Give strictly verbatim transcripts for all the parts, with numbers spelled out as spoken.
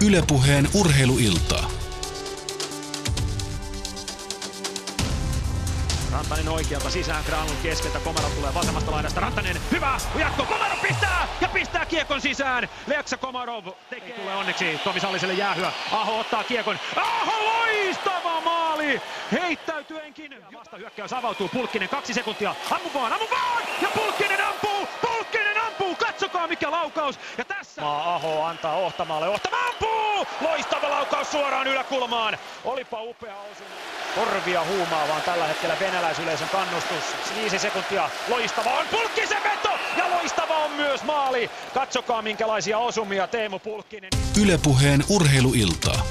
Yle Puheen urheiluiltaa. Rantanen oikealta sisään, Granlund keskeltä, Komaro tulee vasemmasta laidasta, Rantanen, hyvä, jatko, Komarov pistää, ja pistää kiekon sisään, Leaksa Komarov tekee, tulee onneksi Tomi Salliselle jäähyä, Aho ottaa kiekon, Aho loistava maali, heittäytyenkin, vastahyökkäys avautuu, Pulkkinen kaksi sekuntia, ammu vaan, ammu vaan, ja Pulkkinen ampuu, Pulkkinen ampuu, katsokaa mikä laukaus, ja tässä Aho antaa Ohtamaalle, Ohtama ampuu, loistava laukaus suoraan yläkulmaan, olipa upea osuma. Korvia huumaa vaan tällä hetkellä venäläisyleisön kannustus. Viisi sekuntia. Loistava on Pulkkisen veto ja loistava on myös maali. Katsokaa minkälaisia osumia Teemu Pulkkinen. Yle Puheen urheiluiltaa.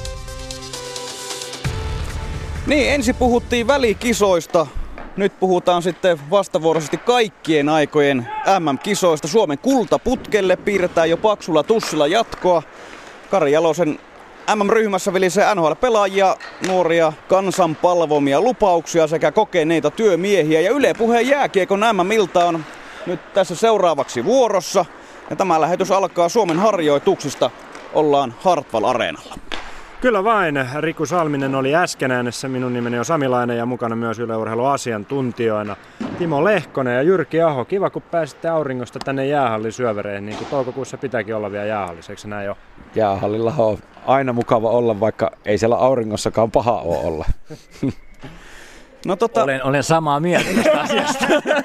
Niin, ensin puhuttiin välikisoista. Nyt puhutaan sitten vastavuoroisesti kaikkien aikojen M M-kisoista. Suomen kultaputkelle piirretään jo paksulla tussilla jatkoa. Kari Jalosen M M-ryhmässä velisee N H L-pelaajia, nuoria kansanpalvomia lupauksia sekä kokeneita työmiehiä. Ja Yle Puheen jääkiekon M M-ilta on nyt tässä seuraavaksi vuorossa. Ja tämä lähetys alkaa Suomen harjoituksista. Ollaan Hartwall-areenalla. Kyllä vain. Riku Salminen oli äsken äänessä. Minun nimeni on Sami Laine ja mukana myös Yle Urheiluasiantuntijoina Timo Lehkonen ja Jyrki Aho. Kiva, kun pääsitte auringosta tänne jäähallin syövereihin, niin kuin toukokuussa pitääkin olla vielä jäähallissa, eikö näin ole? Jäähallilla on aina mukava olla, vaikka ei siellä auringossakaan paha ole olla. No, tota... olen, olen samaa mieltä tästä asiasta.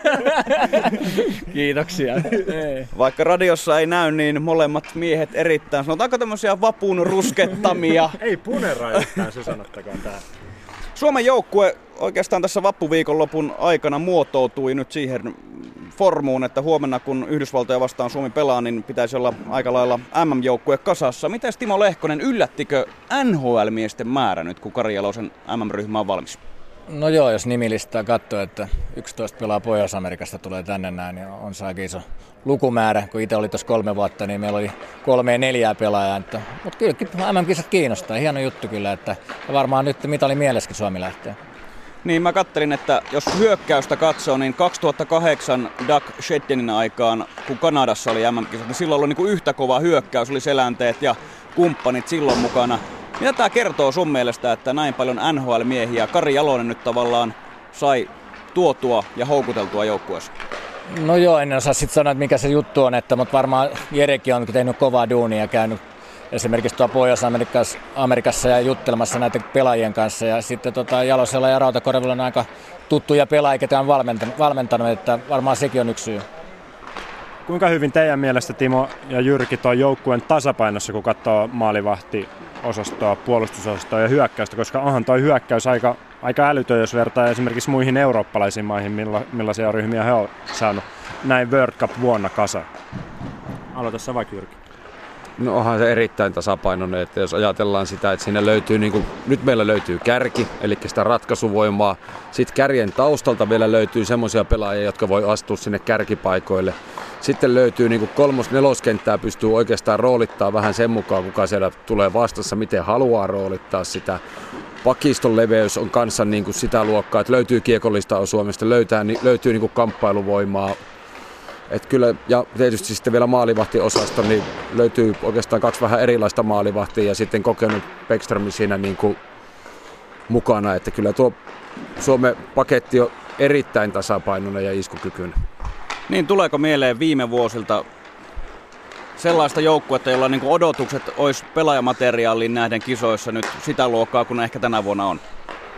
Kiitoksia. Vaikka radiossa ei näy, niin molemmat miehet erittäin, sanotaanko tämmöisiä vapun ruskettamia. Ei punera yhtään, se sanottakaan tää. Suomen joukkue oikeastaan tässä vappuviikonlopun aikana muotoutui nyt siihen formuun, että huomenna kun Yhdysvaltoja vastaan Suomi pelaa, niin pitäisi olla aika lailla M M-joukkue kasassa. Mites Timo Lehkonen, yllättikö N H L-miesten määrä nyt, kun Kari Jalosen M M-ryhmä on valmis? No joo, jos nimilistaa katsoo, että yksitoista pelaa Pohjois-Amerikasta tulee tänne näin, niin on se aika iso lukumäärä. Kun itse oli tuossa kolme vuotta, niin meillä oli kolme ja neljää pelaajaa. Että, mutta kyllä M M-kisat kiinnostaa. Hieno juttu kyllä, että varmaan nyt mitä oli mielessäkin Suomi lähtee. Niin mä kattelin, että jos hyökkäystä katsoo, niin kaksituhattakahdeksan Doug Sheddenin aikaan, kun Kanadassa oli M M-kisat, niin silloin oli niin kuin yhtä kova hyökkäys, oli Selänteet ja kumppanit silloin mukana. Mitä tämä kertoo sun mielestä, että näin paljon N H L-miehiä Kari Jalonen nyt tavallaan sai tuotua ja houkuteltua joukkueessa? No joo, en osaa sitten sanoa, että mikä se juttu on, että, mutta varmaan Jerekin on tehnyt kovaa duunia ja käynyt esimerkiksi tuolla Pohjois-Amerikassa Amerikassa ja juttelemassa näiden pelaajien kanssa. Ja sitten tota, Jalosella ja Rautakorvilla on aika tuttuja pelaajia, ketä on valmentanut, valmentanut, että varmaan sekin on yksi syy. Kuinka hyvin teidän mielestä Timo ja Jyrki tuo joukkueen tasapainossa, kun katsoo maalivahti-osastoa, puolustusosastoa ja hyökkäystä, koska onhan tuo hyökkäys aika, aika älytön, jos vertaa esimerkiksi muihin eurooppalaisiin maihin, milla, millaisia ryhmiä he ovat saanut näin World Cup vuonna kasa. Aloita sä vaikka, Jyrki. No onhan se erittäin tasapainoinen, että jos ajatellaan sitä, että siinä löytyy, niin kuin, nyt meillä löytyy kärki, eli sitä ratkaisuvoimaa. Sitten kärjen taustalta vielä löytyy semmoisia pelaajia, jotka voi astua sinne kärkipaikoille. Sitten löytyy niin kuin kolmos neloskenttää, pystyy oikeastaan roolittaa vähän sen mukaan, kuka siellä tulee vastassa, miten haluaa roolittaa sitä. Pakiston leveys on kanssa niin kuin sitä luokkaa, että löytyy kiekollista osuamista, löytää, löytyy niin kuin kamppailuvoimaa. Et kyllä, ja tietysti sitten vielä maalivahtiosasto, niin löytyy oikeastaan kaksi vähän erilaista maalivahtia ja sitten kokenut Bäckström siinä niin kuin mukana. Että kyllä tuo Suomen paketti on erittäin tasapainoinen ja iskukykyinen. Niin, tuleeko mieleen viime vuosilta sellaista joukkuetta, jolla niin kuin odotukset olisi pelaajamateriaaliin nähden kisoissa nyt sitä luokkaa, kun ehkä tänä vuonna on?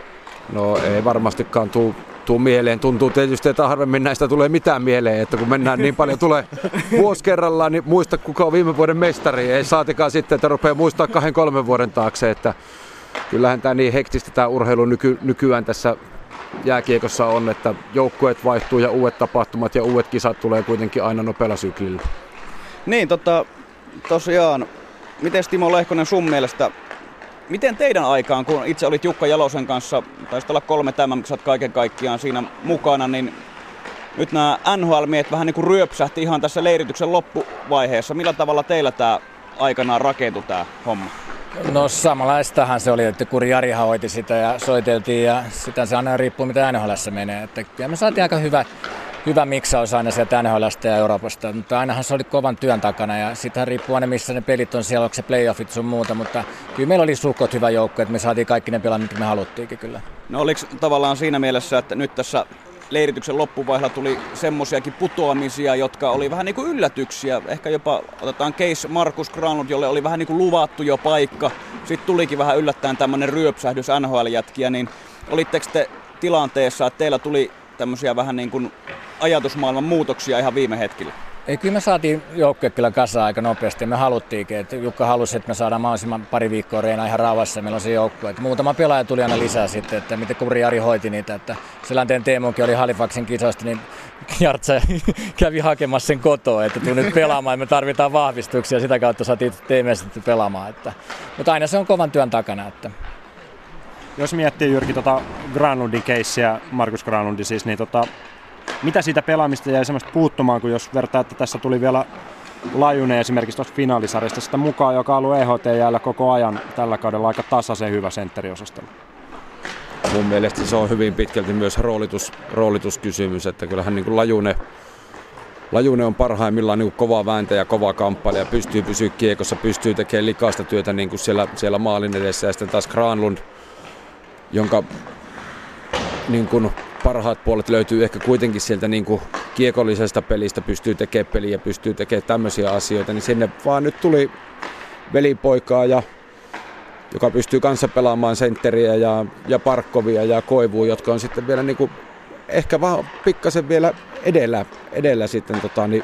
No ei varmastikaan tule tuu mieleen. Tuntuu tietysti, että harvemmin näistä tulee mitään mieleen, että kun mennään niin paljon tulee vuosi kerrallaan, niin muista kuka on viime vuoden mestari. Ei saatikaan sitten, että rupeaa muistaa kahden kolmen vuoden taakse, että kyllähän tämä niin hektistä tämä urheilu nyky, nykyään tässä jääkiekossa on, että joukkueet vaihtuu ja uudet tapahtumat ja uudet kisat tulee kuitenkin aina nopealla syklillä. Niin, tota, tosiaan, miten Timo Lehkonen sun mielestä, miten teidän aikaan, kun itse olit Jukka Jalosen kanssa, taisi olla kolme tämän kisat kaiken kaikkiaan siinä mukana, niin nyt nämä N H L-miehet vähän niin kuin ryöpsähti ihan tässä leirityksen loppuvaiheessa. Millä tavalla teillä tämä aikanaan rakentui tämä homma? No samanlaistahan se oli, että Kuri Jarihan hoiti sitä ja soiteltiin ja sitä se aina riippuu mitä N H L:ssä menee. Että kyllä me saatiin aika hyvä, hyvä miksaus aina sieltä N H L:stä ja Euroopasta, mutta ainahan se oli kovan työn takana ja sitähän riippuu aina missä ne pelit on siellä, onko se playoffit sun muuta, mutta kyllä meillä oli suhkot hyvä joukko, että me saatiin kaikki ne pelaat, mitä me haluttiinkin kyllä. No oliko tavallaan siinä mielessä, että nyt tässä leirityksen loppuvaiheella tuli semmosiakin putoamisia, jotka oli vähän niin kuin yllätyksiä. Ehkä jopa otetaan case Markus Granlund, jolle oli vähän niin kuin luvattu jo paikka. Sitten tulikin vähän yllättäen tämmöinen ryöpsähdys N H L-jätkiä, niin olitteko te tilanteessa, että teillä tuli tämmöisiä vähän niin kuin ajatusmaailman muutoksia ihan viime hetkellä? Ei, kyllä me saatiin joukkue kyllä kasaan aika nopeasti ja me haluttiinkin, että Jukka halusi, että me saadaan mahdollisimman pari viikkoa reenaa ihan rauhassa ja meillä on se joukkue. Että muutama pelaaja tuli aina lisää sitten, että miten Kuri Jari hoiti niitä, että Selänteen Teemukin oli Halifaxin kisoista, niin Jartsa kävi hakemassa sen kotoa, että tuli nyt pelaamaan ja me tarvitaan vahvistuksia ja sitä kautta saatiin Teemeen sitten pelaamaan. Että, mutta aina se on kovan työn takana. Että. Jos miettii Jyrki tota Granlundin keissiä, Markus Granlundin siis, niin tota, mitä siitä pelaamista jäi semmoista puuttumaan, kun jos vertaa, että tässä tuli vielä Lajunen esimerkiksi tuossa finaalisarjasta sitä mukaan, joka on ollut E H T-jäällä koko ajan tällä kaudella aika tasaisen hyvä sentteriosastolla. Mun mielestä se on hyvin pitkälti myös roolitus, roolituskysymys, että kyllähän niin kuin Lajunen, Lajunen on parhaimmillaan niin kuin kova vääntäjä ja kova kamppailija, pystyy pysyä kiekossa, pystyy tekemään likaista työtä niin kuin siellä, siellä maalin edessä ja sitten taas Granlund, jonka niin kuin parhaat puolet löytyy ehkä kuitenkin sieltä niin kuin kiekollisesta pelistä, pystyy tekemään peliä ja pystyy tekemään tämmöisiä asioita, niin sinne vaan nyt tuli velipoikaa, ja, joka pystyy kanssa pelaamaan sentteriä ja, ja Parkkovia ja Koivua, jotka on sitten vielä niin kuin, ehkä vaan pikkasen vielä edellä, edellä sitten tota, niin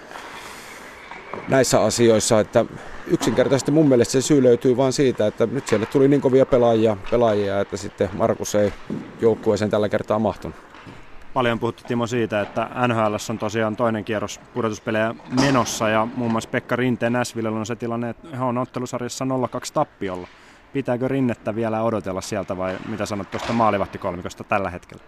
näissä asioissa, että yksinkertaisesti mun mielestä se syy löytyy vaan siitä, että nyt siellä tuli niin kovia pelaajia, pelaajia että sitten Markus ei joukkueeseen tällä kertaa mahtunut. Paljon puhuttu Timo siitä, että N H L:ssä on tosiaan toinen kierros pudotuspelejä menossa ja muun muassa Pekka Rinteen Nashvillellä on se tilanne, että he on ottelusarjassa nolla kaksi tappiolla. Pitääkö Rinnettä vielä odotella sieltä vai mitä sanot tuosta maalivahtikolmikosta tällä hetkellä?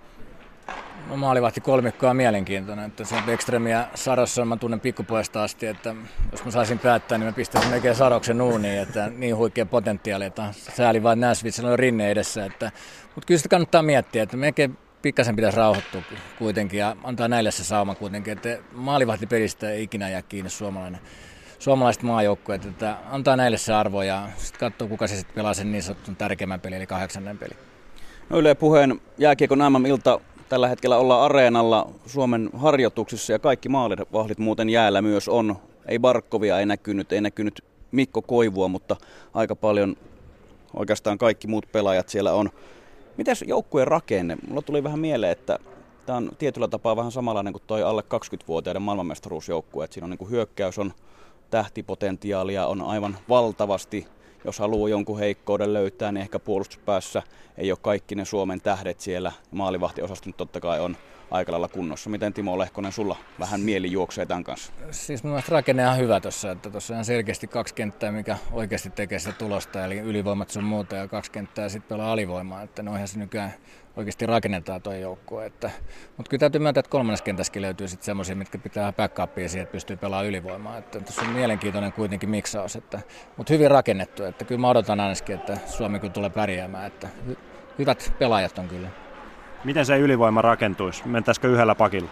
No, maalivahtikolmikko on mielenkiintoinen, että se on Ekström ja Saros, mä tunnen pikkupojasta asti, että jos mä saisin päättää, niin mä pistäisin melkein Saroksen uuniin, että niin huikea potentiaali, että sääli vaan Nashville, siellä on Rinne edessä, että, mutta kyllä sitä kannattaa miettiä, että melkein pikkasen pitäisi rauhoittua kuitenkin ja antaa näille se sauma kuitenkin, että maalivahtipelistä ei ikinä jää kiinni suomalainen. Suomalaiset maajoukkueet, että antaa näille se arvo ja sitten katsoo, kuka se sitten pelaa sen niin sanotun tärkeimmän pelin, eli kahdeksannen pelin. No Yle Puheen jääkiekon M M-ilta. Tällä hetkellä ollaan areenalla Suomen harjoituksissa ja kaikki maalivahdit muuten jäällä myös on. Ei Barkovia ei näkynyt, ei näkynyt Mikko Koivua, mutta aika paljon oikeastaan kaikki muut pelaajat siellä on. Mites joukkueen rakenne? Mulla tuli vähän mieleen, että tämä on tietyllä tapaa vähän samanlainen kuin toi alle kaksikymmentävuotiaiden maailmanmestaruusjoukkue. Siinä on niin kuin hyökkäys on tähtipotentiaalia, on aivan valtavasti. Jos haluaa jonkun heikkouden löytää, niin ehkä puolustuspäässä ei ole kaikki ne Suomen tähdet siellä. Maalivahtiosasto nyt totta kai on aika lailla kunnossa. Miten Timo Lehkonen, sulla vähän mieli juoksee tämän kanssa? Siis mun mielestä rakenne on hyvä tuossa, että tuossa on selkeästi kaksi kenttää, mikä oikeasti tekee sitä tulosta, eli ylivoimat sun muuta, ja kaksi kenttää sitten pelaa alivoimaa, että noihän se nykyään oikeasti rakennetaan tuo joukkue. Että, mutta kyllä täytyy myöntää, että kolmannes kentässäkin löytyy sitten semmoisia, mitkä pitää backupia siihen, että pystyy pelaamaan ylivoimaa. Että tässä on mielenkiintoinen kuitenkin miksaus, että, mutta hyvin rakennettu. Että kyllä mä odotan ainakin, että Suomi kyllä tulee pärjäämään. Että hy, hyvät pelaajat on kyllä. Miten se ylivoima rakentuisi? Mentäisikö yhdellä pakilla?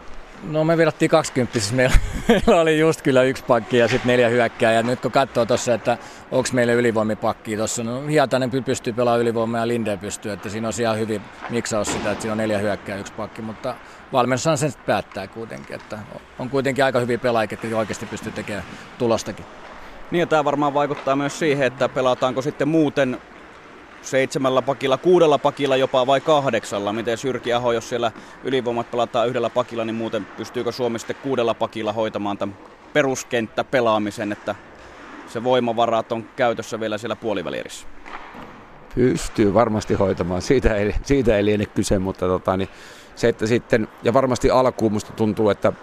No me vedettiin kaksikymmentä, meillä, meillä oli just kyllä yksi pakki ja sitten neljä hyökkää. Ja nyt kun katsoo tuossa, että onko meillä ylivoimipakkia tuossa, no Hietanen pystyy pelaamaan ylivoimaa ja Lindeen pystyy, että siinä on ihan hyvin miksaus sitä, että siinä on neljä hyökkää ja yksi pakki, mutta valmennushan sen sitten päättää kuitenkin, että on kuitenkin aika hyviä pelaajia, että oikeasti pystyy tekemään tulostakin. Niin ja tämä varmaan vaikuttaa myös siihen, että pelataanko sitten muuten seitsemällä pakilla, kuudella pakilla jopa vai kahdeksalla. Miten Jyrki Aho, jos siellä ylivoimat pelataan yhdellä pakilla, niin muuten pystyykö Suomi sitten kuudella pakilla hoitamaan tämän peruskenttäpelaamisen, että se voimavarat on käytössä vielä siellä puolivälierissä? Pystyy varmasti hoitamaan, siitä ei, siitä ei liene kyse, mutta tota, niin se, että sitten, ja varmasti alkuun musta tuntuu, että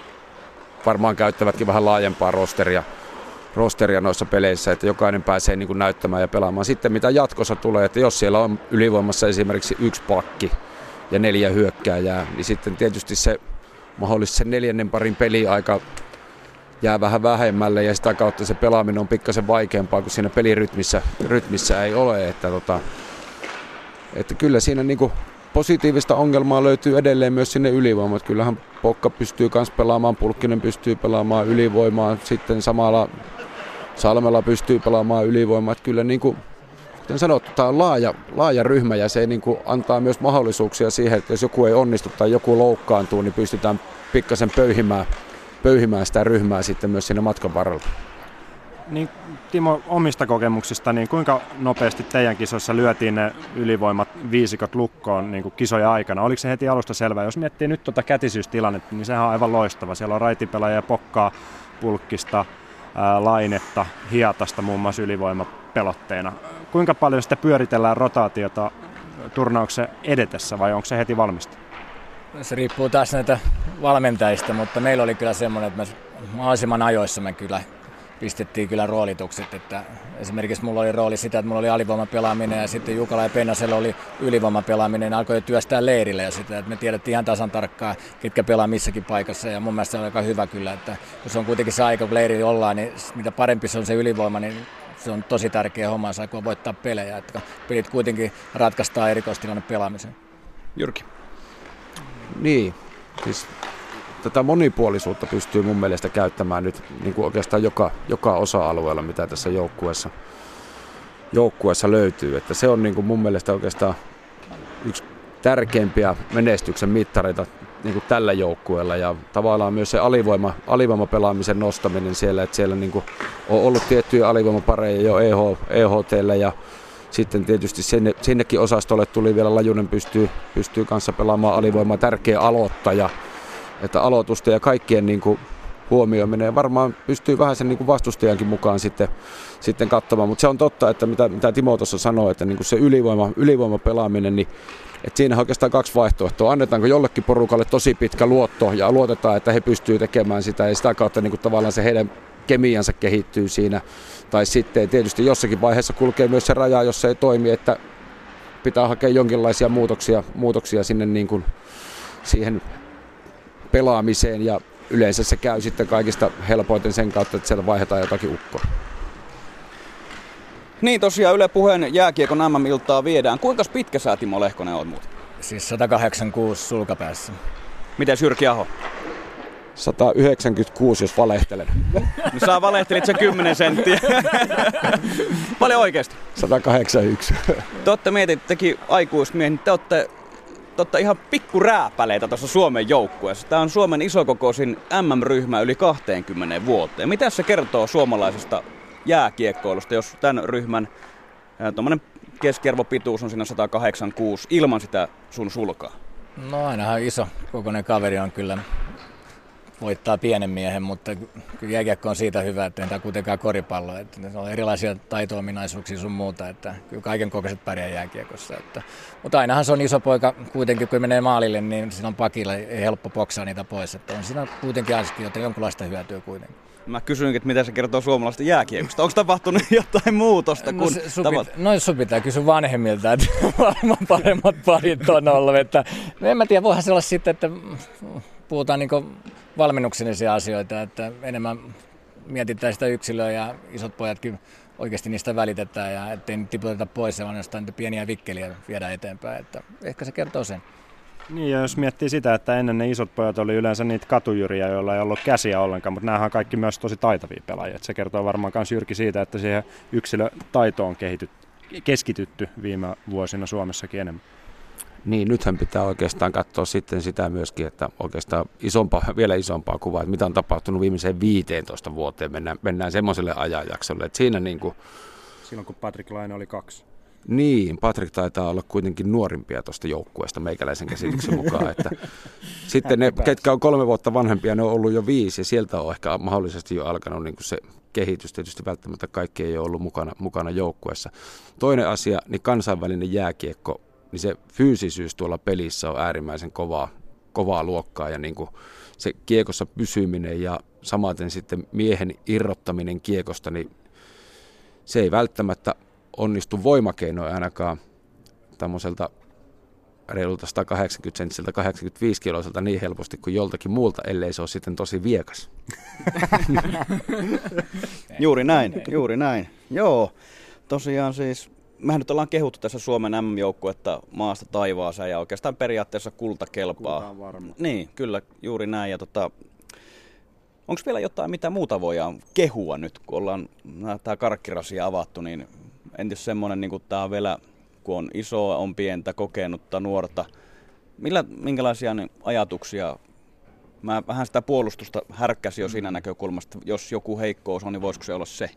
varmaan käyttävätkin vähän laajempaa rosteria. rosteria noissa peleissä, että jokainen pääsee niin kuin näyttämään ja pelaamaan. Sitten mitä jatkossa tulee, että jos siellä on ylivoimassa esimerkiksi yksi pakki ja neljä hyökkääjää, niin sitten tietysti se mahdollisesti sen neljännen parin peliaika jää vähän vähemmälle ja sitä kautta se pelaaminen on pikkasen vaikeampaa, kun siinä pelirytmissä rytmissä ei ole. Että, tota, että kyllä siinä niin kuin positiivista ongelmaa löytyy edelleen myös sinne ylivoimaan. Kyllähän Pokka pystyy myös pelaamaan, Pulkkinen pystyy pelaamaan ylivoimaa, sitten samalla Salmela pystyy pelaamaan ylivoimaa. Että kyllä niin kuin, kuten sanottu, tämä on laaja, laaja ryhmä ja se niin kuin antaa myös mahdollisuuksia siihen, että jos joku ei onnistu tai joku loukkaantuu, niin pystytään pikkasen pöyhimään, pöyhimään sitä ryhmää sitten myös siinä matkan varrella. Niin, Timo, omista kokemuksista, niin kuinka nopeasti teidän kisoissa lyötiin ne ylivoimat viisikot lukkoon niin kuin kisojen aikana? Oliko se heti alusta selvää? Jos miettii nyt tuota kätisyystilannetta, niin sehän on aivan loistava. Siellä on raitipelaajia, Pokkaa, Pulkkista, ää, Lainetta, Hiatasta muun muassa ylivoimapelotteena. Kuinka paljon sitä pyöritellään rotaatiota turnauksen edetessä vai onko se heti valmista? Se riippuu taas näitä valmentajista, mutta meillä oli kyllä semmoinen, että me mahdollisimman ajoissa me kyllä pistettiin kyllä roolitukset, että esimerkiksi mulla oli rooli sitä, että mulla oli alivoimapelaaminen ja sitten Jukala ja Pennasella oli ylivoimapelaaminen, ne alkoi työstää leirille ja sitä, että me tiedettiin ihan tasan tarkkaan, ketkä pelaa missäkin paikassa ja mun mielestä se on aika hyvä kyllä, että jos on kuitenkin se aika, kun leiri ollaan, niin mitä parempi se on se ylivoima, niin se on tosi tärkeä homma, saa kun voittaa pelejä, että pelit kuitenkin ratkaistaan erikoistilanne pelaamisen. Jyrki. Niin, siis tätä monipuolisuutta pystyy mun mielestä käyttämään nyt niin kuin oikeastaan joka, joka osa-alueella, mitä tässä joukkueessa, joukkueessa löytyy. Että se on niin kuin mun mielestä oikeastaan yksi tärkeimpiä menestyksen mittareita niin kuin tällä joukkueella. Ja tavallaan myös se alivoima, alivoimapelaamisen nostaminen siellä, että siellä niin kuin on ollut tiettyjä alivoimapareja jo E H T:llä ja sitten tietysti sinne, sinnekin osastolle tuli vielä Lajunen pystyy, pystyy kanssa pelaamaan alivoimaa, tärkeä aloittaja. Että aloitusta ja kaikkien niin kuin huomioiminen varmaan pystyy vähän sen niin kuin vastustajankin mukaan sitten, sitten katsomaan. Mutta se on totta, että mitä, mitä Timo tuossa sanoi, että niin kuin se ylivoima, ylivoimapelaaminen, niin että siinä on oikeastaan kaksi vaihtoehtoa. Annetaanko jollekin porukalle tosi pitkä luotto ja luotetaan, että he pystyvät tekemään sitä ja sitä kautta niin kuin tavallaan se heidän kemiansa kehittyy siinä. Tai sitten tietysti jossakin vaiheessa kulkee myös se raja, jos se ei toimi, että pitää hakea jonkinlaisia muutoksia, muutoksia sinne niin kuin siihen pelaamiseen ja yleensä se käy sitten kaikista helpoiten sen kautta, että sieltä vaihdetaan jotakin ukkoa. Niin tosiaan Yle Puheen jääkiekon M M-iltaa viedään. Kuinka pitkä sä Timo Lehkonen oot muuten? Siis sata kahdeksankymmentäkuusi sulkapäässä. Miten Jyrki Aho? sata yhdeksänkymmentäkuusi, jos valehtelen. No sä valehtelit sen kymmenen senttiä. Paljon oikeasti? sata kahdeksankymmentäyksi. Te olette mietit, tekin aikuismiehet, niin te olette, te olette ihan pikkurääpäleitä tuossa Suomen joukkueessa. Tämä on Suomen isokokoisin M M-ryhmä yli kaksikymmentä vuoteen. Mitä se kertoo suomalaisesta jääkiekkoilusta, jos tämän ryhmän tuommoinen keskiarvopituus on siinä sata kahdeksankymmentäkuusi ilman sitä sun sulkaa? No ainahan iso kokoinen kaveri on kyllä. Voittaa pienen miehen, mutta kyllä jääkiekko on siitä hyvä, että ei tämä kuitenkaan koripallo. Että on erilaisia taito-ominaisuuksia sun muuta, että kyllä kaiken kokoiset pärjää jääkiekossa. Että, mutta ainahan se on iso poika kuitenkin, kun menee maalille, niin siinä on pakilla ei helppo boksaa niitä pois. Että on siinä kuitenkin ainakin joten jonkinlaista hyötyä kuitenkin. Mä kysyinkin, että mitä se kertoo suomalaisesta jääkiekosta. Onko tapahtunut jotain muutosta? No, kun se, sun, tapa... pitä, no sun pitää kysyä vanhemmilta, että varmaan paremmat parit on ollut. Että, no en mä tiedä, voihan se olla sitten, että puhutaan niin valmennuksellisia asioita, että enemmän mietitään sitä yksilöä ja isot pojatkin oikeasti niistä välitetään ja ettei niitä tiputeta pois, vaan jostain niitä pieniä vikkeliä viedään eteenpäin. Että ehkä se kertoo sen. Niin, ja jos miettii sitä, että ennen ne isot pojat oli yleensä niitä katujyriä, joilla ei ollut käsiä ollenkaan, mutta nämähän on kaikki myös tosi taitavia pelaajia. Että se kertoo varmaan myös Jyrki siitä, että siihen yksilötaitoon on kehityt, keskitytty viime vuosina Suomessakin enemmän. Niin, nythän pitää oikeastaan katsoa sitten sitä myöskin, että oikeastaan isompaa, vielä isompaa kuvaa, että mitä on tapahtunut viimeiseen viisitoista vuoteen, mennään, mennään semmoiselle ajanjaksolle, että siinä niin kuin... Silloin kun Patrik Laine oli kaksi. Niin, Patrik taitaa olla kuitenkin nuorimpia tuosta joukkueesta meikäläisen käsityksen mukaan, että sitten ne, ketkä on kolme vuotta vanhempia, ne on ollut jo viisi ja sieltä on ehkä mahdollisesti jo alkanut niin kuin se kehitys, tietysti välttämättä kaikki ei ole ollut mukana, mukana joukkueessa. Toinen asia, niin kansainvälinen jääkiekko, niin se fyysisyys tuolla pelissä on äärimmäisen kovaa, kovaa luokkaa ja niin kuin se kiekossa pysyminen ja samaten sitten miehen irrottaminen kiekosta, niin se ei välttämättä onnistu voimakeinoin ainakaan tämmöiseltä reilulta sata kahdeksankymmentä senttiseltä kahdeksankymmentäviisi kiloiselta niin helposti kuin joltakin muulta, ellei se ole sitten tosi viekas. Juuri näin, juuri näin. Joo, tosiaan siis mehän nyt ollaan kehuttu tässä Suomen äm äm-joukkuetta maasta taivaaseen ja oikeastaan periaatteessa kulta kelpaa. Kulta on varma. Niin, kyllä, juuri näin. Ja tota, onko vielä jotain, mitä muuta voidaan kehua nyt, kun ollaan tämä karkkirasia avattu, niin entäs semmoinen, niin kuin tämä on vielä, kun on isoa, on pientä, kokenutta, nuorta. Millä, minkälaisia ajatuksia? Mä vähän sitä puolustusta härkkäsin jo siinä näkökulmasta. Jos joku heikkous on, niin voisiko se olla se?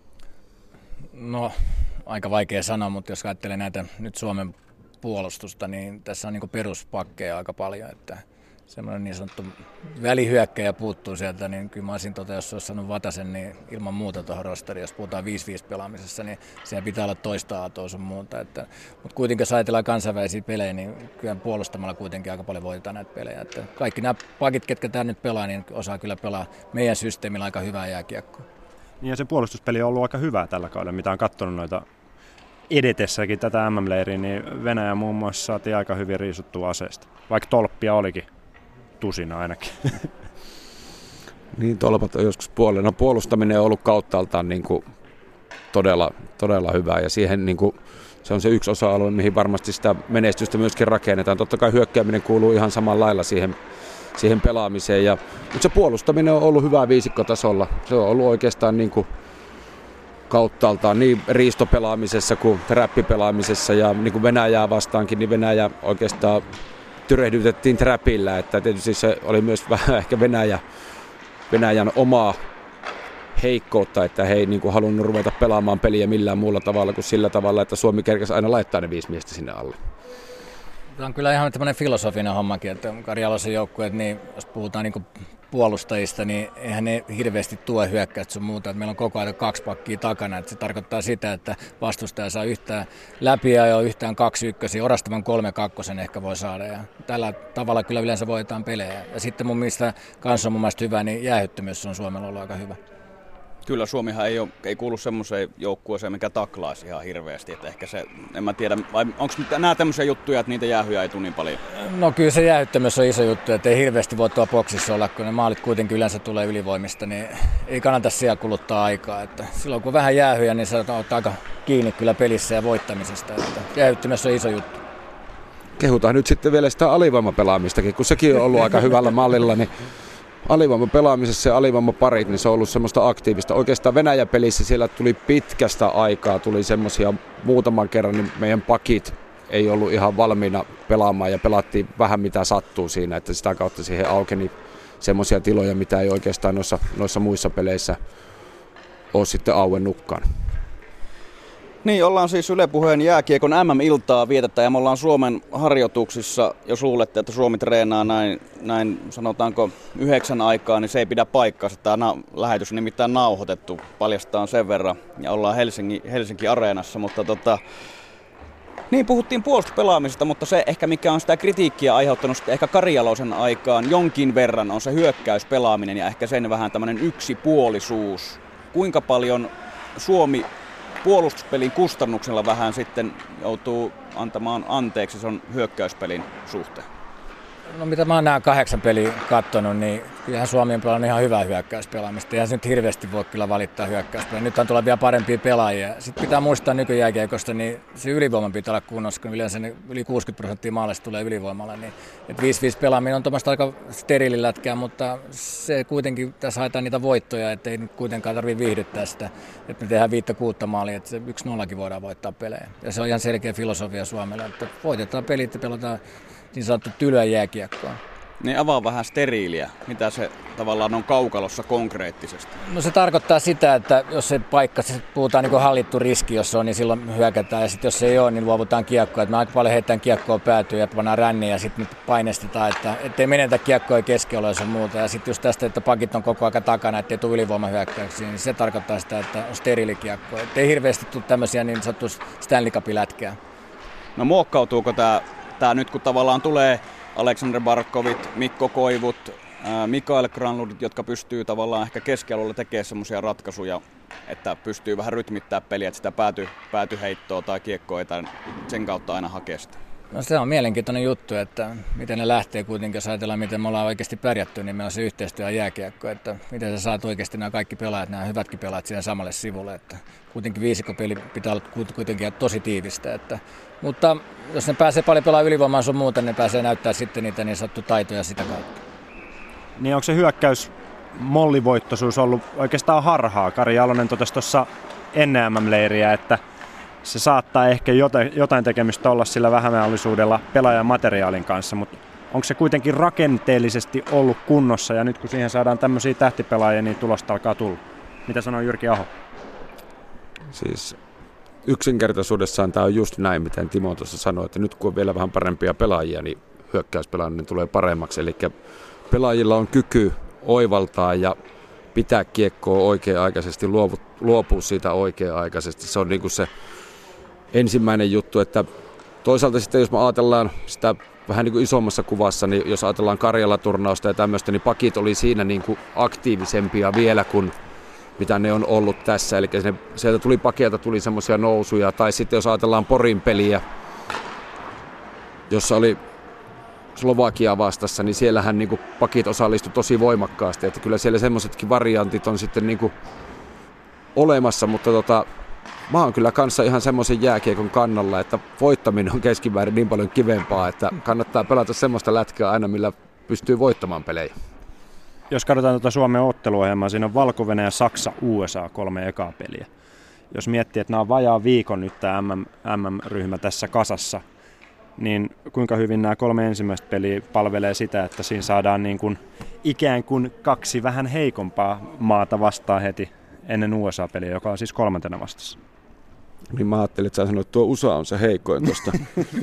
No, aika vaikea sanoa, mutta jos ajattelee näitä nyt Suomen puolustusta, niin tässä on niin kuin peruspakkeja aika paljon, että semmoinen niin sanottu välihyökkäjä puuttuu sieltä, niin kyllä mä olisin, tota, jos olisi sanonut Vatasen, niin ilman muuta tuohon rosteriin, jos puhutaan viisi viisi pelaamisessa, niin siellä pitää olla toista aatoa sun muuta. Että, mutta kuitenkin jos ajatellaan kansainvälisiä pelejä, niin kyllä puolustamalla kuitenkin aika paljon voitetaan näitä pelejä. Että kaikki nämä pakit, ketkä täällä nyt pelaa, niin osaa kyllä pelaa meidän systeemillä aika hyvää jääkiekkoa. Niin ja se puolustuspeli on ollut aika hyvää tällä kaudella, mitä on katsonut noita edetessäkin tätä äm äm-leiriä, niin Venäjä muun muassa saatiin aika hyvin riisuttua aseesta, vaikka tolppia olikin. Tusina ainakin. Niin, tolpat on joskus puolella. No, puolustaminen on ollut kauttaaltaan niin kuin todella, todella hyvää ja siihen niin kuin, se on se yksi osa-alue, mihin varmasti sitä menestystä myöskin rakennetaan. Totta kai hyökkääminen kuuluu ihan samalla lailla siihen, siihen pelaamiseen. Ja, mutta se puolustaminen on ollut hyvää viisikkotasolla. Se on ollut oikeastaan niin kuin kauttaaltaan niin riistopelaamisessa kuin trappipelaamisessa ja niin kuin Venäjää vastaankin, niin Venäjä oikeastaan tyrehdytettiin trapillä, että tietysti se oli myös vähän ehkä Venäjä, Venäjän omaa heikkoutta, että he ei niin kuin halunnut ruveta pelaamaan peliä millään muulla tavalla kuin sillä tavalla, että Suomi kerkesi aina laittaa ne viisi miestä sinne alle. Tämä on kyllä ihan tämmöinen filosofinen hommakin, että Kari Jalosen joukkueet, niin jos puhutaan niin kuin puolustajista, niin eihän ne hirveästi tue hyökkäystä sun muuta. Että meillä on koko ajan kaksi pakkia takana. Että se tarkoittaa sitä, että vastustaja saa yhtään läpiajoa, yhtään kaksi ykkösiä, orastavan kolme kakkosen ehkä voi saada. Ja tällä tavalla kyllä yleensä voitetaan pelejä. Ja sitten mun mielestä kanssa on mun mielestä hyvä, niin jäähyttömyys on Suomella ollut aika hyvä. Kyllä Suomihan ei, ole, ei kuulu semmoiseen joukkueeseen, mikä taklaisi ihan hirveästi. Että ehkä se, en mä tiedä, vai onko nämä tämmöisiä juttuja, että niitä jäähyjä ei tule niin paljon? No kyllä se jäähyttömyys on iso juttu, että ei hirveästi voi tuolla boksissa olla, kun ne maalit kuitenkin yleensä tulee ylivoimista, niin ei kannata siellä kuluttaa aikaa. Että silloin kun on vähän jäähyjä, niin sä oot aika kiinni kyllä pelissä ja voittamisesta. Että jäähyttömyys on iso juttu. Kehutaan nyt sitten vielä sitä alivoimapelaamistakin, kun sekin on ollut aika hyvällä mallilla, niin alivoimapelaamisessa ja alivoimaparit, niin se on ollut semmoista aktiivista. Oikeastaan Venäjä-pelissä siellä tuli pitkästä aikaa, tuli semmoisia muutaman kerran, niin meidän pakit ei ollut ihan valmiina pelaamaan ja pelattiin vähän mitä sattuu siinä, että sitä kautta siihen aukeni semmoisia tiloja, mitä ei oikeastaan noissa, noissa muissa peleissä ole sitten auennutkaan. Niin, ollaan siis Yle Puheen jääkiekon äm äm-iltaa vietetään ja me ollaan Suomen harjoituksissa. Jos luulette, että Suomi treenaa näin, näin sanotaanko yhdeksän aikaa, niin se ei pidä paikkaansa. Tämä na- lähetys on nimittäin nauhoitettu, paljastaan sen verran. Ja ollaan Helsinki, Helsinki-areenassa, mutta tota, niin puhuttiin puolustuspelaamisesta, mutta se ehkä mikä on sitä kritiikkiä aiheuttanut sitten ehkä Kari Jalosen aikaan jonkin verran on se hyökkäyspelaaminen ja ehkä sen vähän tämmöinen yksipuolisuus. Kuinka paljon Suomi puolustuspelin kustannuksella vähän sitten joutuu antamaan anteeksi sen hyökkäyspelin suhteen? No mitä mä oon nämä kahdeksan peliä katsonut, niin kyllähän Suomi on pelannut ihan hyvää hyökkäyspelaamista. Eihän se nyt hirveästi voi kyllä valittaa hyökkäyspelaa. Nyt on tullut vielä parempia pelaajia. Sitten pitää muistaa nykyjääkiekosta, niin se ylivoiman pitää olla kunnossa, kun yleensä yli kuusikymmentä prosenttia maaleista tulee ylivoimalla. Niin, että viisi viisi pelaaminen on tuommoista aika steriililätkää, mutta se kuitenkin tässä haetaan niitä voittoja, ettei nyt kuitenkaan tarvitse viihdyttää sitä, että me tehdään viittä kuutta maalia, että se yksi nollakin voidaan voittaa pelejä. Ja se on ihan selkeä filosofia Suomelle, että voitetaan pelit ja pelataan niin sanottu tylyä jääkiekkoa. Niin avaa vähän steriiliä. Mitä se tavallaan on kaukalossa konkreettisesti? No se tarkoittaa sitä, että jos se paikka, se puhutaan niin kuin hallittu riski, jos se on, niin silloin hyökätään. Ja sitten jos se ei ole, niin luovutaan kiekkoa. Että me aika paljon heitetään kiekkoa päätyyn ja pannaan ränniä ja sitten nyt painestetaan, että ettei menetä kiekkoa keskioloissa ja muuta. Ja sitten just tästä, että pakit on koko ajan takana, ettei tule ylivoimahyökkäyksiä, niin se tarkoittaa sitä, että on steriilikiekkoa. Että ei hirveästi tule tämmöisiä niin sanottu Stanley Cup-lätkää. No muokkautuuko tämä Tää nyt kun tavallaan tulee Aleksander Barkovit, Mikko Koivut, ää, Mikael Granlundit, jotka pystyy tavallaan ehkä keskialueella tekemään semmoisia ratkaisuja, että pystyy vähän rytmittämään peliä, että sitä pääty, päätyheittoa tai kiekkoa ei sen kautta aina hakea sitä. No se on mielenkiintoinen juttu, että miten ne lähtee kuitenkin, jos ajatellaan miten me ollaan oikeasti pärjätty, niin meillä on se yhteistyö ja jääkiekko, että miten sä saat oikeasti nämä kaikki pelaajat, nämä hyvätkin pelaajat siihen samalle sivulle, että kuitenkin viisikkopeli pitää olla kuitenkin tosi tiivistä, että, mutta jos ne pääsee paljon pelaamaan ylivoimaan sun muuta, ne pääsee näyttää sitten niitä niin sanottu taitoja sitä kautta. Niin onko se hyökkäys mollivoittoisuus ollut oikeastaan harhaa? Kari Jalonen totesi tuossa ennen M M-leiriä, että se saattaa ehkä jotain tekemistä olla sillä vähämällisuudella pelaajan materiaalin kanssa, mutta onko se kuitenkin rakenteellisesti ollut kunnossa ja nyt kun siihen saadaan tämmöisiä tähtipelaajia, niin tulosta alkaa tulla? Mitä sanoo Jyrki Aho? Siis yksinkertaisuudessaan tämä on just näin, miten Timo tuossa sanoi, että nyt kun on vielä vähän parempia pelaajia, niin hyökkäyspelaaminen tulee paremmaksi. Eli pelaajilla on kyky oivaltaa ja pitää kiekkoa oikea-aikaisesti, luopua siitä oikea-aikaisesti. Se on niin kuin se ensimmäinen juttu, että toisaalta sitten jos me ajatellaan sitä vähän niin kuin isommassa kuvassa, niin jos ajatellaan Karjala-turnausta ja tämmöistä, niin pakit oli siinä niin kuin aktiivisempia vielä kuin mitä ne on ollut tässä. Eli ne, sieltä tuli pakeilta tuli semmoisia nousuja. Tai sitten jos ajatellaan Porin peliä, jossa oli Slovakia vastassa, niin siellähän niin kuin pakit osallistui tosi voimakkaasti. Että kyllä siellä semmoisetkin variantit on sitten niin kuin olemassa, mutta tota, mä oon kyllä kanssa ihan semmoisen jääkiekon kannalla, että voittaminen on keskimäärin niin paljon kivempaa, että kannattaa pelata semmoista lätkää aina, millä pystyy voittamaan pelejä. Jos katsotaan tuota Suomen otteluohjelmaa, siinä on Valko-Venäjä, Saksa, U S A, kolme ekaa peliä. Jos miettii, että nämä on vajaa viikon nyt tämä M M-ryhmä tässä kasassa, niin kuinka hyvin nämä kolme ensimmäistä peliä palvelee sitä, että siinä saadaan niin kuin ikään kuin kaksi vähän heikompaa maata vastaan heti ennen U S A-peliä, joka on siis kolmantena vastassa. Niin mä ajattelin, että sä sanoit, että tuo U S A on se heikoin tuosta.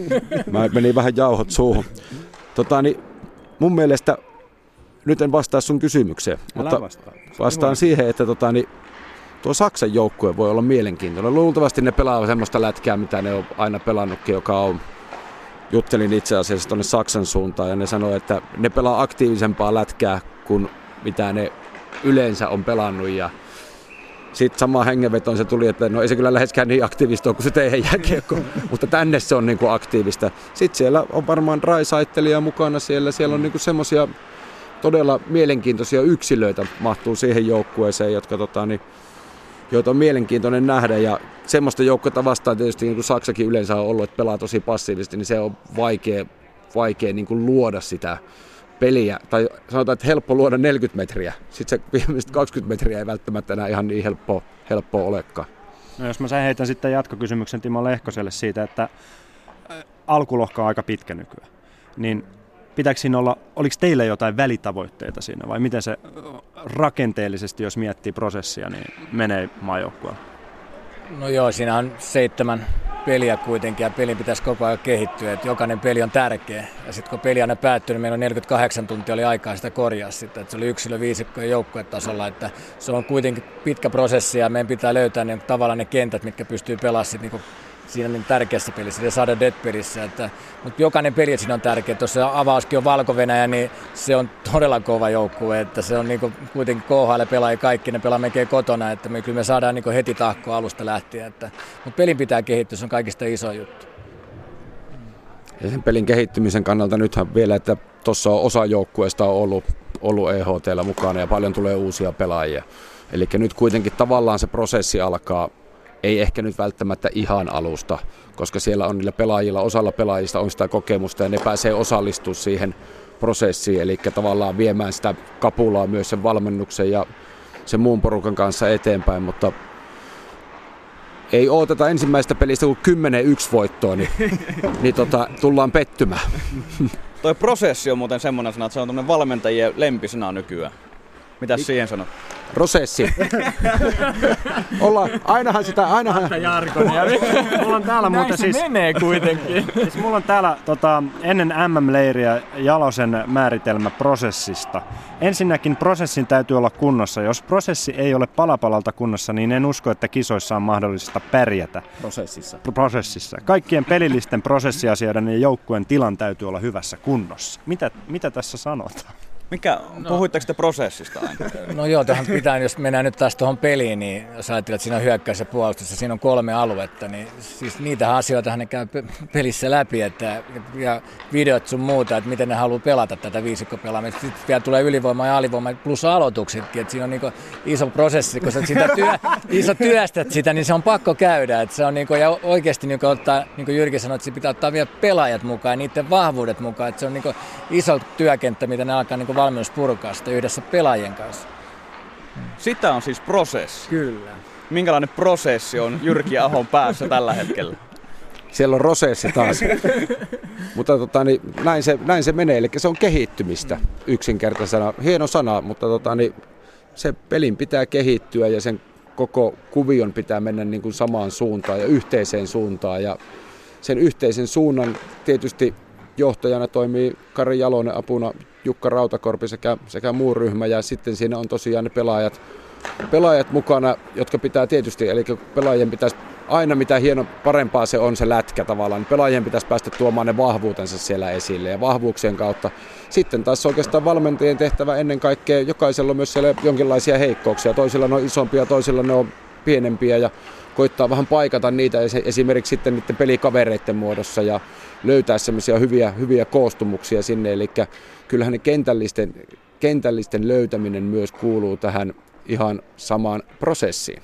Mä menin vähän jauhot suuhun. Tota, niin mun mielestä, nyt en vastaa sun kysymykseen, Älä mutta vastaa. vastaan siihen, että tota, niin, tuo Saksan joukkue voi olla mielenkiintoinen. Luultavasti ne pelaa semmoista lätkää, mitä ne on aina pelannutkin, joka on, juttelin itse asiassa tuonne Saksan suuntaan, ja ne sanoi, että ne pelaa aktiivisempaa lätkää kuin mitä ne yleensä on pelannut, ja sitten sama hengenvetoon se tuli, että no ei se kyllä läheskään niin aktiivista ole kuin se teidän jääkiekko, mutta tänne se on niinku aktiivista. Sitten siellä on varmaan Dreisaitlia mukana siellä, siellä on niinku semmoisia todella mielenkiintoisia yksilöitä mahtuu siihen joukkueeseen, jotka, tota, niin, joita on mielenkiintoinen nähdä. Ja semmoista joukkuetta vastaan tietysti, niin kuin Saksakin yleensä on ollut, että pelaa tosi passiivisesti, niin se on vaikea, vaikea niin kuin luoda sitä peliä. Tai sanotaan, että helppo luoda neljäkymmentä metriä. Sitten se viimeiset kaksikymmentä metriä ei välttämättä enää ihan niin helppoa, helppoa olekaan. No jos mä heitän sitten jatkokysymyksen Timo Lehkoselle siitä, että alkulohka on aika pitkä nykyään, niin pitääkö siinä olla, oliko teillä jotain välitavoitteita siinä vai miten se rakenteellisesti, jos miettii prosessia, niin menee maajoukkueella? No joo, siinä on seitsemän peliä kuitenkin ja pelin pitäisi koko ajan kehittyä, että jokainen peli on tärkeä. Ja sitten kun peli on päättynyt, niin meillä on neljäkymmentäkahdeksan tuntia oli aikaa sitä korjaa sitten, että se oli yksilö, viisikko ja joukkuetasolla, että se on kuitenkin pitkä prosessi ja meidän pitää löytää ne, tavallaan ne kentät, mitkä pystyy pelaamaan sitten niin siinä niin tärkeässä pelissä, ja saada dead-pelissä. Että, mutta jokainen peli siinä on tärkeä. Tuossa avauskin on Valko-Venäjä, niin se on todella kova joukkue. Että se on niin kuin, kuitenkin K H L-pelaajia kaikki, ne pelaa melkein kotona. Että me, kyllä me saadaan niin kuin heti tahkoa alusta lähtien. Että, mutta pelin pitää kehittyä, se on kaikista iso juttu. Ja sen pelin kehittymisen kannalta nythän vielä, että tuossa osa joukkueesta on ollut, ollut E H T:llä mukana ja paljon tulee uusia pelaajia. Eli nyt kuitenkin tavallaan se prosessi alkaa. Ei ehkä nyt välttämättä ihan alusta, koska siellä on niillä pelaajilla, osalla pelaajista on sitä kokemusta ja ne pääsee osallistumaan siihen prosessiin, eli tavallaan viemään sitä kapulaa myös sen valmennuksen ja sen muun porukan kanssa eteenpäin, mutta ei odoteta ensimmäistä pelistä kuin kymmenen yksi voittoa, niin, niin tota, tullaan pettymään. Toi prosessi on muuten semmoinen sana, että se on tämmöinen valmentajien lempisana nykyään. Mitäs siihen sanot? Prosessi. Ollaan, ainahan sitä, ainahan... Jarkonia. Mulla on täällä muuten siis... menee kuitenkin. Siis mulla on täällä tota, ennen M M-leiriä Jalosen määritelmä prosessista. Ensinnäkin prosessin täytyy olla kunnossa. Jos prosessi ei ole palapalalta kunnossa, niin en usko, että kisoissa on mahdollista pärjätä. Prosessissa. Prosessissa. Kaikkien pelillisten prosessiasioiden ja joukkueen tilan täytyy olla hyvässä kunnossa. Mitä, mitä tässä sanotaan? Mikä, no. Puhuitteko te prosessista aina? No joo, tähän pitää, jos mennään nyt taas tuohon peliin, niin jos ajattelet, että siinä on hyökkäys ja puolustus ja siinä on kolme aluetta, niin siis niitä asioita ne käy pelissä läpi, että, ja videot sun muuta, että miten ne haluaa pelata tätä viisikkopelaamista. Sitten vielä tulee ylivoima ja alivoima plus aloituksetkin, että siinä on niinku iso prosessi, kun sä sitä työ, iso työstät sitä, niin se on pakko käydä. Että se on niinku, ja oikeasti niinku ottaa, niin kuin Jyrki sanoi, että se pitää ottaa vielä pelaajat mukaan ja niiden vahvuudet mukaan, että se on niinku iso työkenttä, mitä ne alkaa niinku valmennus purkaa sitä yhdessä pelaajien kanssa. Sitä on siis prosessi. Kyllä. Minkälainen prosessi on Jyrki Ahon päässä tällä hetkellä? Siellä on prosessi taas. Mutta tota, niin, näin, se, näin se menee, eli se on kehittymistä yksinkertaisena. Hieno sana, mutta tota, niin, se pelin pitää kehittyä ja sen koko kuvion pitää mennä niin kuin samaan suuntaan ja yhteiseen suuntaan. Ja sen yhteisen suunnan tietysti johtajana toimii Kari Jalonen, apuna Jukka Rautakorpi sekä, sekä muu ryhmä, ja sitten siinä on tosiaan ne pelaajat, pelaajat mukana, jotka pitää tietysti, eli pelaajien pitäisi aina mitä hieno parempaa se on se lätkä tavallaan, niin pelaajien pitäisi päästä tuomaan ne vahvuutensa siellä esille, ja vahvuuksien kautta sitten taas oikeastaan valmentajien tehtävä ennen kaikkea, jokaisella on myös siellä jonkinlaisia heikkouksia, toisilla ne on isompia, toisilla ne on pienempiä, ja koittaa vähän paikata niitä esimerkiksi sitten niiden pelikavereiden muodossa ja löytää semmoisia hyviä, hyviä koostumuksia sinne. Eli kyllähän ne kentällisten, kentällisten löytäminen myös kuuluu tähän ihan samaan prosessiin.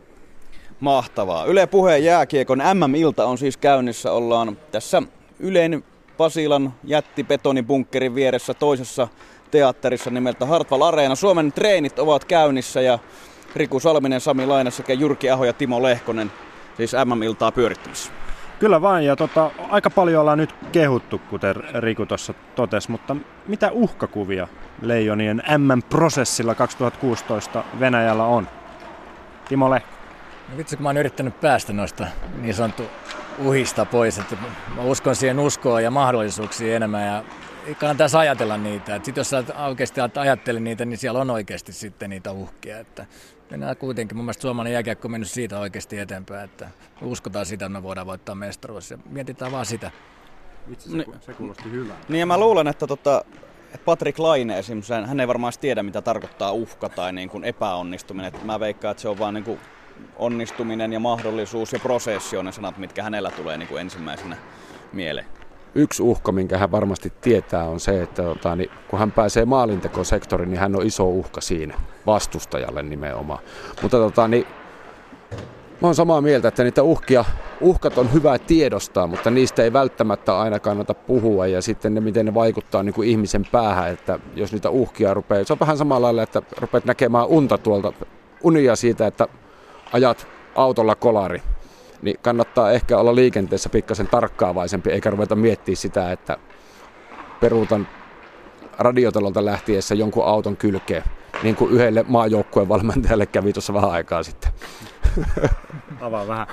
Mahtavaa. Yle Puheen jääkiekon M M-ilta on siis käynnissä. Ollaan tässä Ylen Pasilan jättibetonibunkkerin vieressä toisessa teatterissa nimeltä Hartwall Areena. Suomen treenit ovat käynnissä ja Riku Salminen, Sami Laine sekä Jyrki Aho ja Timo Lehkonen siis M M-iltaa pyörittämässä. Kyllä vain, ja tota, aika paljon ollaan nyt kehuttu, kuten Riku tuossa totesi, mutta mitä uhkakuvia Leijonien M M-prosessilla kaksituhattakuusitoista Venäjällä on? Timo Lehko. No vitsi, kun mä oon yrittänyt päästä noista niin sanottu uhista pois, että mä uskon siihen uskoon ja mahdollisuuksiin enemmän, ja kannattaisi ajatella niitä. Sitten jos sä oikeasti ajattelet niitä, niin siellä on oikeasti sitten niitä uhkia. Että mennään kuitenkin, mun mielestä suomalainen jääkiekko on mennyt siitä oikeasti eteenpäin, että uskotaan sitä, että me voidaan voittaa mestaruus ja mietitään vaan sitä. Vitsi, se, se kuulosti hyvää. Niin ja mä luulen, että tota, Patrik Laine esimerkiksi, hän ei varmaan tiedä, mitä tarkoittaa uhka tai niin kuin epäonnistuminen. Että mä veikkaan, että se on vaan niin kuin onnistuminen ja mahdollisuus ja prosessi on ne sanat, mitkä hänellä tulee niin kuin ensimmäisenä mieleen. Yksi uhka, minkä hän varmasti tietää, on se, että tota, niin, kun hän pääsee maalintekosektoriin, niin hän on iso uhka siinä vastustajalle nimenomaan. Mutta tota, niin, mä oon samaa mieltä, että niitä uhkia, uhkat on hyvä tiedostaa, mutta niistä ei välttämättä aina kannata puhua. Ja sitten ne, miten ne vaikuttaa niin kuin ihmisen päähän, että jos niitä uhkia rupeaa, se on vähän samalla lailla, että rupeat näkemään unta tuolta, unia siitä, että ajat autolla kolari. Niin kannattaa ehkä olla liikenteessä pikkasen tarkkaavaisempi, eikä ruveta miettiä sitä, että peruutan radiotalolta lähtiessä jonkun auton kylkeen, niin kuin yhdelle maajoukkueen valmentajalle kävi tuossa vähän aikaa sitten. Avaa vähän.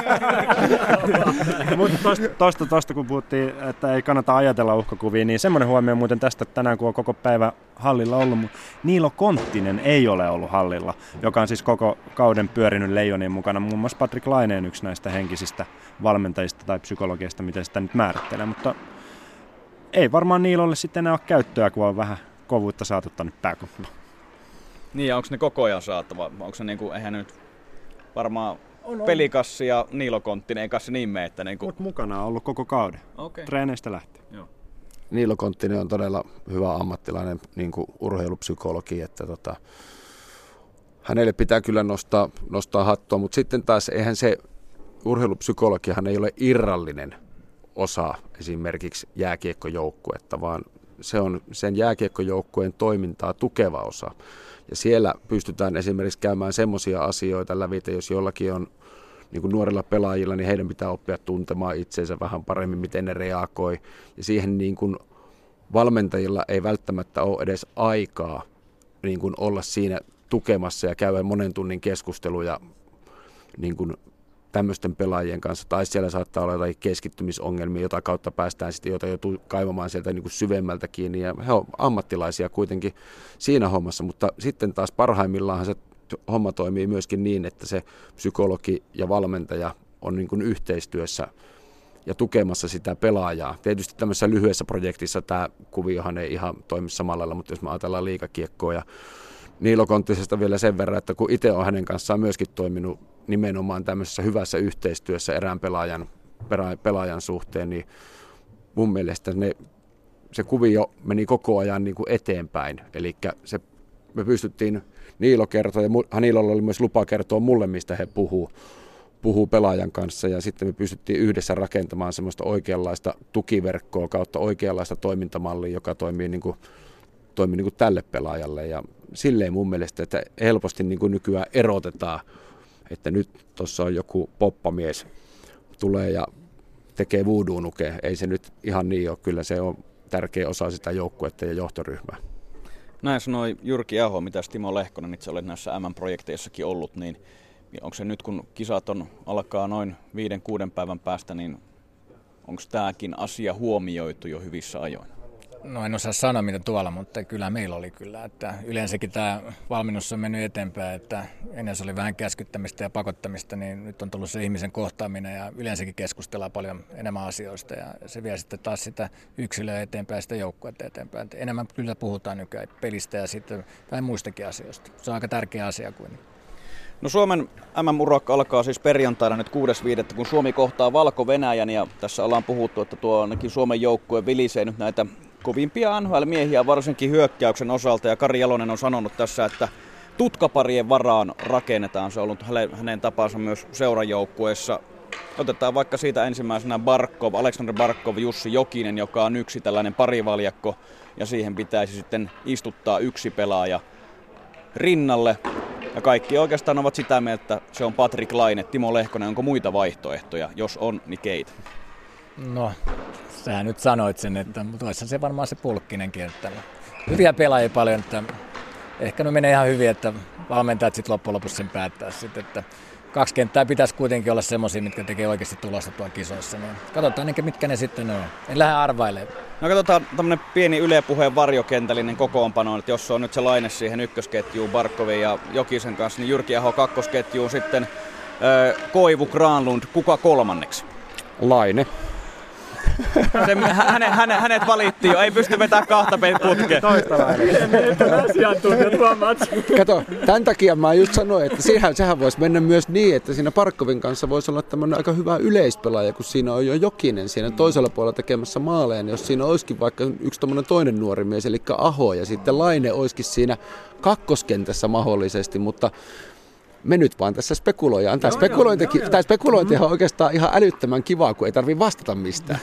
Mutta tosta, tosta kun puhuttiin, että ei kannata ajatella uhkakuvia, niin semmoinen huomio muuten tästä, että tänään kun on koko päivä hallilla ollut, mutta Niilo Konttinen ei ole ollut hallilla, joka on siis koko kauden pyörinyt Leijonien mukana. Muun muassa Patrik Laine on yksi näistä henkisistä valmentajista tai psykologiasta, miten sitä nyt määrittelee, mutta ei varmaan Niilolle sitten enää ole käyttöä, kun on vähän kovuutta saatu tänne pääkoppiin. Niin, ja onko ne koko ajan saatava? Onko se niinku, eihän nyt varmaan on, on. Pelikassi ja Niilo Konttinen, ei kassi niin mene, että niinku... Mut mukana on ollut koko kauden. Okay. Treeneistä lähtien. Joo. Niilo Konttinen on todella hyvä ammattilainen niin kuin urheilupsykologi, että tota, hänelle pitää kyllä nostaa, nostaa hattua, mutta sitten taas eihän se urheilupsykologihan ei ole irrallinen osa esimerkiksi jääkiekkojoukkuetta, vaan se on sen jääkiekkojoukkueen toimintaa tukeva osa. Ja siellä pystytään esimerkiksi käymään semmoisia asioita lävitä, jos jollakin on niin kuin nuorilla pelaajilla, niin heidän pitää oppia tuntemaan itseensä vähän paremmin, miten ne reagoi. Ja siihen niin kuin valmentajilla ei välttämättä ole edes aikaa niin kuin olla siinä tukemassa ja käydä monen tunnin keskusteluja niin kuin tämmöisten pelaajien kanssa. Tai siellä saattaa olla jotain keskittymisongelmia, jota kautta päästään sitten, jota joutuu kaivamaan sieltä niin kuin syvemmältä kiinni. Ja he on ammattilaisia kuitenkin siinä hommassa, mutta sitten taas parhaimmillaan se homma toimii myöskin niin, että se psykologi ja valmentaja on niin kuin yhteistyössä ja tukemassa sitä pelaajaa. Tietysti tämmöisessä lyhyessä projektissa tämä kuviohan ei ihan toimi samalla lailla, mutta jos me ajatellaan liigakiekkoa ja Niilo Konttisesta vielä sen verran, että kun itse on hänen kanssaan myöskin toiminut nimenomaan tämmöisessä hyvässä yhteistyössä erään pelaajan, pelaajan suhteen, niin mun mielestä ne, se kuvio meni koko ajan niin kuin eteenpäin. Eli se, me pystyttiin, Niilo kertoi, ja Niilolla oli myös lupa kertoa mulle, mistä he puhuu, puhuu pelaajan kanssa, ja sitten me pystyttiin yhdessä rakentamaan semmoista oikeanlaista tukiverkkoa kautta oikeanlaista toimintamallia, joka toimii niin kuin, toimii niin kuin tälle pelaajalle. Ja silleen mun mielestä, että helposti niin kuin nykyään erotetaan, että nyt tuossa on joku poppamies, tulee ja tekee voodoo-nuke. Ei se nyt ihan niin ole, kyllä se on tärkeä osa sitä joukkuetta ja johtoryhmää. Näin sanoi Jyrki Aho, mitä Timo Lehkonen, itse olet näissä M M-projekteissakin ollut, niin onko se nyt kun kisat on, alkaa noin viiden, kuuden päivän päästä, niin onko tämäkin asia huomioitu jo hyvissä ajoin? No en osaa sanoa mitä tuolla, mutta kyllä meillä oli kyllä, että yleensäkin tämä valmennus on mennyt eteenpäin, että ennen se oli vähän käskyttämistä ja pakottamista, niin nyt on tullut se ihmisen kohtaaminen ja yleensäkin keskustellaan paljon enemmän asioista ja se vie sitten taas sitä yksilöä eteenpäin ja sitä joukkuetta eteenpäin. Että enemmän kyllä puhutaan nykyään pelistä ja sitten vähän muistakin asioista. Se on aika tärkeä asia kuitenkin. No Suomen M M-urakka alkaa siis perjantaina nyt kuudes viidettä kun Suomi kohtaa Valko-Venäjän ja tässä ollaan puhuttu, että tuo ainakin Suomen joukkue vilisee nyt näitä kovimpia N H L-miehiä varsinkin hyökkäyksen osalta ja Kari Jalonen on sanonut tässä, että tutkaparien varaan rakennetaan. Se on ollut hänen tapansa myös seurajoukkueessa. Otetaan vaikka siitä ensimmäisenä Barkov, Aleksander Barkov, Jussi Jokinen, joka on yksi tällainen parivaljakko ja siihen pitäisi sitten istuttaa yksi pelaaja rinnalle. Ja kaikki oikeastaan ovat sitä mieltä, että se on Patrik Laine. Timo Lehkonen, onko muita vaihtoehtoja? Jos on, niin keitä? No, sähän nyt sanoit sen, että toissa se varmaan se Pulkkinenkin. Että hyviä pelaajia paljon, että ehkä ne menee ihan hyvin, että valmentajat sitten loppujen lopuksi sen päättää sitten, että kaksi kenttää pitäisi kuitenkin olla semmoisia, mitkä tekee oikeasti tulosta tuolla kisoissa. Niin katsotaan, mitkä ne sitten on. En lähde arvailemaan. No katsotaan tämmöinen pieni Yle Puheen varjokentällinen kokoonpano, että jos on nyt se Laine siihen ykkösketjuun Barkovin ja Jokisen kanssa, niin Jyrki Aho kakkosketjuun sitten äh, Koivu, Granlund, kuka kolmanneksi? Laine. Se, häne, häne, hänet valittiin jo, ei pysty vetämään kahta putkeen. Toista Laine. Asiantuntijat huomaat. Kato, tämän takia mä just sanoin, että sehän, sehän voisi mennä myös niin, että siinä Barkovin kanssa voisi olla tämmöinen aika hyvä yleispelaaja, kun siinä on jo Jokinen siinä toisella puolella tekemässä maaleja, niin jos siinä olisikin vaikka yksi tommoinen toinen nuori mies, eli Aho, ja sitten Laine olisikin siinä kakkoskentässä mahdollisesti, mutta me nyt vaan tässä spekuloidaan. Tämä, spekulointi, tämä spekulointihan on oikeastaan ihan älyttömän kivaa, kun ei tarvitse vastata mistään.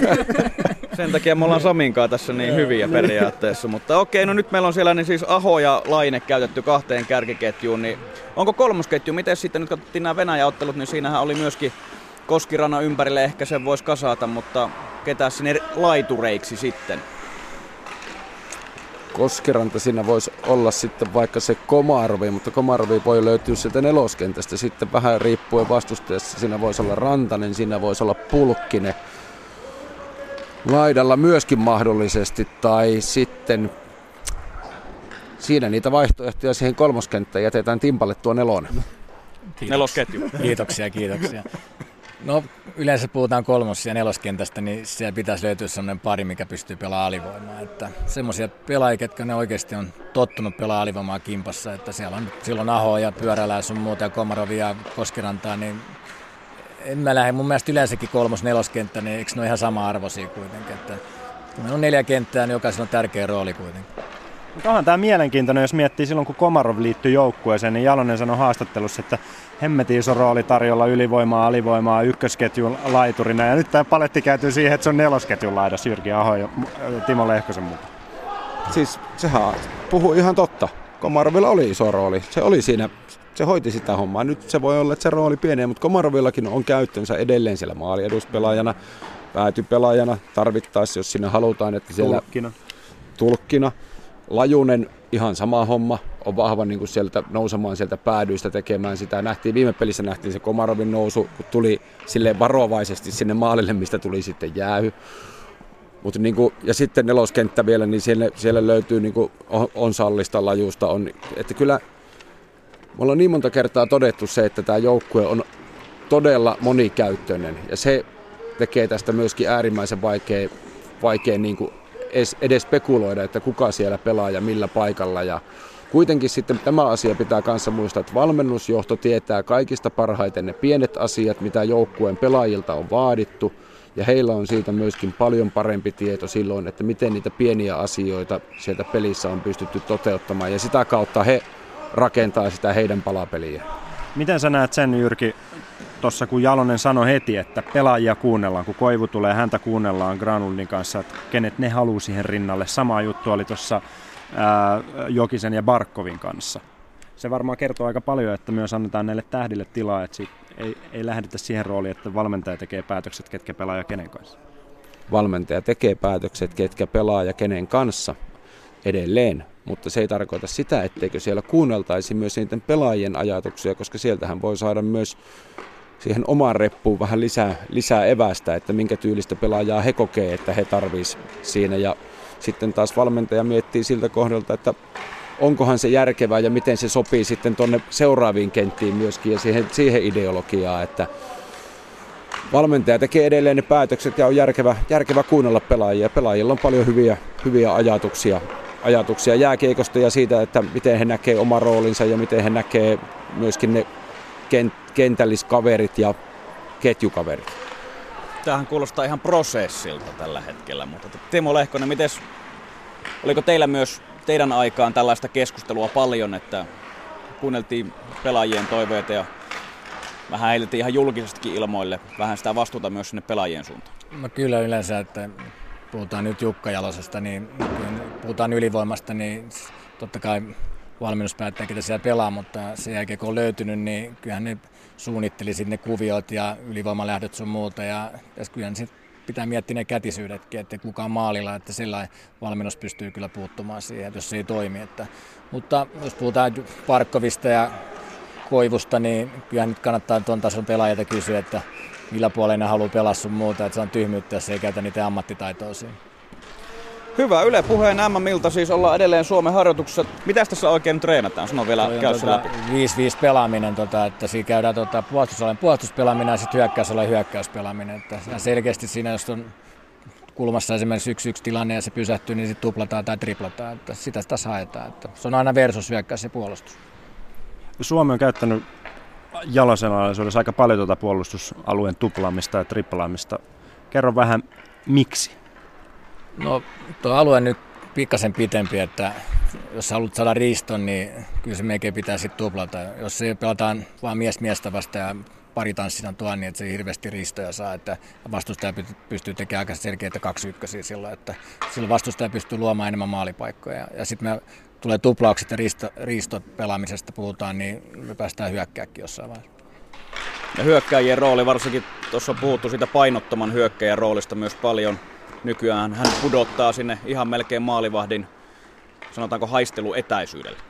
Sen takia me ollaan Saminkaan tässä niin hyviä periaatteessa. Mutta okei, no nyt meillä on siellä niin siis Aho ja Laine käytetty kahteen kärkiketjuun. Niin onko kolmosketju? Miten sitten nyt katsottiin nämä Venäjä-ottelut, niin siinähän oli myöskin Koskirannan ympärille ehkä sen voisi kasata, mutta ketä sinne laitureiksi sitten? Koskiranta siinä voisi olla sitten vaikka se Komarovi, mutta Komarovi voi löytyä sieltä neloskentästä sitten vähän riippuen vastustajasta. Siinä voisi olla Rantanen, siinä voisi olla Pulkkinen laidalla myöskin mahdollisesti, tai sitten siinä niitä vaihtoehtoja siihen kolmoskenttään jätetään Timpalle tuo nelonen. Kiitos. Nelosketju. Kiitoksia, kiitoksia. No yleensä puhutaan kolmos- ja neloskentästä, niin siellä pitäisi löytyä sellainen pari, mikä pystyy pelaamaan alivoimaa. Että semmoisia pelaajia, ketkä ne oikeasti on tottunut pelaamaan alivoimaa kimpassa, että siellä on silloin Aho ja Pyörälää sun muuta ja Komarovia ja Koskirantaa, niin en mä lähde. Mun mielestä yleensäkin kolmos-neloskenttä, niin eikö ne ole ihan sama-arvoisia kuitenkin, että meillä on neljä kenttää, niin jokaisella on tärkeä rooli kuitenkin. Mutta onhan tämä mielenkiintoinen, jos miettii silloin, kun Komarov liittyi joukkueeseen, niin Jalonen sanoi haastattelussa, että hemmetin iso rooli tarjolla ylivoimaa, alivoimaa, ykkösketjun laiturina. Ja nyt tämä paletti käytyy siihen, että se on nelosketjun laidassa Jyrki Aho ja Timo Lehkosen mukaan. Siis sehän puhuu ihan totta. Komarovilla oli iso rooli. Se oli siinä, se hoiti sitä hommaa. Nyt se voi olla, että se rooli pienee, mutta Komarovillakin on käyttönsä edelleen siellä maalieduspelaajana, päätypelaajana tarvittaessa, jos sinne halutaan, että siellä tulkkina. tulkkina. Lajunen, ihan sama homma, on vahva niin kuin sieltä nousemaan sieltä päädyistä tekemään sitä. Nähtiin, viime pelissä nähtiin se Komarovin nousu, kun tuli silleen varovaisesti sinne maalille, mistä tuli sitten jäähy. Mut niin kuin, ja sitten neloskenttä vielä, niin siellä, siellä löytyy niin kuin on, on Sallista, Lajusta. On, että kyllä me ollaan niin monta kertaa todettu se, että tämä joukkue on todella monikäyttöinen. Ja se tekee tästä myöskin äärimmäisen vaikea, vaikea niin kuin edes spekuloida, että kuka siellä pelaa ja millä paikalla. Ja kuitenkin sitten tämä asia pitää kanssa muistaa, että valmennusjohto tietää kaikista parhaiten ne pienet asiat, mitä joukkueen pelaajilta on vaadittu. Ja heillä on siitä myöskin paljon parempi tieto silloin, että miten niitä pieniä asioita sieltä pelissä on pystytty toteuttamaan. Ja sitä kautta he rakentaa sitä heidän palapeliä. Miten sä näet sen, Jyrki, tuossa kun Jalonen sanoi heti, että pelaajia kuunnellaan, kun Koivu tulee, häntä kuunnellaan Granlundin kanssa, että kenet ne haluaa siihen rinnalle. Sama juttu oli tuossa Jokisen ja Barkovin kanssa. Se varmaan kertoo aika paljon, että myös annetaan näille tähdille tilaa, että ei, ei lähdetä siihen rooliin, että valmentaja tekee päätökset, ketkä pelaa ja kenen kanssa. Valmentaja tekee päätökset, ketkä pelaa ja kenen kanssa edelleen, mutta se ei tarkoita sitä, etteikö siellä kuunneltaisi myös niiden pelaajien ajatuksia, koska sieltähän voi saada myös siihen omaan reppuun vähän lisää, lisää evästä, että minkä tyylistä pelaajaa he kokee, että he tarvitsisi siinä. Ja sitten taas valmentaja miettii siltä kohdalta, että onkohan se järkevää ja miten se sopii sitten tuonne seuraaviin kenttiin myöskin ja siihen, siihen ideologiaan, että valmentaja tekee edelleen ne päätökset ja on järkevä, järkevä kuunnella pelaajia. Pelaajilla on paljon hyviä, hyviä ajatuksia, ajatuksia jääkiekosta ja siitä, että miten he näkee oman roolinsa ja miten he näkee myöskin ne kentälliskaverit ja ketjukaverit. Tämähän kuulostaa ihan prosessilta tällä hetkellä, mutta Timo Lehkonen, mites, oliko teillä myös teidän aikaan tällaista keskustelua paljon, että kuunneltiin pelaajien toiveita ja vähän heiltiin ihan julkisestikin ilmoille, vähän sitä vastuuta myös sinne pelaajien suuntaan? No kyllä yleensä, että puhutaan nyt Jukka Jalosesta, niin kun puhutaan ylivoimasta, niin totta kai valmennus päättää, ketä siellä pelaa, mutta sen jälkeen kun on löytynyt, niin kyllähän ne suunnitteli sitten ne kuviot ja ylivoimalähdöt sun muuta. Ja kyllähän sitten pitää miettiä ne kätisyydetkin, että kuka on maalilla, että sellainen valmennus pystyy kyllä puuttumaan siihen, että jos se ei toimi. Että, mutta jos puhutaan Parkkovista ja Koivusta, niin kyllähän nyt kannattaa tuon tason pelaajilta kysyä, että millä puolella ne haluaa pelaa sun muuta, että se on tyhmyyttä, jos ei käytä niitä ammattitaitoa siinä. Hyvä. Yle Puheen M M-ilta siis ollaan edelleen Suomen harjoituksessa. Mitäs tässä oikein treenataan? Sano vielä, käy se läpi. viisi viisi pelaaminen, tota, että siinä käydään tota, puolustusalueen puolustuspelaaminen ja sitten hyökkäysalueen hyökkäyspelaaminen. Että selkeästi siinä, jos on kulmassa esimerkiksi yksi yksi tilanne ja se pysähtyy, niin sitten tuplataan tai triplataan. Että sitä sitä haetaan. Että se on aina versus hyökkäys ja puolustus. Suomi on käyttänyt Jalosen alaisuudessa aika paljon tuota puolustusalueen tuplaamista ja triplaamista. Kerro vähän, miksi? No tuo alue on nyt pikkasen pitempi, että jos haluat saada riiston, niin kyllä se melkein pitää sitten tuplata. Jos se pelataan vaan mies miestä vasta ja pari tanssitaan tuon, niin että se ei hirveästi riistoja saa, että vastustaja pystyy tekemään aika selkeitä kaksi ykkösiä silloin, että silloin vastustaja pystyy luomaan enemmän maalipaikkoja. Ja sitten me tulee tuplaukset ja riisto, riistot pelaamisesta puhutaan, niin me päästään hyökkääkin jossain vaiheessa. Ja hyökkääjien rooli, varsinkin tuossa on puhuttu siitä painottoman hyökkääjän roolista myös paljon. Nykyään hän pudottaa sinne ihan melkein maalivahdin, sanotaanko haisteluetäisyydellä.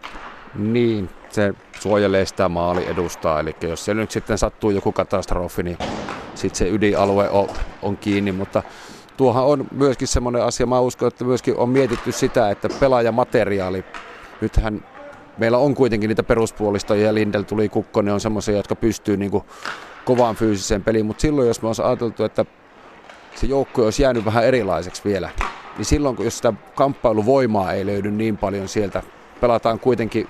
Niin, se suojelee sitä maali edustaa, eli jos siellä nyt sitten sattuu joku katastrofi, niin sitten se ydinalue on, on kiinni, mutta tuohan on myöskin semmoinen asia, mä uskon, että myöskin on mietitty sitä, että pelaajamateriaali, nythän meillä on kuitenkin niitä peruspuolistajia, Lindell tuli Kukkonen on semmoisia, jotka pystyy niin kuin kovaan fyysiseen peliin, mutta silloin jos me olisi ajateltu, että se joukkue olisi jäänyt vähän erilaiseksi vielä, niin silloin jos sitä kamppailuvoimaa ei löydy niin paljon sieltä, pelataan kuitenkin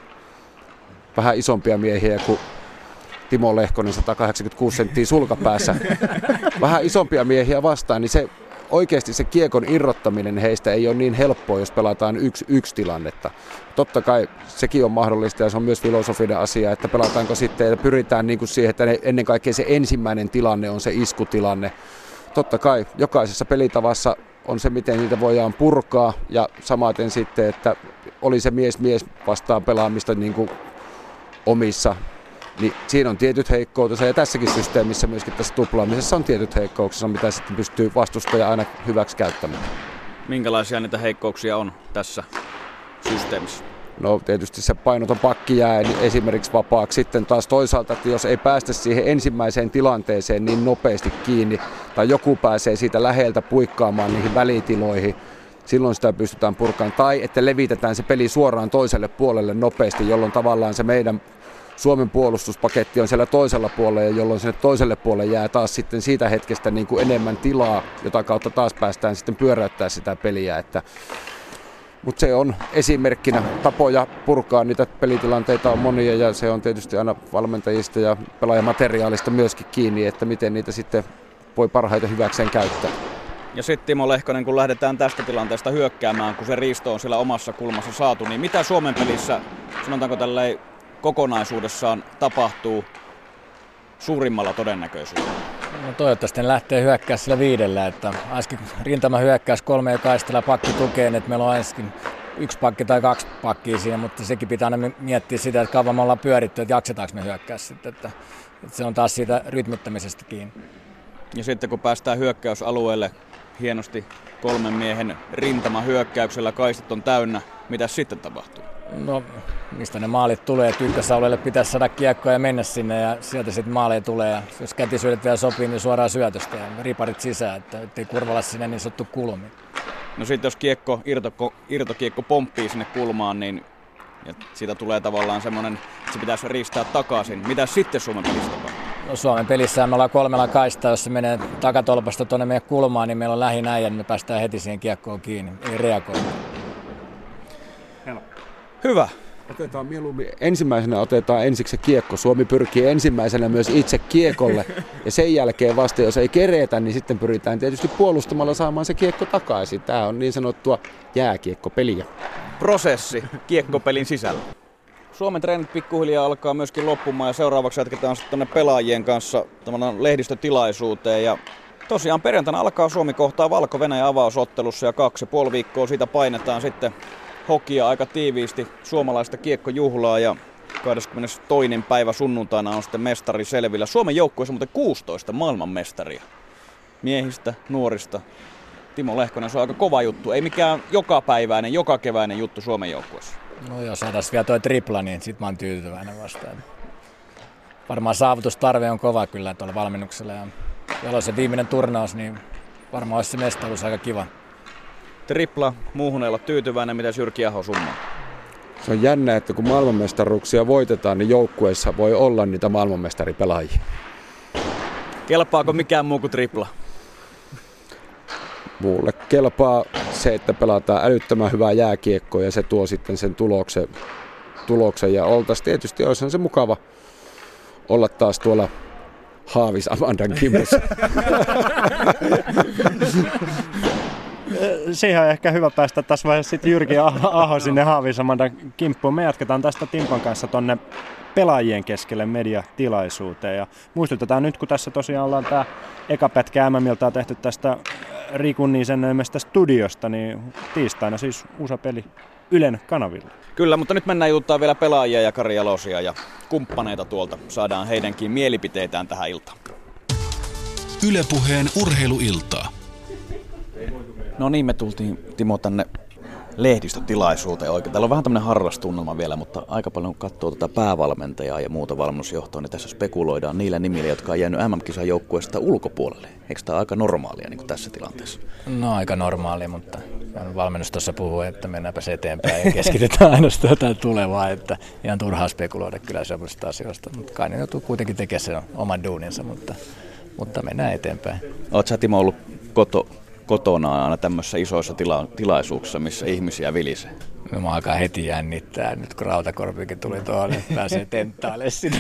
vähän isompia miehiä kuin Timo Lehkonen sata kahdeksankymmentäkuusi senttiä sulkapäässä, vähän isompia miehiä vastaan, niin se oikeasti se kiekon irrottaminen heistä ei ole niin helppoa, jos pelataan yksi yksi tilannetta. Totta kai sekin on mahdollista ja se on myös filosofinen asia, että pelataanko sitten ja pyritään niin kuin siihen, että ennen kaikkea se ensimmäinen tilanne on se iskutilanne. Totta kai jokaisessa pelitavassa on se, miten niitä voidaan purkaa ja samaten sitten, että oli se mies-mies vastaan pelaamista niin kuin omissa, niin siinä on tietyt heikkoutensa ja tässäkin systeemissä myöskin tässä tuplaamisessa on tietyt heikkouksensa, mitä sitten pystyy vastustaja aina hyväksi käyttämään. Minkälaisia niitä heikkouksia on tässä systeemissä? No tietysti se painoton pakki jää esimerkiksi vapaaksi. Sitten taas toisaalta, että jos ei päästä siihen ensimmäiseen tilanteeseen niin nopeasti kiinni, tai joku pääsee siitä läheltä puikkaamaan niihin välitiloihin, silloin sitä pystytään purkamaan. Tai että levitetään se peli suoraan toiselle puolelle nopeasti, jolloin tavallaan se meidän Suomen puolustuspaketti on siellä toisella puolella, jolloin sinne toiselle puolelle jää taas sitten siitä hetkestä niin kuin enemmän tilaa, jota kautta taas päästään sitten pyöräyttää sitä peliä. Että mutta se on esimerkkinä tapoja purkaa, niitä pelitilanteita on monia ja se on tietysti aina valmentajista ja pelaajamateriaalista myöskin kiinni, että miten niitä sitten voi parhaiten hyväkseen käyttää. Ja sitten Timo Lehkonen, kun lähdetään tästä tilanteesta hyökkäämään, kun se riisto on siellä omassa kulmassa saatu, niin mitä Suomen pelissä, sanotaanko tälleen kokonaisuudessaan tapahtuu suurimmalla todennäköisyydellä? No toivottavasti ne lähtee hyökkää sillä viidellä, että äsken rintama hyökkäys kolme kaistella pakki tukeen, että meillä on äsken yksi pakki tai kaksi pakkia siinä, mutta sekin pitää aina miettiä sitä, että kauan me ollaan pyöritty, että jaksetaanko me hyökkää sitten, että, että se on taas siitä rytmittämisestä kiinni. Ja sitten kun päästään hyökkäysalueelle hienosti kolmen miehen rintama hyökkäyksellä, kaistat on täynnä, mitä sitten tapahtuu? No, mistä ne maalit tulee, että ykkösalueelle pitäisi saada kiekkoa ja mennä sinne ja sieltä sitten maaleja tulee. Ja jos kätisyydet vielä sopii, niin suoraan syötöstä ja riparit sisään, että ettei kurvalla sinne niin sanottu kulmi. No sitten jos kiekko, irto, irtokiekko pomppii sinne kulmaan, niin ja siitä tulee tavallaan semmoinen, että se pitäisi riistää takaisin. Mitä sitten Suomen pelissä tapahtuu? No Suomen pelissä me ollaan kolmella kaistaa, jos se menee takatolpasta tuonne meidän kulmaan, niin meillä on lähinäijä, niin me päästään heti siihen kiekkoon kiinni, ei reagoida. Hyvä. Otetaan mieluummin, ensimmäisenä otetaan ensiksi se kiekko. Suomi pyrkii ensimmäisenä myös itse kiekolle ja sen jälkeen vasta, jos ei keretä, niin sitten pyritään tietysti puolustamalla saamaan se kiekko takaisin. Tämä on niin sanottua jääkiekkopeliä. Prosessi kiekkopelin sisällä. Suomen treenit pikkuhiljaa alkaa myöskin loppumaan ja seuraavaksi jatketaan sitten tuonne pelaajien kanssa tavallaan lehdistötilaisuuteen. Ja tosiaan perjantaina alkaa Suomi kohtaa Valko-Venäjän avausottelussa ja kaksi ja puoli viikkoa siitä painetaan sitten hokia aika tiiviisti suomalaista kiekkojuhlaa ja kahdeskymmenestoinen päivä sunnuntaina on sitten mestari selvillä. Suomen joukkueessa on muuten kuusitoista maailmanmestaria. Miehistä, nuorista. Timo Lehkonen, se on aika kova juttu. Ei mikään jokapäiväinen, joka keväinen juttu Suomen joukkueessa. No jos saataisiin vielä toi tripla, niin sit mä oon tyytyväinen vastaan. Varmaan saavutustarve on kova kyllä tuolla valmennuksella. Ja jos on se viimeinen turnaus, niin varmaan olisi se mestaruus aika kiva. Tripla, muuhun ei olla tyytyväinen, mitä Jyrki Aho summaa. Se on jännä, että kun maailmanmestaruuksia voitetaan, niin joukkueissa voi olla niitä maailmanmestaripelaajia. Kelpaako mikään muu kuin tripla? Mulle kelpaa se, että pelataan älyttömän hyvää jääkiekkoa ja se tuo sitten sen tuloksen. tuloksen. Ja oltaisiin tietysti, olisihan se mukava olla taas tuolla Haavis Amandan kimpussa. Siihen on ehkä hyvä päästä tässä vaiheessa sitten Jyrki Aho sinne Haavis Amandan kimppuun. Me jatketaan tästä Timpan kanssa tonne pelaajien keskelle mediatilaisuuteen. Ja muistutetaan nyt, kun tässä tosiaan ollaan tämä eka pätkä M M:ltä on tehty tästä Rikun niin sennöimestä studiosta, niin tiistaina siis uusi peli Ylen kanavilla. Kyllä, mutta nyt mennään juttaa vielä pelaajia ja Kari Jalosia ja kumppaneita tuolta. Saadaan heidänkin mielipiteitään tähän iltaan. Yle Puheen urheiluiltaa. No niin, me tultiin Timo tänne lehdistötilaisuuteen oikein. Täällä on vähän tämmöinen harrastunnelma vielä, mutta aika paljon kun katsoo tätä päävalmentajaa ja muuta valmennusjohtoa, niin tässä spekuloidaan niillä nimillä, jotka on jäänyt M M-kisan joukkueesta ulkopuolelle. Eikö tämä aika normaalia niin kuin tässä tilanteessa? No aika normaalia, mutta valmennus tuossa puhuu, että mennäänpäs eteenpäin ja keskitytään ainoastaan jotain tulevaa, että ihan turhaa spekuloida kyllä semmoisista asioista. Mutta kai ne joutuu kuitenkin tekemään sen oman duuninsa, mutta, mutta mennään eteenpäin. Oletko sä, Timo, ollut koto? kotona aina tämmöisissä isoissa tila- tilaisuuksissa, missä ihmisiä vilisee? No, mä alkaa heti jännittää, nyt kun Rautakorpikin tuli tuolle, että pääsee tenttailemaan sitä.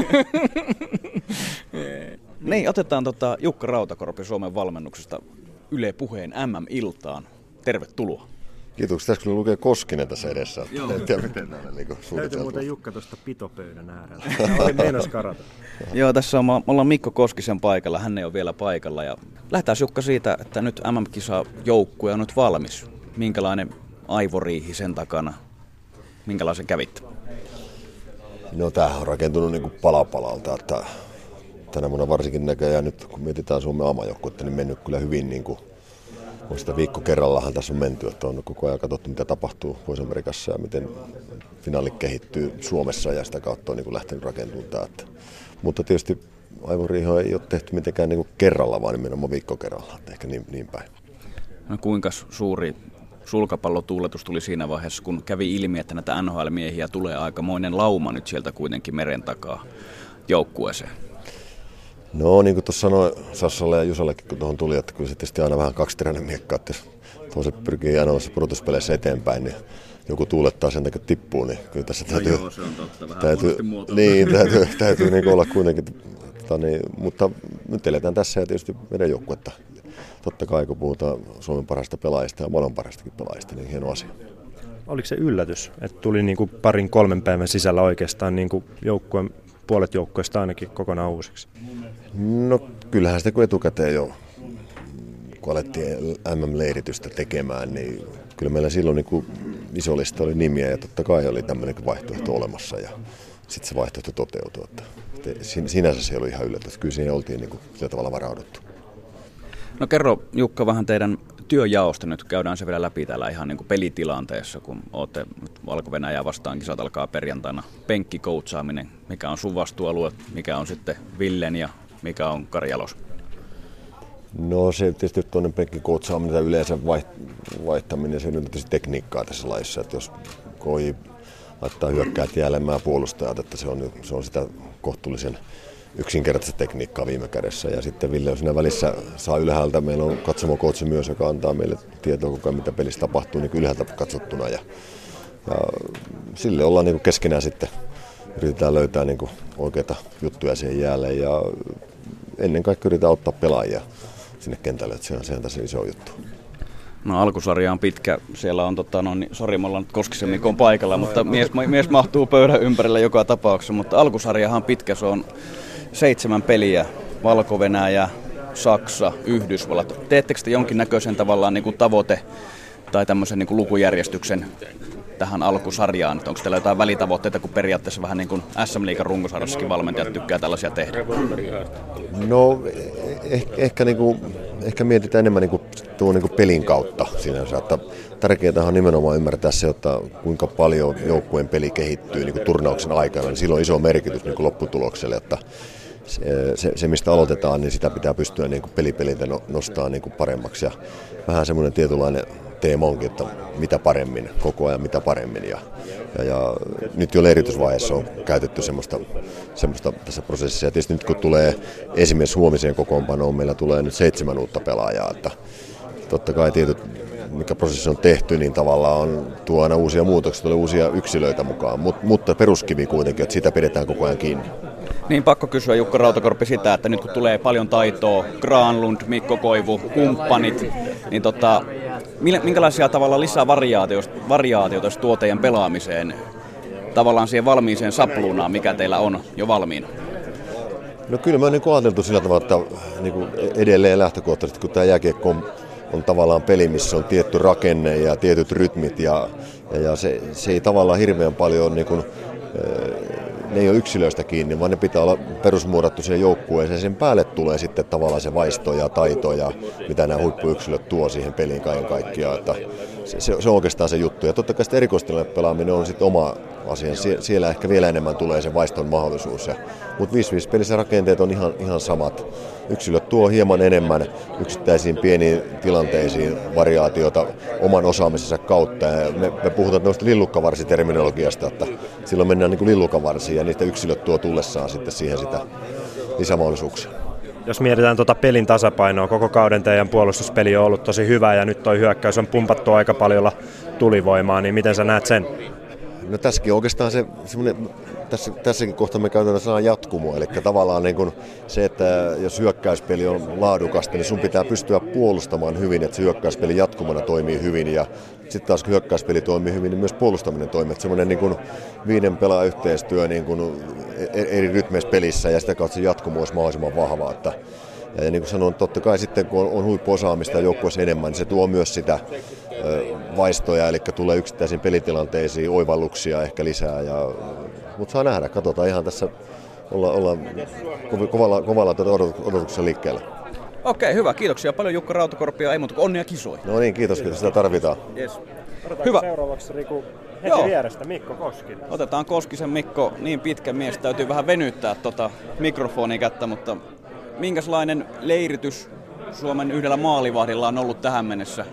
Niin, otetaan tota Jukka Rautakorpi Suomen valmennuksesta Yle Puheen M M-iltaan. Tervetuloa. Kiitoksia. Tässä kun lukee Koskinen tässä edessä. En tiedä, miten näillä niin suunniteltu. Löytyy muuten Jukka tuosta pitopöydän äärellä. Oli meinas karata. Joo, tässä on, me ollaan Mikko Koskisen paikalla, hän ei ole vielä paikalla. Ja lähdetään Jukka siitä, että nyt M M-kisa joukkue on nyt valmis. Minkälainen aivoriihi sen takana? Minkälaisen kävitte? No tämähän on rakentunut niin kuin pala palalta. Että tänä vuonna varsinkin näköjään nyt, kun mietitään Suomen aamajoukkuetta, niin mennyt kyllä hyvin niin kuin on sitä viikko kerrallahan tässä on menty, että on koko ajan katsottu, mitä tapahtuu Pohjois-Amerikassa ja miten finaali kehittyy Suomessa ja sitä kautta on niin kuin lähtenyt rakentumaan tämä. Mutta tietysti aivoriihoa ei ole tehty mitenkään niin kuin kerralla, vaan nimenomaan viikko kerralla, ehkä niin, niin päin. No kuinka suuri sulkapallotuuletus tuli siinä vaiheessa, kun kävi ilmi, että näitä N H L-miehiä tulee aikamoinen lauma nyt sieltä kuitenkin meren takaa joukkueeseen? No niin kuin tuossa sanoi Sassalle ja Jusallekin, kun tuohon tuli, että kyllä se tietysti aina vähän kaksiteräinen miekka, että jos toiset pyrkii aina noissa pudotuspeleissä eteenpäin, niin joku tuulettaa sen takia tippuu, niin kyllä tässä täytyy, no joo, se on totta, vähän täytyy, niin, täytyy, täytyy niin olla kuitenkin, tota, niin, mutta nyt eletään tässä ja tietysti meidän joukkuetta. Totta kai kun puhutaan Suomen parhaista pelaajista ja maailman parhaistakin pelaajista, niin hieno asia. Oliko se yllätys, että tuli niin kuin parin kolmen päivän sisällä oikeastaan niin kuin joukkueen, puolet joukkueesta ainakin kokonaan uusiksi? No kyllähän sitä kun etukäteen jo, kun alettiin M M-leiritystä tekemään, niin kyllä meillä silloin niin kuin iso lista oli nimiä ja totta kai oli tämmöinen vaihtoehto olemassa ja sitten se vaihtoehto toteutui. Että sinänsä se oli ihan yllätys, kyllä siinä oltiin niin kuin sillä tavalla varauduttu. No kerro Jukka vähän teidän työjaosta, nyt käydään se vielä läpi täällä ihan niin kuin pelitilanteessa, kun olette Valko-Venäjää vastaan, kisat alkaa perjantaina, penkkikoutsaaminen, mikä on sun vastuualue, mikä on sitten Villen ja mikä on Kari Jalos? No se tietysti tuonne penkkikoutsaaminen tai yleensä vaihtaminen, se on tietysti tekniikkaa tässä laissa, että jos koi laittaa hyökkäät jäälemään puolustajat, että se on, se on sitä kohtuullisen yksinkertaista tekniikkaa viime kädessä. Ja sitten Ville on siinä välissä saa ylhäältä, meillä on katsomokoutsi myös, joka antaa meille tietoa koko ajan, mitä pelissä tapahtuu niin ylhäältä katsottuna. Ja, ja sille ollaan niin kuin keskenään sitten, yritetään löytää niin kuin oikeita juttuja siihen jäälle ja ennen kaikkea yritetään ottaa pelaajia sinne kentälle, että se on, se on tässä iso juttu. No alkusarja on pitkä, siellä on, tota, no, niin, sori, me ollaan Koskisen Mikon paikalla, mutta mies, mies mahtuu pöydän ympärillä joka tapauksessa, mutta alkusarjahan on pitkä, se on seitsemän peliä, Valko-Venäjä, Saksa, Yhdysvallat. Teettekö te jonkinnäköisen tavallaan niin kuin tavoite tai tämmöisen niin kuin lukujärjestyksen tähän alkusarjaan? Onko teillä jotain välitavoitteita, kun periaatteessa vähän niin kuin S M-liigan runkosarjassakin valmentajat tykkää tällaisia tehdä? No eh, ehkä, niin kuin, ehkä mietitään enemmän niin kuin, tuon niin kuin pelin kautta sinänsä. Että tärkeää on nimenomaan ymmärtää se, että kuinka paljon joukkueen peli kehittyy niin kuin turnauksen aikana. Niin silloin on iso merkitys niin kuin lopputulokselle, että se, se, se mistä aloitetaan, niin sitä pitää pystyä niin kuin pelipeliltä nostaa niin kuin paremmaksi. Ja vähän semmoinen tietynlainen teema onkin, että mitä paremmin, koko ajan mitä paremmin. Ja, ja, ja nyt jo leiritysvaiheessa on käytetty semmoista, semmoista tässä prosessissa. Ja tietysti nyt kun tulee esimerkiksi huomiseen kokoonpanoon, meillä tulee nyt seitsemän uutta pelaajaa. Että totta kai tietyt, mikä prosessi on tehty, niin tavallaan on, tuo aina uusia muutoksia, tulee uusia yksilöitä mukaan. Mut, mutta peruskivi kuitenkin, että sitä pidetään koko ajan kiinni. Niin, pakko kysyä Jukka Rautakorpi sitä, että nyt kun tulee paljon taitoa, Granlund, Mikko Koivu, kumppanit, niin tota, minkälaisia tavalla lisää variaatioita, variaatioita tuo teidän pelaamiseen, tavallaan siihen valmiiseen sapluunaan, mikä teillä on jo valmiina? No kyllä me on niin ajateltu sillä tavalla, että niin edelleen lähtökohtaisesti, kun tämä jääkiekko on, on tavallaan peli, missä on tietty rakenne ja tietyt rytmit ja, ja, ja se, se ei tavallaan hirveän paljon niin kuin, ne ei ole yksilöistä kiinni, vaan ne pitää olla perusmuodattu siihen joukkueeseen. Sen päälle tulee sitten tavallaan se vaisto ja taito ja mitä nämä huippuyksilöt tuo siihen peliin kaiken kaikkiaan. Että se, se on oikeastaan se juttu. Ja totta kai sitten erikoistilanne pelaaminen on sitten oma asia. Sie, siellä ehkä vielä enemmän tulee se vaiston mahdollisuus. Mutta viisi viisi pelissä rakenteet on ihan, ihan samat. Yksilöt tuo hieman enemmän yksittäisiin pieniin tilanteisiin variaatiota oman osaamisensa kautta. Ja me, me puhutaan tämmöistä lillukkavarsiterminologiasta, että silloin mennään niin kuin lillukavarsiin ja niistä yksilöt tuo tullessaan sitten siihen sitä lisämahdollisuuksia. Jos mietitään tuota pelin tasapainoa, koko kauden teidän puolustuspeli on ollut tosi hyvä ja nyt tuo hyökkäys on pumpattu aika paljon tulivoimaa, niin miten sä näet sen? No tässäkin oikeastaan se, tässä, tässäkin kohtaa me käytetään sanaa jatkumo, eli tavallaan niin kuin se, että jos hyökkäyspeli on laadukasta, niin sun pitää pystyä puolustamaan hyvin, että se hyökkäyspeli jatkumona toimii hyvin ja sitten taas kun hyökkäyspeli toimii hyvin, niin myös puolustaminen toimii. Että semmoinen niin kuin viiden pelaajan yhteistyö niin kuin eri rytmeissä pelissä ja sitä kautta se jatkumo olisi mahdollisimman vahvaa. Että ja, ja niin kuin sanoin, totta kai sitten kun on, on huippuosaamista joukkueessa enemmän, niin se tuo myös sitä ö, vaistoja, eli tulee yksittäisiin pelitilanteisiin, oivalluksia ehkä lisää. Ja, mutta saa nähdä, katsotaan ihan tässä, olla, olla kovalla, kovalla odotuksessa liikkeellä. Okei, hyvä. Kiitoksia paljon Jukka Rautakorpi ja ei muuta kuin onnea kisoihin. No niin, kiitos, kiitos. Sitä tarvitaan. Yes. Hyvä. Seuraavaksi Riku heti Joo. vierestä Mikko Koskinen. Otetaan Koskisen Mikko, niin pitkä mies, täytyy vähän venyttää tota mikrofonin kättä, mutta minkälainen leiritys Suomen yhdellä maalivahdilla on ollut tähän mennessä?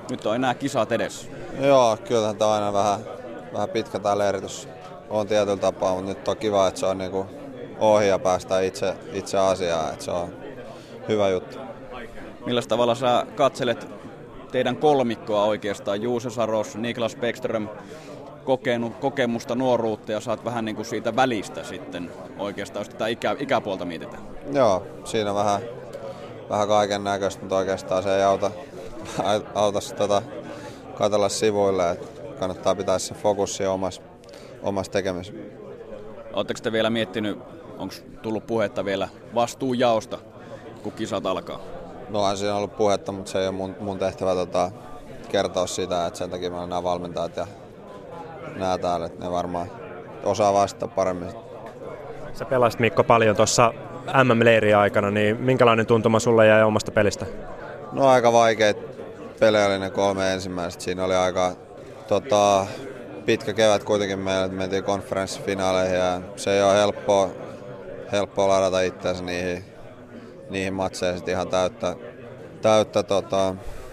Nyt on enää kisat edessä. Joo, kyllä tämä on aina vähän, vähän pitkä tämä leiritys on tietyllä tapaa, mutta nyt on kiva, että se on niinku ohi ja päästään itse, itse asiaan, että se on hyvä juttu. Millä tavalla sä katselet teidän kolmikkoa oikeastaan, Juuse Saros, Niklas Bäckström, kokenut, kokemusta, nuoruutta ja saat vähän niin kuin siitä välistä sitten oikeastaan, jos tätä ikä, ikäpuolta mietitään? Joo, siinä vähän, vähän kaiken näköistä, mutta oikeastaan se ei auta, auta tota, katsella sivuille, että kannattaa pitää se fokussi omassa, omassa tekemisessä. Oletteko te vielä miettinyt, onko tullut puhetta vielä vastuunjaosta, kun kisat alkaa? No on siinä ollut puhetta, mutta se ei ole mun, mun tehtävä tota, kertoa sitä, että sen takia meillä on nämä valmentajat ja nämä täällä, että ne varmaan osaa vastata paremmin. Sä pelasit, Mikko, paljon tuossa M M-leiriä aikana, niin minkälainen tuntuma sulle jäi omasta pelistä? No aika vaikeita pelejä oli ne kolme ensimmäistä. Siinä oli aika tota, pitkä kevät kuitenkin meillä, että mentiin konferenssifinaaleihin ja se ei ole helppoa, helppoa ladata itseänsä niihin, niihin matseihin ihan täyttä, täyttä tota,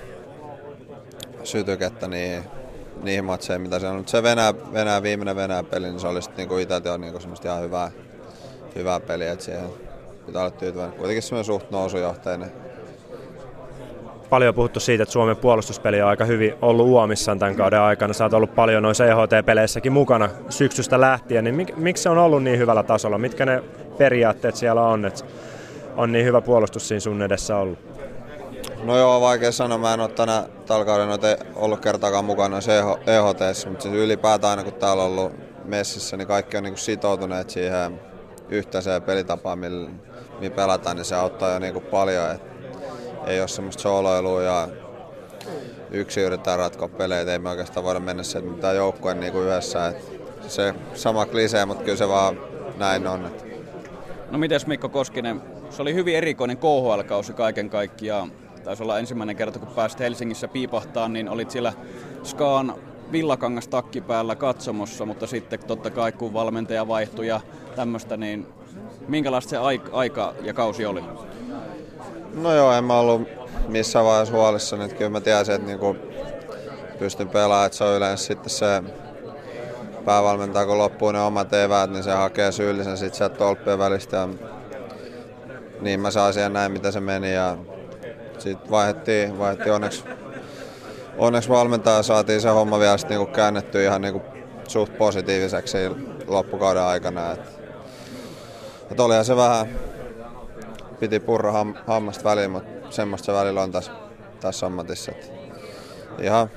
sytykettä niihin, niihin matseihin, mitä se on. Mutta se Venäjä, Venäjä, viimeinen Venäjä-peli, niin se olisi niinku itseltä jo niinku semmoista ihan hyvää, hyvää peliä, että siihen pitää olla tyytyväinen. Kuitenkin semmoinen suht nousujohteinen. Paljon on puhuttu siitä, että Suomen puolustuspeli on aika hyvin ollut uomissaan tämän kauden aikana. Sä oot ollut paljon noissa E H T-peleissäkin mukana syksystä lähtien, niin mik, miksi se on ollut niin hyvällä tasolla? Mitkä ne periaatteet siellä on, että on niin hyvä puolustus siinä sun edessä ollut? No joo, vaikea sanoa. Mä en ole tänä tällä kauden ollut kertaakaan mukana noissa E H T:ssä, mutta siis ylipäätään aina kun täällä on ollut messissä, niin kaikki on niin kuin sitoutuneet siihen yhteiseen pelitapaan, millä, millä pelataan, niin se auttaa jo niin kuin paljon. Et ei ole semmoista sooloilua ja yksi yritetään ratkoa pelejä, ei me oikeastaan voida mennä se, että mitään joukkueen niin kuin yhdessä. Et se sama klisee, mutta kyllä se vaan näin on. Et. No mites Mikko Koskinen, se oli hyvin erikoinen K H L-kausi kaiken kaikkiaan. Taisi olla ensimmäinen kerta, kun pääsit Helsingissä piipahtaan, niin olit siellä Skaan villakangas takki päällä katsomossa, mutta sitten totta kai kun valmentaja vaihtui ja tämmöistä, niin minkälaista se aika ja kausi oli? No joo, en mä ollut missään vaiheessa huolissa, niin kyllä mä tiesin, että niinku pystyn pelaamaan, että se on yleensä sitten se päävalmentaja, kun loppuu ne omat eväät, niin se hakee syyllisen sitten sieltä tolppien välistä. Ja niin mä saan siihen näin, mitä se meni ja sitten vaihdettiin, vaihdettiin onneksi, onneksi valmentaja saatiin se homma vielä sitten niinku käännettyä ihan niinku suht positiiviseksi loppukauden aikana. Et, et olihan se vähän, piti purra ham, hammasta väliin, mutta semmoista se välillä on tässä, tässä ammatissa. Et ihan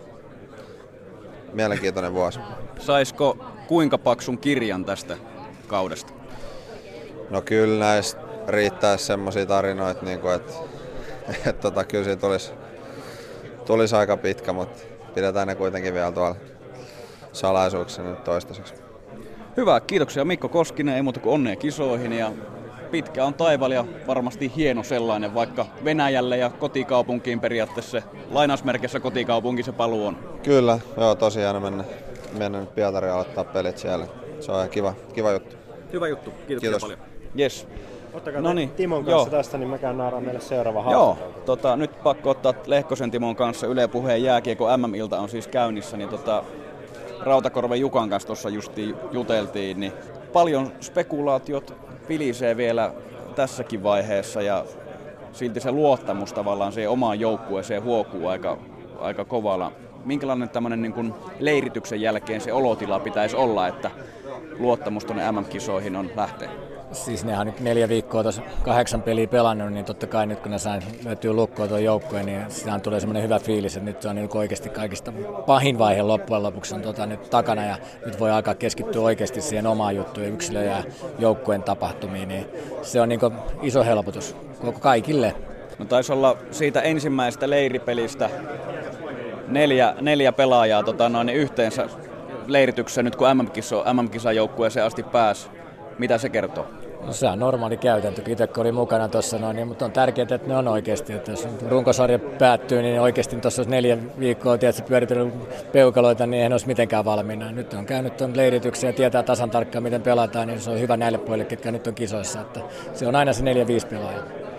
mielenkiintoinen vuosi. Saisiko kuinka paksun kirjan tästä kaudesta? No kyllä näistä riittäisi semmoisia tarinoita, niin että et, tota, kyllä siitä tulisi, tulisi aika pitkä, mutta pidetään ne kuitenkin vielä tuolla salaisuuksena nyt toistaiseksi. Hyvä, kiitoksia Mikko Koskinen, ei muuta kuin onnea kisoihin ja pitkä on taival ja varmasti hieno sellainen, vaikka Venäjälle ja kotikaupunkiin periaatteessa lainausmerkissä kotikaupunki se paluu on. Kyllä, joo, tosiaan mennä, mennä nyt Pietariin aloittaa pelit siellä. Se on ihan kiva, kiva juttu. Hyvä juttu, kiitoksia Kiitos. paljon. Yes. Ottakaa Noniin, Timon kanssa joo. tästä, niin mäkään naaraan meille seuraava haastattelu. Joo, tota, nyt pakko ottaa Lehkosen Timon kanssa Yle Puheen jääkiekko M M-ilta on siis käynnissä, niin tota, Rautakorven Jukan kanssa tuossa justiin juteltiin, niin paljon spekulaatiot vilisee vielä tässäkin vaiheessa ja silti se luottamus tavallaan siihen omaan joukkueeseen huokuu aika, aika kovalla. Minkälainen tämmöinen niin kuin leirityksen jälkeen se olotila pitäisi olla, että luottamus tuonne M M-kisoihin on lähteä? Siis ne on nyt neljä viikkoa tuossa kahdeksan peliä pelannut, niin totta kai nyt kun ne sain löytyy lukkoa tuon joukkueen, niin siinä tulee semmoinen hyvä fiilis, että nyt se on niin oikeasti kaikista pahin vaihe loppujen lopuksi on tota nyt takana ja nyt voi alkaa keskittyä oikeasti siihen omaan juttuun ja yksilö- ja joukkueen tapahtumiin, niin se on niin iso helpotus koko kaikille. No taisi olla siitä ensimmäisestä leiripelistä neljä, neljä pelaajaa tota noin, niin yhteensä leirityksessä nyt kun M M-kisajoukkueeseen asti pääsi. Mitä se kertoo? No se on normaali käytäntö, kun itse oli mukana tuossa, no, niin, mutta on tärkeää, että ne on oikeasti. Että jos runkosarja päättyy, niin oikeasti tuossa olisi neljä viikkoa tietysti pyöritellyt peukaloita, niin eihän olisi mitenkään valmiina. Nyt on käynyt tuon leirityksen ja tietää tasan tarkkaan, miten pelataan, niin se on hyvä näille pojille, ketkä nyt on kisoissa. Että se on aina se neljä viisi pelaajaa.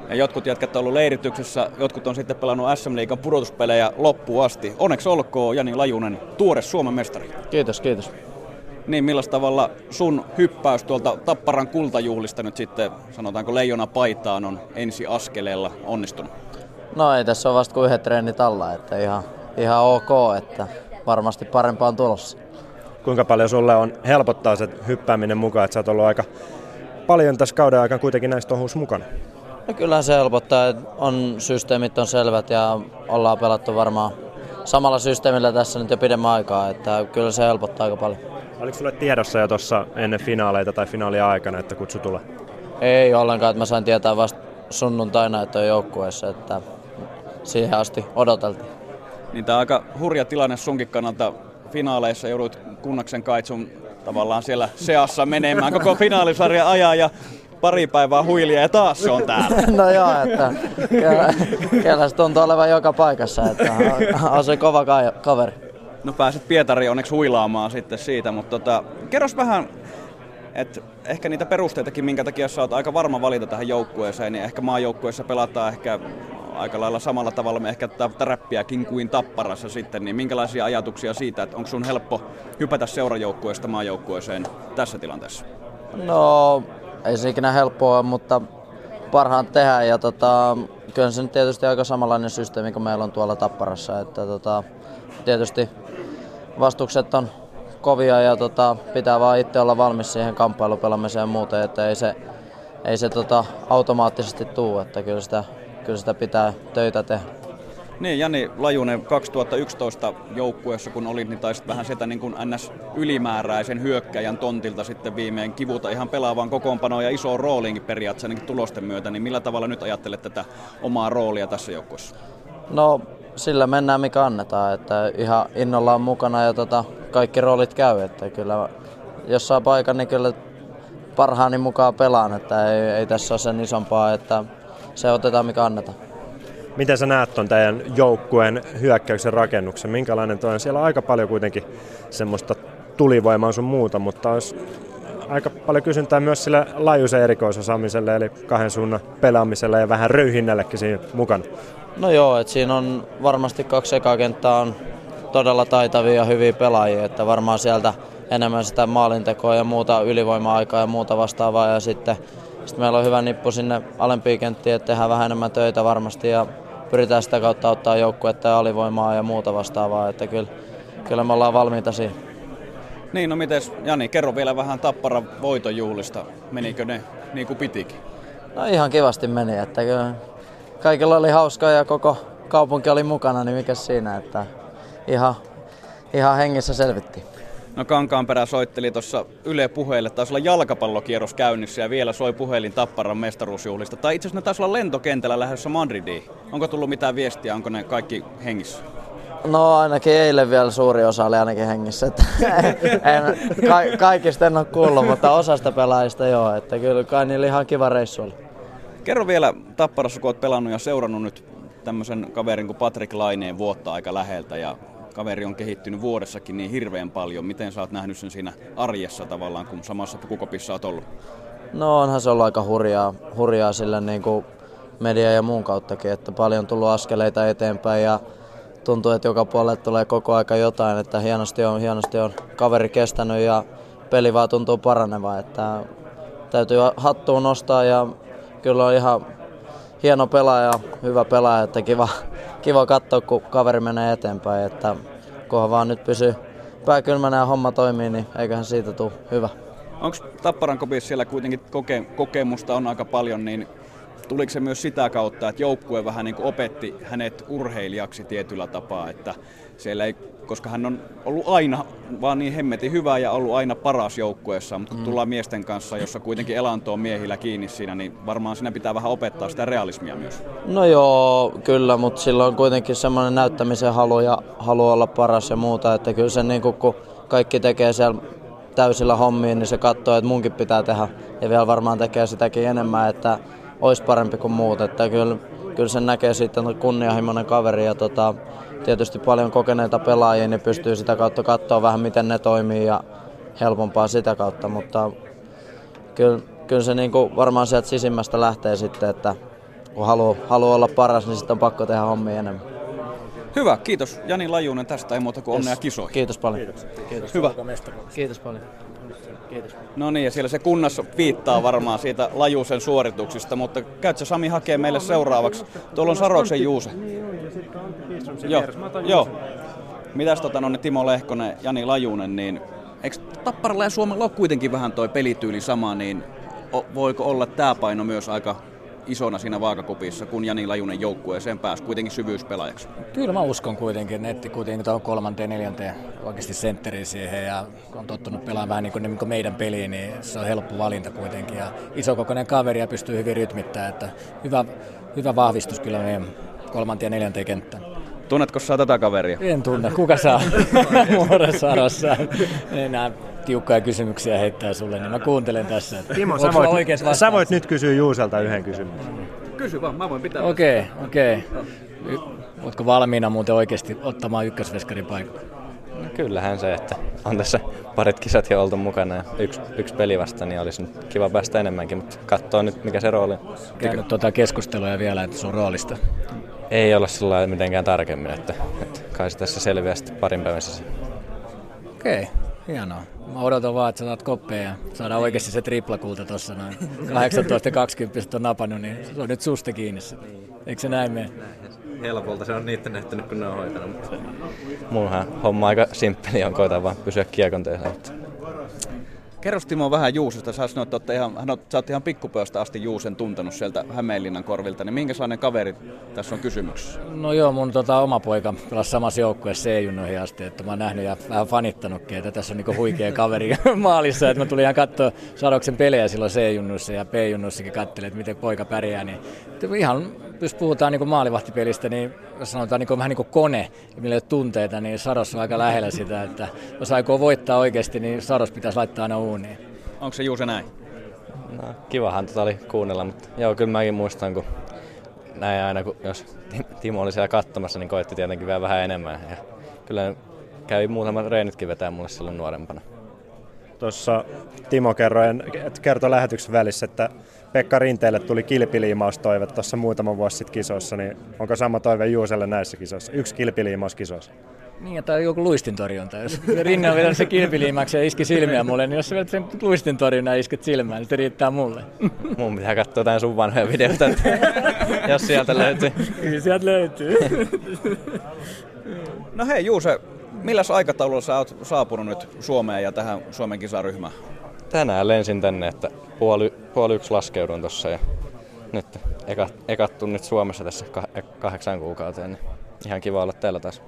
Ja jotkut jätkät on ollut leirityksessä, jotkut on sitten pelannut S M-liigan pudotuspelejä loppuun asti. Onneksi olkoon Jani Lajunen, tuore Suomen mestari. Kiitos, kiitos. Niin, millä tavalla sun hyppäys tuolta Tapparan kultajuhlista nyt sitten, sanotaanko leijona paitaan, on ensi askeleella onnistunut? No ei tässä ole vasta kuin yhdet treenit alla, että ihan, ihan ok, että varmasti parempaa on tulossa. Kuinka paljon sulle on helpottaa se hyppääminen mukaan, että sä oot ollut aika paljon tässä kauden aikana kuitenkin näistä touhuissa mukana? No kyllähän se helpottaa, että on, systeemit on selvät ja ollaan pelattu varmaan samalla systeemillä tässä nyt jo pidemmän aikaa, että kyllä se helpottaa aika paljon. Oliko sulle tiedossa jo tuossa ennen finaaleita tai finaalia aikana, että kutsu tulee? Ei ollenkaan, että mä sain tietää vasta sunnuntaina, että on joukkueessa, että siihen asti odoteltiin. Niin tää on aika hurja tilanne sunkin kannalta. Finaaleissa joudut Kunnaksen Kaitsun tavallaan siellä seassa menemään koko finaalisarjan ajan ja pari päivää huilia ja taas se on täällä. No joo, että kyllä, kyllä se tuntuu olevan joka paikassa, että on, on se kova kaveri. No pääsit Pietariin onneksi huilaamaan sitten siitä, mutta tota, kerros vähän, että ehkä niitä perusteitakin, minkä takia sä oot aika varma valita tähän joukkueeseen, niin ehkä maajoukkueessa pelataan ehkä aika lailla samalla tavalla me ehkä räppiäkin kuin Tapparassa sitten, niin minkälaisia ajatuksia siitä, että onko sun helppo hypätä seurajoukkueesta maajoukkueeseen tässä tilanteessa? No ei se ikinä helppoa, mutta parhaan tehdään ja tota, kyllä se nyt tietysti aika samanlainen systeemi kuin meillä on tuolla Tapparassa, että tota, tietysti vastukset on kovia ja tota, pitää vaan itse olla valmis siihen kamppailupelaamiseen ja muuten, että ei se, ei se tota, automaattisesti tule, että kyllä sitä, kyllä sitä pitää töitä tehdä. Niin, Jani Lajunen kaksituhattayksitoista joukkueessa kun olit, niin taisit vähän sieltä niin kuin N S-ylimääräisen hyökkäjän tontilta sitten viimein kivuta ihan pelaavaan kokoonpanoon ja isoon rooliinkin periaatteessa ainakin tulosten myötä, niin millä tavalla nyt ajattelet tätä omaa roolia tässä joukkueessa? No sillä mennään mikä annetaan, että ihan innollaan mukana ja tota, kaikki roolit käy, että kyllä jos saa paikan, niin kyllä parhaani mukaan pelaan, että ei, ei tässä ole sen isompaa, että se otetaan mikä annetaan. Miten sä näet ton teidän joukkueen hyökkäyksen rakennuksen? Minkälainen toi on? Siellä on aika paljon kuitenkin semmoista tulivoimaa sun muuta, mutta olisi aika paljon kysyntää myös sille Lajusen erikoisosaamiselle, eli kahden suunnan pelaamiselle ja vähän röyhinnällekin siinä mukana. No joo, että siinä on varmasti kaksi ekakenttää on todella taitavia ja hyviä pelaajia, että varmaan sieltä enemmän sitä maalintekoa ja muuta ylivoima-aikaa ja muuta vastaavaa ja sitten, sitten meillä on hyvä nippu sinne alempiin kenttiin, että tehdään vähän enemmän töitä varmasti ja pyritään sitä kautta ottaa joukkuetta ja alivoimaa ja muuta vastaavaa, että kyllä, kyllä me ollaan valmiita siihen. Niin, no mites Jani, kerro vielä vähän Tapparan voitonjuhlista. Menikö ne niin kuin pitikin? No ihan kivasti meni, että kyllä kaikilla oli hauskaa ja koko kaupunki oli mukana, niin mikä siinä, että ihan, ihan hengissä selvittiin. No Kankaanperä soitteli tuossa Yle Puheelle, taisi olla jalkapallokierros käynnissä ja vielä soi puhelin Tapparan mestaruusjuhlista. Tai itse asiassa ne taisi olla lentokentällä lähdössä Madridiin. Onko tullut mitään viestiä, onko ne kaikki hengissä? No ainakin eilen vielä suuri osa oli ainakin hengissä. Että en, ka- kaikista en ole kuullut, mutta osasta pelaajista joo, että kyllä kai niillä ihan kiva reissu oli. Kerro vielä Tapparassa, kun olet pelannut ja seurannut nyt tämmöisen kaverin kuin Patrik Laineen vuotta aika läheltä ja kaveri on kehittynyt vuodessakin niin hirveän paljon. Miten sä oot nähnyt sen siinä arjessa tavallaan, kun samassa pukukopissa oot ollut? No onhan se ollut aika hurjaa, hurjaa sillä niin kuin media ja muun kauttakin, että paljon on tullut askeleita eteenpäin ja tuntuu, että joka puolelle tulee koko aika jotain, että hienosti on, hienosti on kaveri kestänyt ja peli vaan tuntuu paranevaa, että täytyy hattuun nostaa ja kyllä on ihan hieno pelaaja, hyvä pelaaja, että kiva, kiva katsoa, kun kaveri menee eteenpäin, että kunhan vaan nyt pysyy pää kylmänä ja homma toimii, niin eiköhän siitä tule hyvä. Onko Tapparan kopissa siellä kuitenkin koke- kokemusta on aika paljon, niin tuliko se myös sitä kautta, että joukkue vähän niin kuin opetti hänet urheilijaksi tietyllä tapaa, että siellä ei, koska hän on ollut aina vaan niin hemmetin hyvä ja ollut aina paras joukkueessa, mutta kun mm. tullaan miesten kanssa, jossa kuitenkin elanto on miehillä kiinni siinä, niin varmaan siinä pitää vähän opettaa sitä realismia myös. No joo, kyllä, mutta sillä on kuitenkin semmoinen näyttämisen halu ja halu olla paras ja muuta, että kyllä se niin kuin, kun kaikki tekee siellä täysillä hommiin, niin se katsoo, että munkin pitää tehdä ja vielä varmaan tekee sitäkin enemmän, että olisi parempi kuin muut, että kyllä, kyllä sen näkee sitten kunnianhimoinen kaveri ja tota, tietysti paljon kokeneita pelaajia, niin pystyy sitä kautta katsoa vähän miten ne toimii ja helpompaa sitä kautta, mutta kyllä, kyllä se niin kuin varmaan sieltä sisimmästä lähtee sitten, että kun haluaa, haluaa olla paras, niin sitten on pakko tehdä hommia enemmän. Hyvä, kiitos Jani Lajunen tästä, ei muuta kuin onnea yes. kisoihin. Kiitos paljon. Kiitos. Kiitos. Hyvä. Kiitos paljon. Kiitos. No niin, ja siellä se kunnassa viittaa varmaan siitä Lajusen suorituksista, mutta käytkö Sami hakee meille seuraavaksi? Tuolla on Saroksen Juuse. Joo, joo. Mitäs tota, no, niin Timo Lehkonen, Jani Lajunen, niin eikö Tapparalla ja Suomella ole kuitenkin vähän toi pelityyli sama, niin voiko olla tää paino myös aika isona siinä vaakakupissa, kun Jani Lajunen joukkueeseen pääsi kuitenkin syvyyspelaajaksi? Kyllä mä uskon kuitenkin, että kuitenkin tuon kolmanteen, neljänteen oikeasti sentteriin siihen ja kun on tottunut pelaamaan vähän niin kuin, niin kuin meidän peliin, niin se on helppo valinta kuitenkin ja isokokoinen kaveri ja pystyy hyvin rytmittämään, että hyvä, hyvä vahvistus kyllä meidän kolmanteen ja neljänteen kenttään. Tunnetko sä tätä kaveria? En tunne. Kuka saa? Muodossa Sarossa. Enää tiukkoja kysymyksiä heittää sulle, niin mä kuuntelen tässä. Timo, sä voit, sä voit nyt kysyä Juuselta yhden kysymyksen. Kysy vaan, mä voin pitää. Okei, okay, okei. Okay. Ootko valmiina muuten oikeasti ottamaan ykkösveskarin paikkaa? No kyllähän se, että on tässä parit kisat jo oltu mukana ja yksi, yksi peli vasta, niin olisi nyt kiva päästä enemmänkin, mutta katsoo nyt mikä se rooli on. Käynyt tuota keskustelua vielä, että sun roolista. Ei ole sillä mitenkään tarkemmin, että, että kai se tässä selviää sitten parin päivän sisään. Okei, okay, hienoa. Mä odotan vaan, että sä saat koppeja ja saadaan oikeasti se triplakulta tuossa noin. kahdeksantoista kaksikymmentä on napannut, niin se on nyt susta kiinni. Eikö se näin mene? Helpolta se on niitä nähtänyt, kun ne on hoitanut. Mutta mullahan homma aika simppeli on, koitan vaan pysyä kiekon teessä. Kerros Timo vähän Juusesta. Sä sanoit, että ihan, sä oot ihan pikkupööstä asti Juusen tuntenut sieltä Hämeenlinnan korvilta. Niin minkälainen kaveri tässä on kysymyksessä? No joo, mun tota, oma poika pelasi samassa joukkueessa C-junnoihin asti. Että mä oon nähnyt ja vähän fanittanutkin, että tässä on niinku huikea kaveri maalissa. Että mä tulin ihan katsoa Saroksen pelejä silloin C-junnuissa ja B-junnuissakin katselin, että miten poika pärjää. Niin, ihan, jos puhutaan niinku maalivahtipelistä, niin jos sanotaan niinku, vähän niin kuin kone, millä ei ole tunteita, niin Saros on aika lähellä sitä. Että jos aikoo voittaa oikeasti, niin Saros pitäisi laittaa aina uuniin. Onko se Juuse näin? No, kivahan tota oli kuunnella, mutta joo, kyllä mäkin muistan, kun näin aina, kun jos Timo oli siellä katsomassa, niin koitti tietenkin vielä vähän enemmän. Ja kyllä kävi muutamat reenitkin vetää mulle silloin nuorempana. Tuossa Timo kerroi, kertoi lähetyksen välissä, että Pekka Rinteelle tuli kilpiliimaustoive tuossa muutama vuosi sitten kisoissa, niin onko sama toive Juuselle näissä kisoissa? Yksi kilpiliimaus kisoissa. Niin, tai joku luistintorjunta. Jos Rinne on vetänyt se kilpiliimaksi ja iski silmiä mulle, niin jos sä vedät sen luistintorjunnan ja isket silmään, niin se riittää mulle. Mun pitää katsoa jotain sun vanhoja videoita, jos sieltä löytyy. Kyllä sieltä löytyy. No hei Juuse, milläs aikataululla sä oot saapunut nyt Suomeen ja tähän Suomen kisaryhmään? Tänään lensin tänne, että puoli, puoli yksi laskeudun tossa ja nyt ekat, ekat tunnit Suomessa tässä kahdeksan kuukauteen, niin ihan kiva olla täällä taas.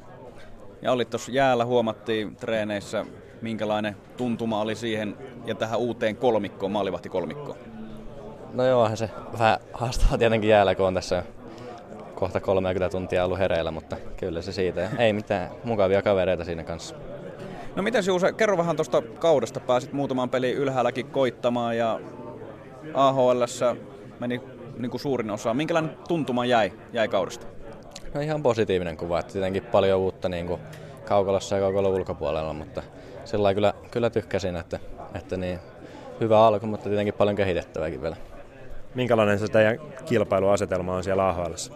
Ja olit tuossa jäällä, huomattiin treeneissä, minkälainen tuntuma oli siihen ja tähän uuteen kolmikkoon, maalivahtikolmikkoon? No joo, se vähän haastavaa tietenkin jäällä, kun on tässä kohta kolmekymmentä tuntia ollut hereillä, mutta kyllä se siitä. Ja ei mitään mukavia kavereita siinä kanssa. No miten Juuse, kerro vähän tuosta kaudesta, pääsit muutaman pelin ylhäälläkin koittamaan ja A H L:ssä meni niin kuin suurin osa. Minkälainen tuntuma jäi, jäi kaudesta? No ihan positiivinen kuva, että tietenkin paljon uutta niin kuin kaukalossa ja kaukalon ulkopuolella, mutta sillä kyllä, kyllä tykkäsin, että, että niin, hyvä alku, mutta tietenkin paljon kehitettävääkin vielä. Minkälainen se teidän kilpailuasetelma on siellä A H L:ssä?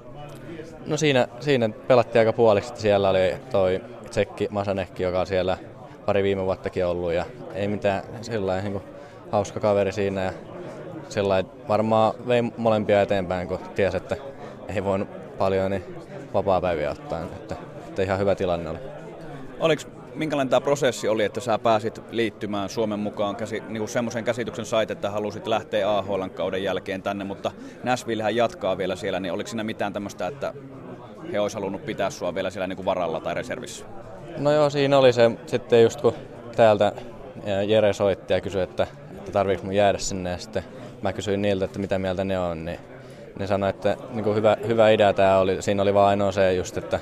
No siinä, siinä pelattiin aika puoliksi, siellä oli toi Tsekki Masanekki, joka on siellä pari viime vuottakin ollut ja ei mitään sellainen niin kuin hauska kaveri siinä ja sellainen varmaan vei molempia eteenpäin, kun tiesi, että ei voinut paljon niin vapaapäiviä ottaa, että, että ihan hyvä tilanne oli. Oliko, minkälainen tämä prosessi oli, että sä pääsit liittymään Suomen mukaan, käsi, niin semmoisen käsityksen sait, että halusit lähteä A H L:n kauden jälkeen tänne, mutta Nashvillehän jatkaa vielä siellä, niin oliko siinä mitään tämmöistä, että he olisi halunnut pitää sua vielä siellä niin kuin varalla tai reservissä? No joo, siinä oli se sitten just kun täältä Jere soitti ja kysyi, että, että tarviiko mun jäädä sinne ja sitten mä kysyin niiltä, että mitä mieltä ne on, niin ne sanoi, että niin kuin hyvä, hyvä idea tämä oli. Siinä oli vaan ainoa se just, että,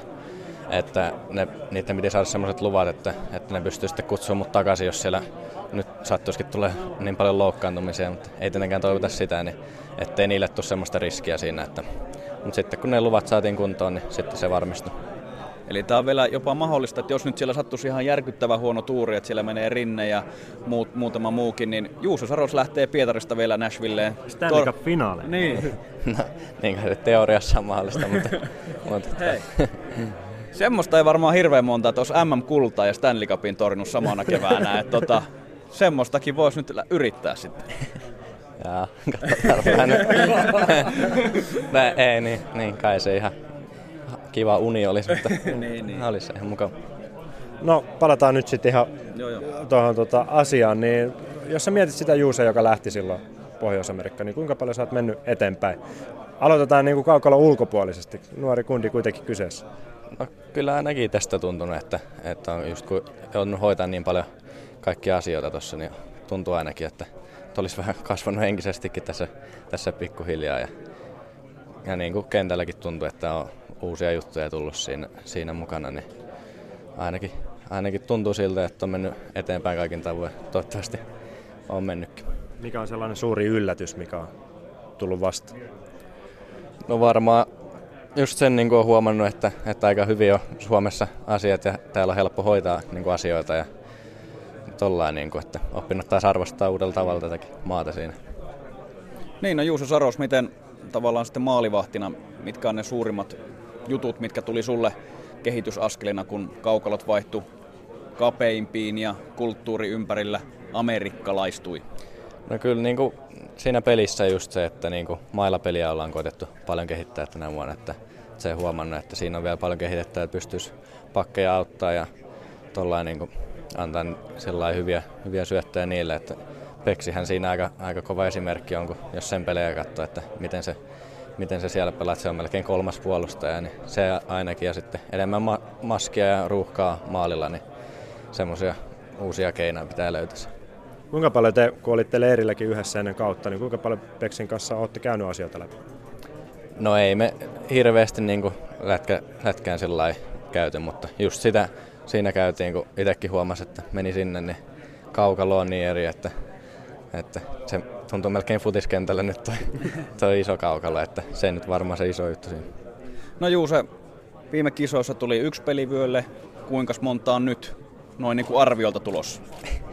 että ne, niiden piti saada sellaiset luvat, että, että ne pystyy sitten kutsumaan mut takaisin, jos siellä nyt sattuisikin tulee niin paljon loukkaantumisia, mutta ei tietenkään toivota sitä, niin ettei niille tule semmoista riskiä siinä. Että, mutta sitten kun ne luvat saatiin kuntoon, niin sitten se varmistui. Eli tää on vielä jopa mahdollista, että jos nyt siellä sattuisi ihan järkyttävä huono tuuri, että siellä menee Rinne ja muut, muutama muukin, niin Juuso Saros lähtee Pietarista vielä Nashvilleen. Stanley Cup -finaali. Niin. No, niin kai se teoriassa on mahdollista, mutta... mutta Hei. Semmoista ei varmaan hirveän monta, että olisi M M-kultaa ja Stanley Cupin torjunut samana keväänä. Että tota, semmoistakin voisi nyt yrittää sitten. Jaa, katsotaan nyt. Nää, ei, niin, niin, kai se ihan kiva uni olisi, mutta niin, niin. olisi se ihan mukava. No, palataan nyt sitten ihan tuohon tota asiaan. Niin, jos sä mietit sitä Juusa, joka lähti silloin Pohjois-Amerikkaan, niin kuinka paljon sä oot mennyt eteenpäin? Aloitetaan niin kuin kaukalon ulkopuolisesti. Nuori kundi kuitenkin kyseessä. No, kyllä ainakin tästä tuntunut, että, että on just kun on hoitaa niin paljon kaikkia asioita tuossa, niin tuntuu ainakin, että olisi vähän kasvanut henkisestikin tässä, tässä pikkuhiljaa. Ja, ja niin kuin kentälläkin tuntuu, että on uusia juttuja tullut siinä, siinä mukana, niin ainakin, ainakin tuntuu siltä, että on mennyt eteenpäin kaikin tavoin. Toivottavasti on mennytkin. Mikä on sellainen suuri yllätys, mikä on tullut vastaan? No varmaan just sen niin kuin on huomannut, että, että aika hyvin on Suomessa asiat ja täällä on helppo hoitaa niin kuin asioita ja tollain, niin kuin, että oppinut taas arvostaa uudella tavalla tätäkin maata siinä. Niin, no Juuso Saros, miten tavallaan sitten maalivahtina, mitkä on ne suurimmat jutut, mitkä tuli sulle kehitysaskelina, kun kaukalot vaihtui kapeimpiin ja kulttuuri ympärillä amerikkalaistui? No kyllä niin kuin siinä pelissä just se, että niin kuin mailapeliä ollaan koetettu paljon kehittää tänä vuonna, että se on huomannut, että siinä on vielä paljon kehitettä, että pystyisi pakkeja auttaa ja tollain niin kuin antaa sellainen hyviä, hyviä syöttöjä niille, että Peksihän siinä aika, aika kova esimerkki on, kun jos sen pelejä katsoo, että miten se, miten se siellä pelaa, että se on melkein kolmas puolustaja, niin se ainakin ja sitten enemmän ma- maskia ja ruuhkaa maalilla, niin semmoisia uusia keinoja pitää löytää. Kuinka paljon te, kun olitte leirilläkin yhdessä ennen kautta, niin kuinka paljon Peksin kanssa olette käynyt asioita läpi? No ei me hirveästi niin kuin lätkä, lätkään sillä käyty, mutta just sitä siinä käytiin, kun itsekin huomasi, että meni sinne, niin kaukalo on niin eri, että, että se tuntuu melkein futiskentällä nyt toi, toi iso kaukalo, että se nyt varmaan se iso juttu siinä. No Juuse, viime kisoissa tuli yksi pelivyölle, kuinka monta on nyt noin niin kuin arviolta tulossa?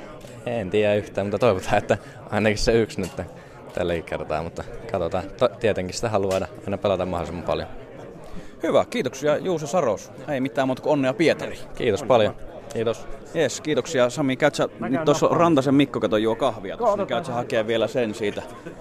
En tiedä yhtään, mutta toivotaan, että ainakin se yksi nyt tälläkin kertaa, mutta katsotaan. Tietenkin sitä haluaa aina pelata mahdollisimman paljon. Hyvä, kiitoksia Juuso Saros. Ei mitään muuta kuin onnea Pietariin. Kiitos paljon. Kiitos. Jes, kiitoksia Sami. Käyt sä, nyt tuossa Rantasen Mikko kato juo kahvia tuossa, niin käyt sä hakee vielä sen siitä.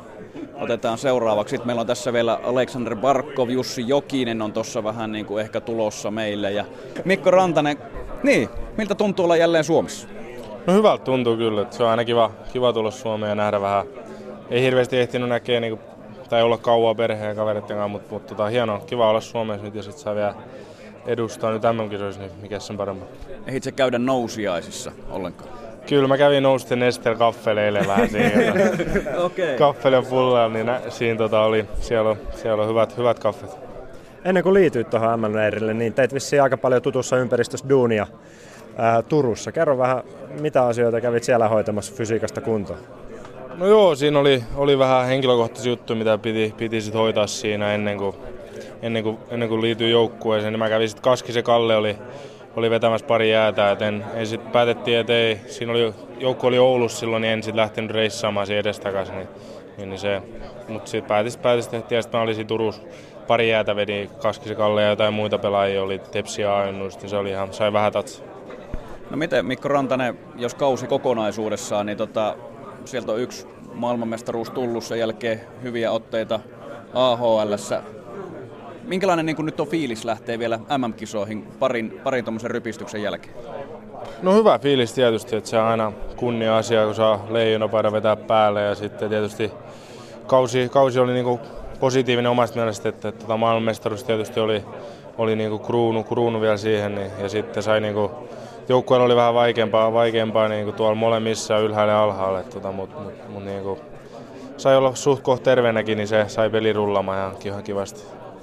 Otetaan seuraavaksi. Sitten meillä on tässä vielä Aleksander Barkov, Jussi Jokinen on tuossa vähän niin kuin ehkä tulossa meille. Ja Mikko Rantanen, niin, miltä tuntuu olla jälleen Suomessa? No hyvältä tuntuu kyllä, että se on aina kiva, kiva tulla Suomeen ja nähdä vähän. Ei hirveästi ehtinyt näkeä niin kuin, tai olla kauaa perheen ja kavereiden kanssa, mutta, mutta tota, hienoa, kiva olla Suomessa nyt ja sitten saa vielä edustaa nyt M M-kisoissa, niin mikä sen parempaa. Ehdit sä käydä nousiaisissa ollenkaan? Kyllä mä kävin nousten Nestel kaffeleille vähän siinä. Okay. Kaffeli on pullella, niin nä, siinä tota oli, siellä on, siellä on hyvät, hyvät kaffet. Ennen kuin liityit tuohon M M-leirille, niin teit vissiin aika paljon tutussa ympäristössä duunia ää, Turussa. Kerro vähän, mitä asioita kävit siellä hoitamassa fysiikasta kuntoon? No joo, siinä oli, oli vähän henkilökohtaisia juttuja, mitä piti, piti sit hoitaa siinä ennen kuin, ennen kuin, ennen kuin liityin joukkueeseen. Niin mä kävin sitten Kaskisen Kalle oli, oli vetämässä pari jäätä, et en, en sit päätettiin, että ei, siinä oli, joukkue oli Oulussa silloin, niin en sit lähtenyt reissaamaan siinä edestakaisin. Niin, niin, niin se, mutta sitten päätis, päätis tehtiin ja sitten mä olin siinä Turussa. Pari jäätä vedi Kaskisen Kalle ja jotain muita pelaajia oli Tepsi ja Aennus, niin se oli ihan, sai vähän tatsa. No miten Mikko Rantanen, jos kausi kokonaisuudessaan, niin tota, sieltä on yksi maailmanmestaruus tullut, sen jälkeen hyviä otteita A H L:ssä. Minkälainen niin kun nyt on fiilis lähtee vielä M M-kisoihin parin, parin tommosen rypistyksen jälkeen? No hyvä fiilis tietysti, että se on aina kunnia-asia, kun saa leijonapaidan vetää päälle ja sitten tietysti kausi, kausi oli niinku positiivinen omasta mielestä, että, että, että maailmanmestaruus tietysti oli, oli niinku kruunu, kruunu vielä siihen niin, ja sitten sai niinku, joukkueella oli vähän vaikeampaa, vaikeampaa niinku tuolla molemmissa ylhäällä ja alhaalla, tota, mutta mut, mut, niinku, sai olla suht koht terveenäkin, niin se sai peli rullaamaan ihan kivasti.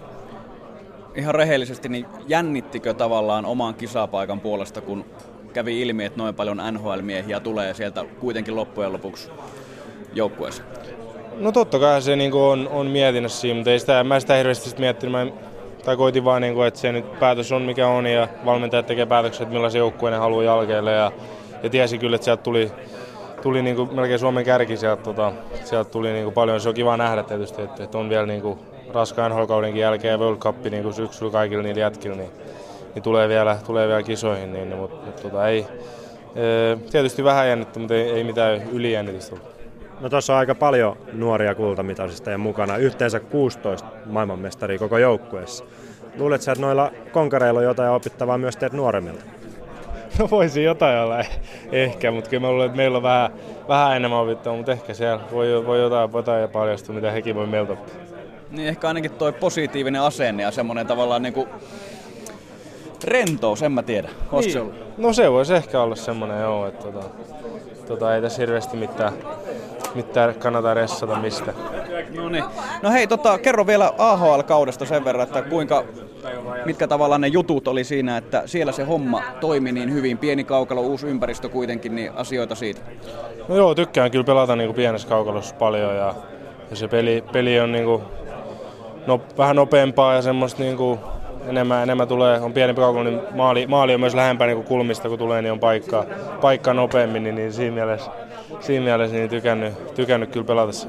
Ihan rehellisesti, niin jännittikö tavallaan oman kisapaikan puolesta, kun kävi ilmi, että noin paljon N H L-miehiä tulee sieltä kuitenkin loppujen lopuksi joukkueeseen? No totta kai se niin on, on mietinnässä siinä, mutta ei sitä, mä sitä hirveästi miettinyt. Mä tai koitin vaan, niin kuin, että se nyt päätös on mikä on ja valmentajat tekee päätökset, millaisen joukkueen ne haluaa jalkeille ja, ja tiesi kyllä, että sieltä tuli, tuli niin kuin melkein Suomen kärki sieltä, tota, sieltä tuli niin kuin paljon. Se on kiva nähdä tietysti, että, että on vielä niin kuin raskaan N H L-kaudenkin jälkeen ja World Cup niin kuin syksyllä kaikilla niillä jätkillä, niin, niin tulee, vielä, tulee vielä kisoihin, niin, mutta, mutta tota, ei, tietysti vähän jännittä, mutta ei, ei mitään ylijännitystä. No tuossa on aika paljon nuoria kultamitasista ja mukana, yhteensä kuusitoista maailmanmestaria koko joukkueessa. Luuletko, että noilla konkareilla on jotain opittavaa myös teet nuoremmilta? No voisi jotain olla ehkä, mutta kyllä mä luulen, että meillä on vähän, vähän enemmän opittavaa, mutta ehkä siellä voi, voi jotain, jotain ja paljastua, mitä hekin voi meiltä oppia. Niin ehkä ainakin toi positiivinen asenne ja semmoinen tavallaan niinku rentous, en mä tiedä. Niin. Se no se voisi ehkä olla semmoinen joo, että tota, tota, ei tässä hirveästi mitään, mitään kannata ressata mistä. No niin. No hei, tota, kerro vielä A H L-kaudesta sen verran, että kuinka, mitkä tavallaan ne jutut oli siinä, että siellä se homma toimi niin hyvin. Pieni kaukalo, uusi ympäristö kuitenkin, niin asioita siitä. No joo, tykkään kyllä pelata niin kuin pienessä kaukalossa paljon ja, ja se peli, peli on niin kuin, no, vähän nopeampaa ja semmoista niin kuin, enemmän, enemmän tulee, on pienempi kaukalo, niin maali, maali on myös lähempää niin kuin kulmista, kun tulee, niin on paikkaa, paikkaa nopeammin, niin, niin siinä mielessä, siinä mielessä niin tykännyt, tykännyt kyllä pelata sen.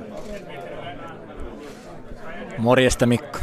Morjesta Mikko.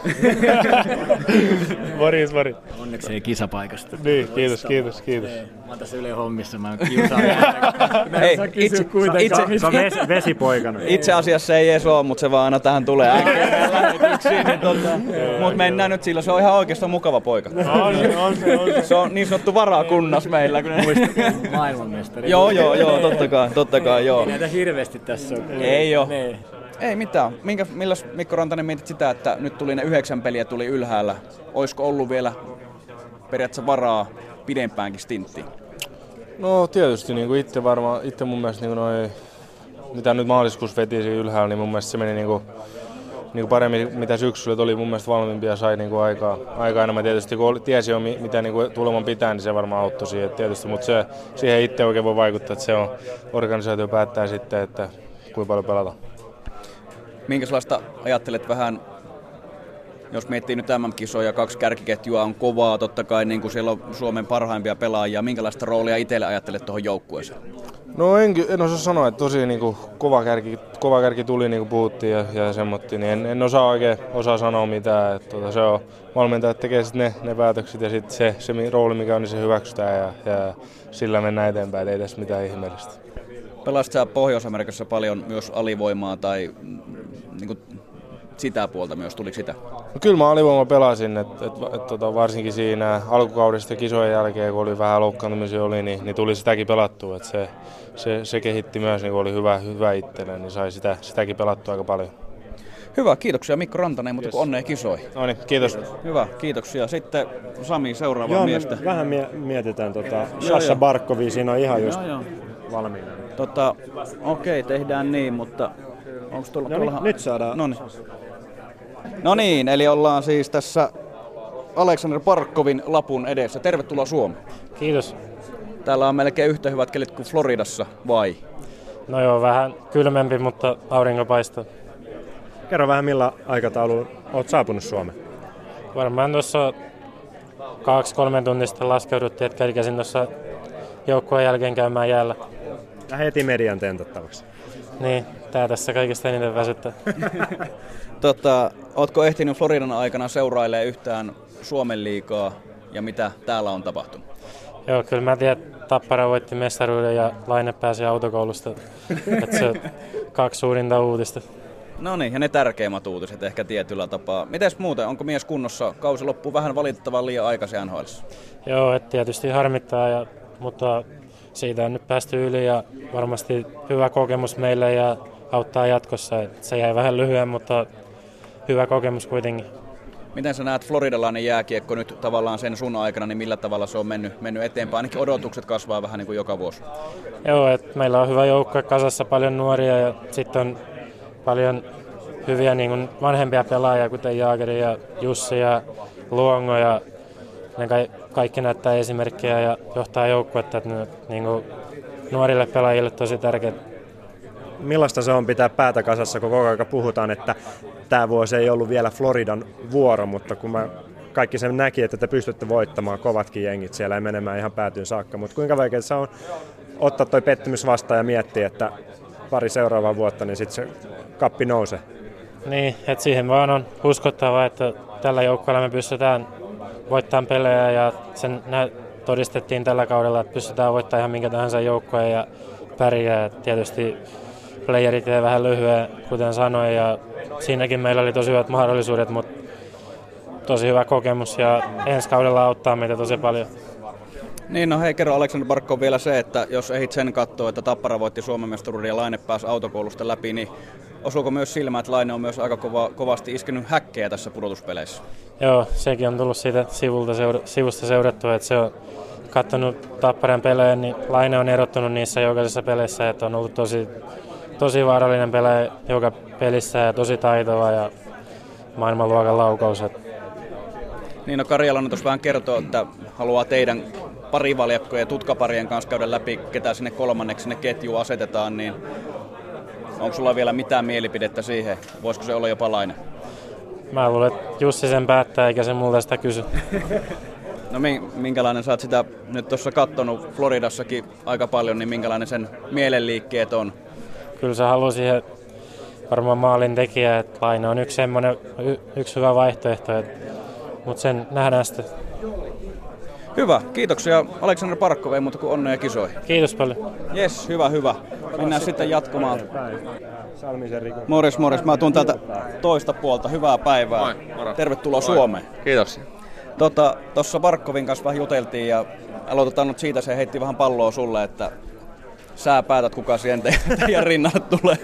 Morjes, morjes. Onneksi ei kisapaikasta. Niin, kiitos, kiitos, kiitos. Mä oon tässä Ylen hommissa, mä kiusaan jälkeen. Hei, itse, itse, se on ves, vesipoikana. Itse asiassa ei edes ole, mutta se vaan aina tähän tulee lähetyksiin. Niin tota, mutta mennään nyt sillä, se on ihan oikeastaan mukava poika. On se, on se, on se. Se on niin sanottu varakunnas meillä. Muistakaa maailmanmestari. Joo, joo, joo, totta kai, totta kai, joo. Ei näitä hirveästi tässä ole. Ei oo. Ei mitään. Minkä, milläs Mikko Rantanen mietit sitä, että nyt tuli ne yhdeksän peliä tuli ylhäällä? Olisiko ollut vielä periaatteessa varaa pidempäänkin stinttiin? No tietysti niin kuin itse varmaan, itse mun mielestä niin noi, mitä nyt maaliskuussa veti siinä ylhäällä, niin mun mielestä se meni niin kuin, niin kuin paremmin mitä syksyllä oli mun mielestä valmiimpia ja sai niin kuin aikaa, aikaa enemmän. Tietysti kun tiesi jo mitä niin kuin tuleman pitää, niin se varmaan auttoi siihen tietysti, mutta se, siihen itse oikein voi vaikuttaa, että se on organisaatio päättää sitten, että kuinka paljon pelataan. Minkälaista ajattelet vähän, jos miettii nyt M M-kisoja, kaksi kärkiketjua on kovaa, totta kai niin kuin siellä on Suomen parhaimpia pelaajia, minkälaista roolia itselle ajattelet tuohon joukkueeseen? No en, en osaa sanoa, että tosi niin kuin kova, kärki, kova kärki tuli niin kuin puhuttiin ja, ja semmoittiin, niin en, en osaa oikein osaa sanoa mitään. Että, tota, se on, valmentajat tekee sitten ne, ne päätökset ja sitten se, se rooli mikä on, niin se hyväksytään ja, ja sillä mennään eteenpäin, ei tässä mitään ihmeellistä. Pelasit sä Pohjois-Amerikassa paljon myös alivoimaa tai niin kuin sitä puolta myös, tuliko sitä? No, kyllä mä alivoima pelasin, että et, et, tota, varsinkin siinä alkukaudesta kisojen jälkeen, kun oli vähän loukkaantumisia oli, niin, niin tuli sitäkin pelattua. Et se, se, se kehitti myös, niin kun oli hyvä, hyvä itselleen, niin sai sitä, sitäkin pelattua aika paljon. Hyvä, kiitoksia Mikko Rantanen, mutta yes. Onnea kisoihin. No niin, kiitos. Hyvä, kiitoksia. Sitten Sami, seuraava joo, miestä. Vähän mie- mietitään, tota, Sasha Barkovi, siinä on ihan just joo, valmiina. Tota, okei, okay, tehdään niin, mutta onko tuolla... No niin, nyt saadaan. No niin. No niin, eli ollaan siis tässä Aleksander Barkovin lapun edessä. Tervetuloa Suomeen. Kiitos. Täällä on melkein yhtä hyvät kelit kuin Floridassa, vai? No joo, vähän kylmempi, mutta aurinko paistaa. Kerro vähän, millä aikataululla olet saapunut Suomeen? Varmaan tuossa kaksi kolme tunnista laskeuduttiin, että kerkäsin tuossa joukkueen jälkeen käymään jäällä. Ja heti median tentattavaksi. Niin, tää tässä kaikista eniten väsyttää. tota, ootko ehtinyt Floridan aikana seurailemaan yhtään Suomen liigaa ja mitä täällä on tapahtunut? Joo, kyllä mä tiedän, että Tappara voitti mestaruuden ja Laine pääsi autokoulusta. Että se on kaksi suurinta uutista. No niin, ja ne tärkeimmät uutiset ehkä tietyllä tapaa. Mites muuten, onko mies kunnossa? Kausi loppuu vähän valitettavan liian aikaisin N H L:ssä. Joo, että tietysti harmittaa, ja, mutta siitä on nyt päästy yli ja varmasti hyvä kokemus meille ja auttaa jatkossa. Se jäi vähän lyhyen, mutta hyvä kokemus kuitenkin. Miten sä näet floridalainen jääkiekko nyt tavallaan sen sun aikana, niin millä tavalla se on mennyt, mennyt eteenpäin? Ainakin odotukset kasvaa vähän niin kuin joka vuosi. Joo, että meillä on hyvä joukkue kasassa, paljon nuoria ja sitten on paljon hyviä niin kuin vanhempia pelaajia, kuten Jaageri ja Jussi ja Luongo. Ja ne kaikki näyttää esimerkkejä ja johtaa joukkuetta, että ne, niin kuin nuorille pelaajille tosi tärkeää. millaista se on pitää päätä kasassa, kun koko ajan puhutaan, että tämä vuosi ei ollut vielä Floridan vuoro, mutta kun mä kaikki sen näki, että te pystytte voittamaan kovatkin jengit siellä ja menemään ihan päätyyn saakka, mutta kuinka vaikeaa se on ottaa toi pettymys vastaan ja miettiä, että pari seuraavaa vuotta, niin sitten se kappi nousee. Niin, että siihen vaan on uskottava, että tällä joukkueella me pystytään voittamaan pelejä ja sen todistettiin tällä kaudella, että pystytään voittamaan ihan minkä tahansa joukkueen ja pärjää. Tietysti playerit jäi vähän lyhyen, kuten sanoin, ja siinäkin meillä oli tosi hyvät mahdollisuudet, mutta tosi hyvä kokemus ja ensi kaudella auttaa meitä tosi paljon. Niin, no hei, kerro Aleksander Barkov vielä se, että jos ehdit sen katsoa, että Tappara voitti Suomen mestaruuden ja Laine pääsi autokoulusta läpi, niin osuuko myös silmään, että Laine on myös aika kova, kovasti iskenyt häkkejä tässä pudotuspeleissä? Joo, sekin on tullut siitä sivulta seura- sivusta seurattua, että se on katsonut Tapparan pelejä, niin Laine on erottunut niissä jokaisessa peleissä, että on ollut tosi, tosi vaarallinen pelaaja joka pelissä ja tosi taitava ja maailmanluokan laukaus. Niin, no Karjalainen tuossa vähän kertoo, että haluaa teidän parivaljakkojen ja tutkaparien kanssa käydä läpi, ketä sinne kolmanneksi sinne ketjuun asetetaan, niin onko sulla vielä mitään mielipidettä siihen? Voisiko se olla jopa Laine? Mä luulen, että Jussi sen päättää, eikä se multa sitä kysy. No minkälainen sä oot sitä nyt tuossa kattonut Floridassakin aika paljon, niin minkälainen sen mielenliikkeet on? Kyllä se haluaa siihen varmaan maalin tekijä, että Laine on yksi, semmoinen, y- yksi hyvä vaihtoehto, mutta sen nähdään sitten. Hyvä, kiitoksia Aleksander Barkov, ei muuta kuin onnea kisoihin. Kiitos paljon. Jes, hyvä, hyvä. Mennään sitten jatkumaan. Morjes, morjes. Mä tuun täältä toista puolta. Hyvää päivää. Moi, Tervetuloa Moi. Suomeen. Kiitoksia. Tuossa tota, Barkovin kanssa vähän juteltiin ja aloitetaan nyt siitä, se heitti vähän palloa sulle, että sä päätät, kuka siihen te- teidän rinnalle tulee.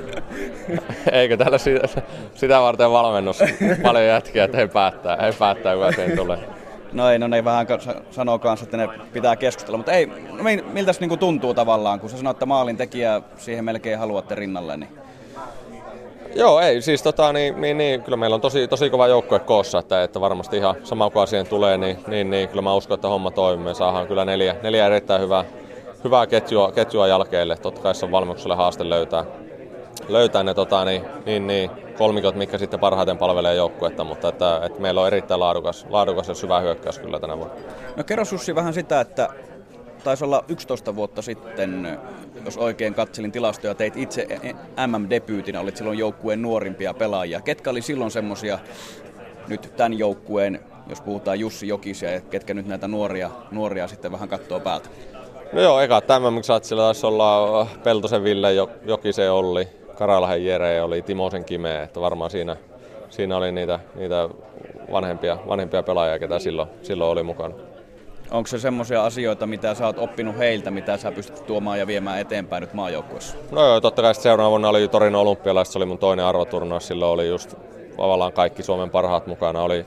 Eikö täällä sitä, sitä varten valmennus paljon jätkiä, että he päättää, he päättää kuka siihen tulee. No ei, no ne vähän sanoo kanssa, että ne pitää keskustella, mutta ei, no miltä se niinku tuntuu tavallaan, kun sä sanoit, että maalin tekijä siihen melkein haluatte rinnalle, niin... Joo, ei, siis tota, niin, niin, niin, kyllä meillä on tosi, tosi kova joukkue koossa, että, että varmasti ihan sama kun siihen tulee, niin, niin, niin kyllä mä uskon, että homma toimii. Me saadaan kyllä neljä, neljä erittäin hyvää, hyvää ketjua, ketjua jälkeelle, totta kai se on valmiukselle haaste löytää, löytää ne tota, niin, niin, niin, kolmikot, mitkä sitten parhaiten palvelee joukkuetta, mutta että, että meillä on erittäin laadukas, laadukas ja syvä hyökkäys kyllä tänä vuonna. No kerro Jussi vähän sitä, että taisi olla yksitoista vuotta sitten, jos oikein katselin tilastoja, teit itse M M-debyytinä, olit silloin joukkueen nuorimpia pelaajia. Ketkä oli silloin semmoisia nyt tämän joukkueen, jos puhutaan Jussi Jokisia, ja ketkä nyt näitä nuoria, nuoria sitten vähän katsoo päältä? No joo, eka tämä, miksi sillä taisi olla Peltosen Ville, Jokisen Olli, Karalahen Jere oli Timosen Kime, että varmaan siinä, siinä oli niitä, niitä vanhempia, vanhempia pelaajia, ketä silloin, silloin oli mukana. Onko se semmoisia asioita, mitä sä oot oppinut heiltä, mitä sä pystyt tuomaan ja viemään eteenpäin nyt maajoukkueessa? No joo, totta kai seuraavana vuonna oli Torino olympialaiset, se oli mun toinen arvoturnaus, silloin oli just tavallaan kaikki Suomen parhaat mukana, oli,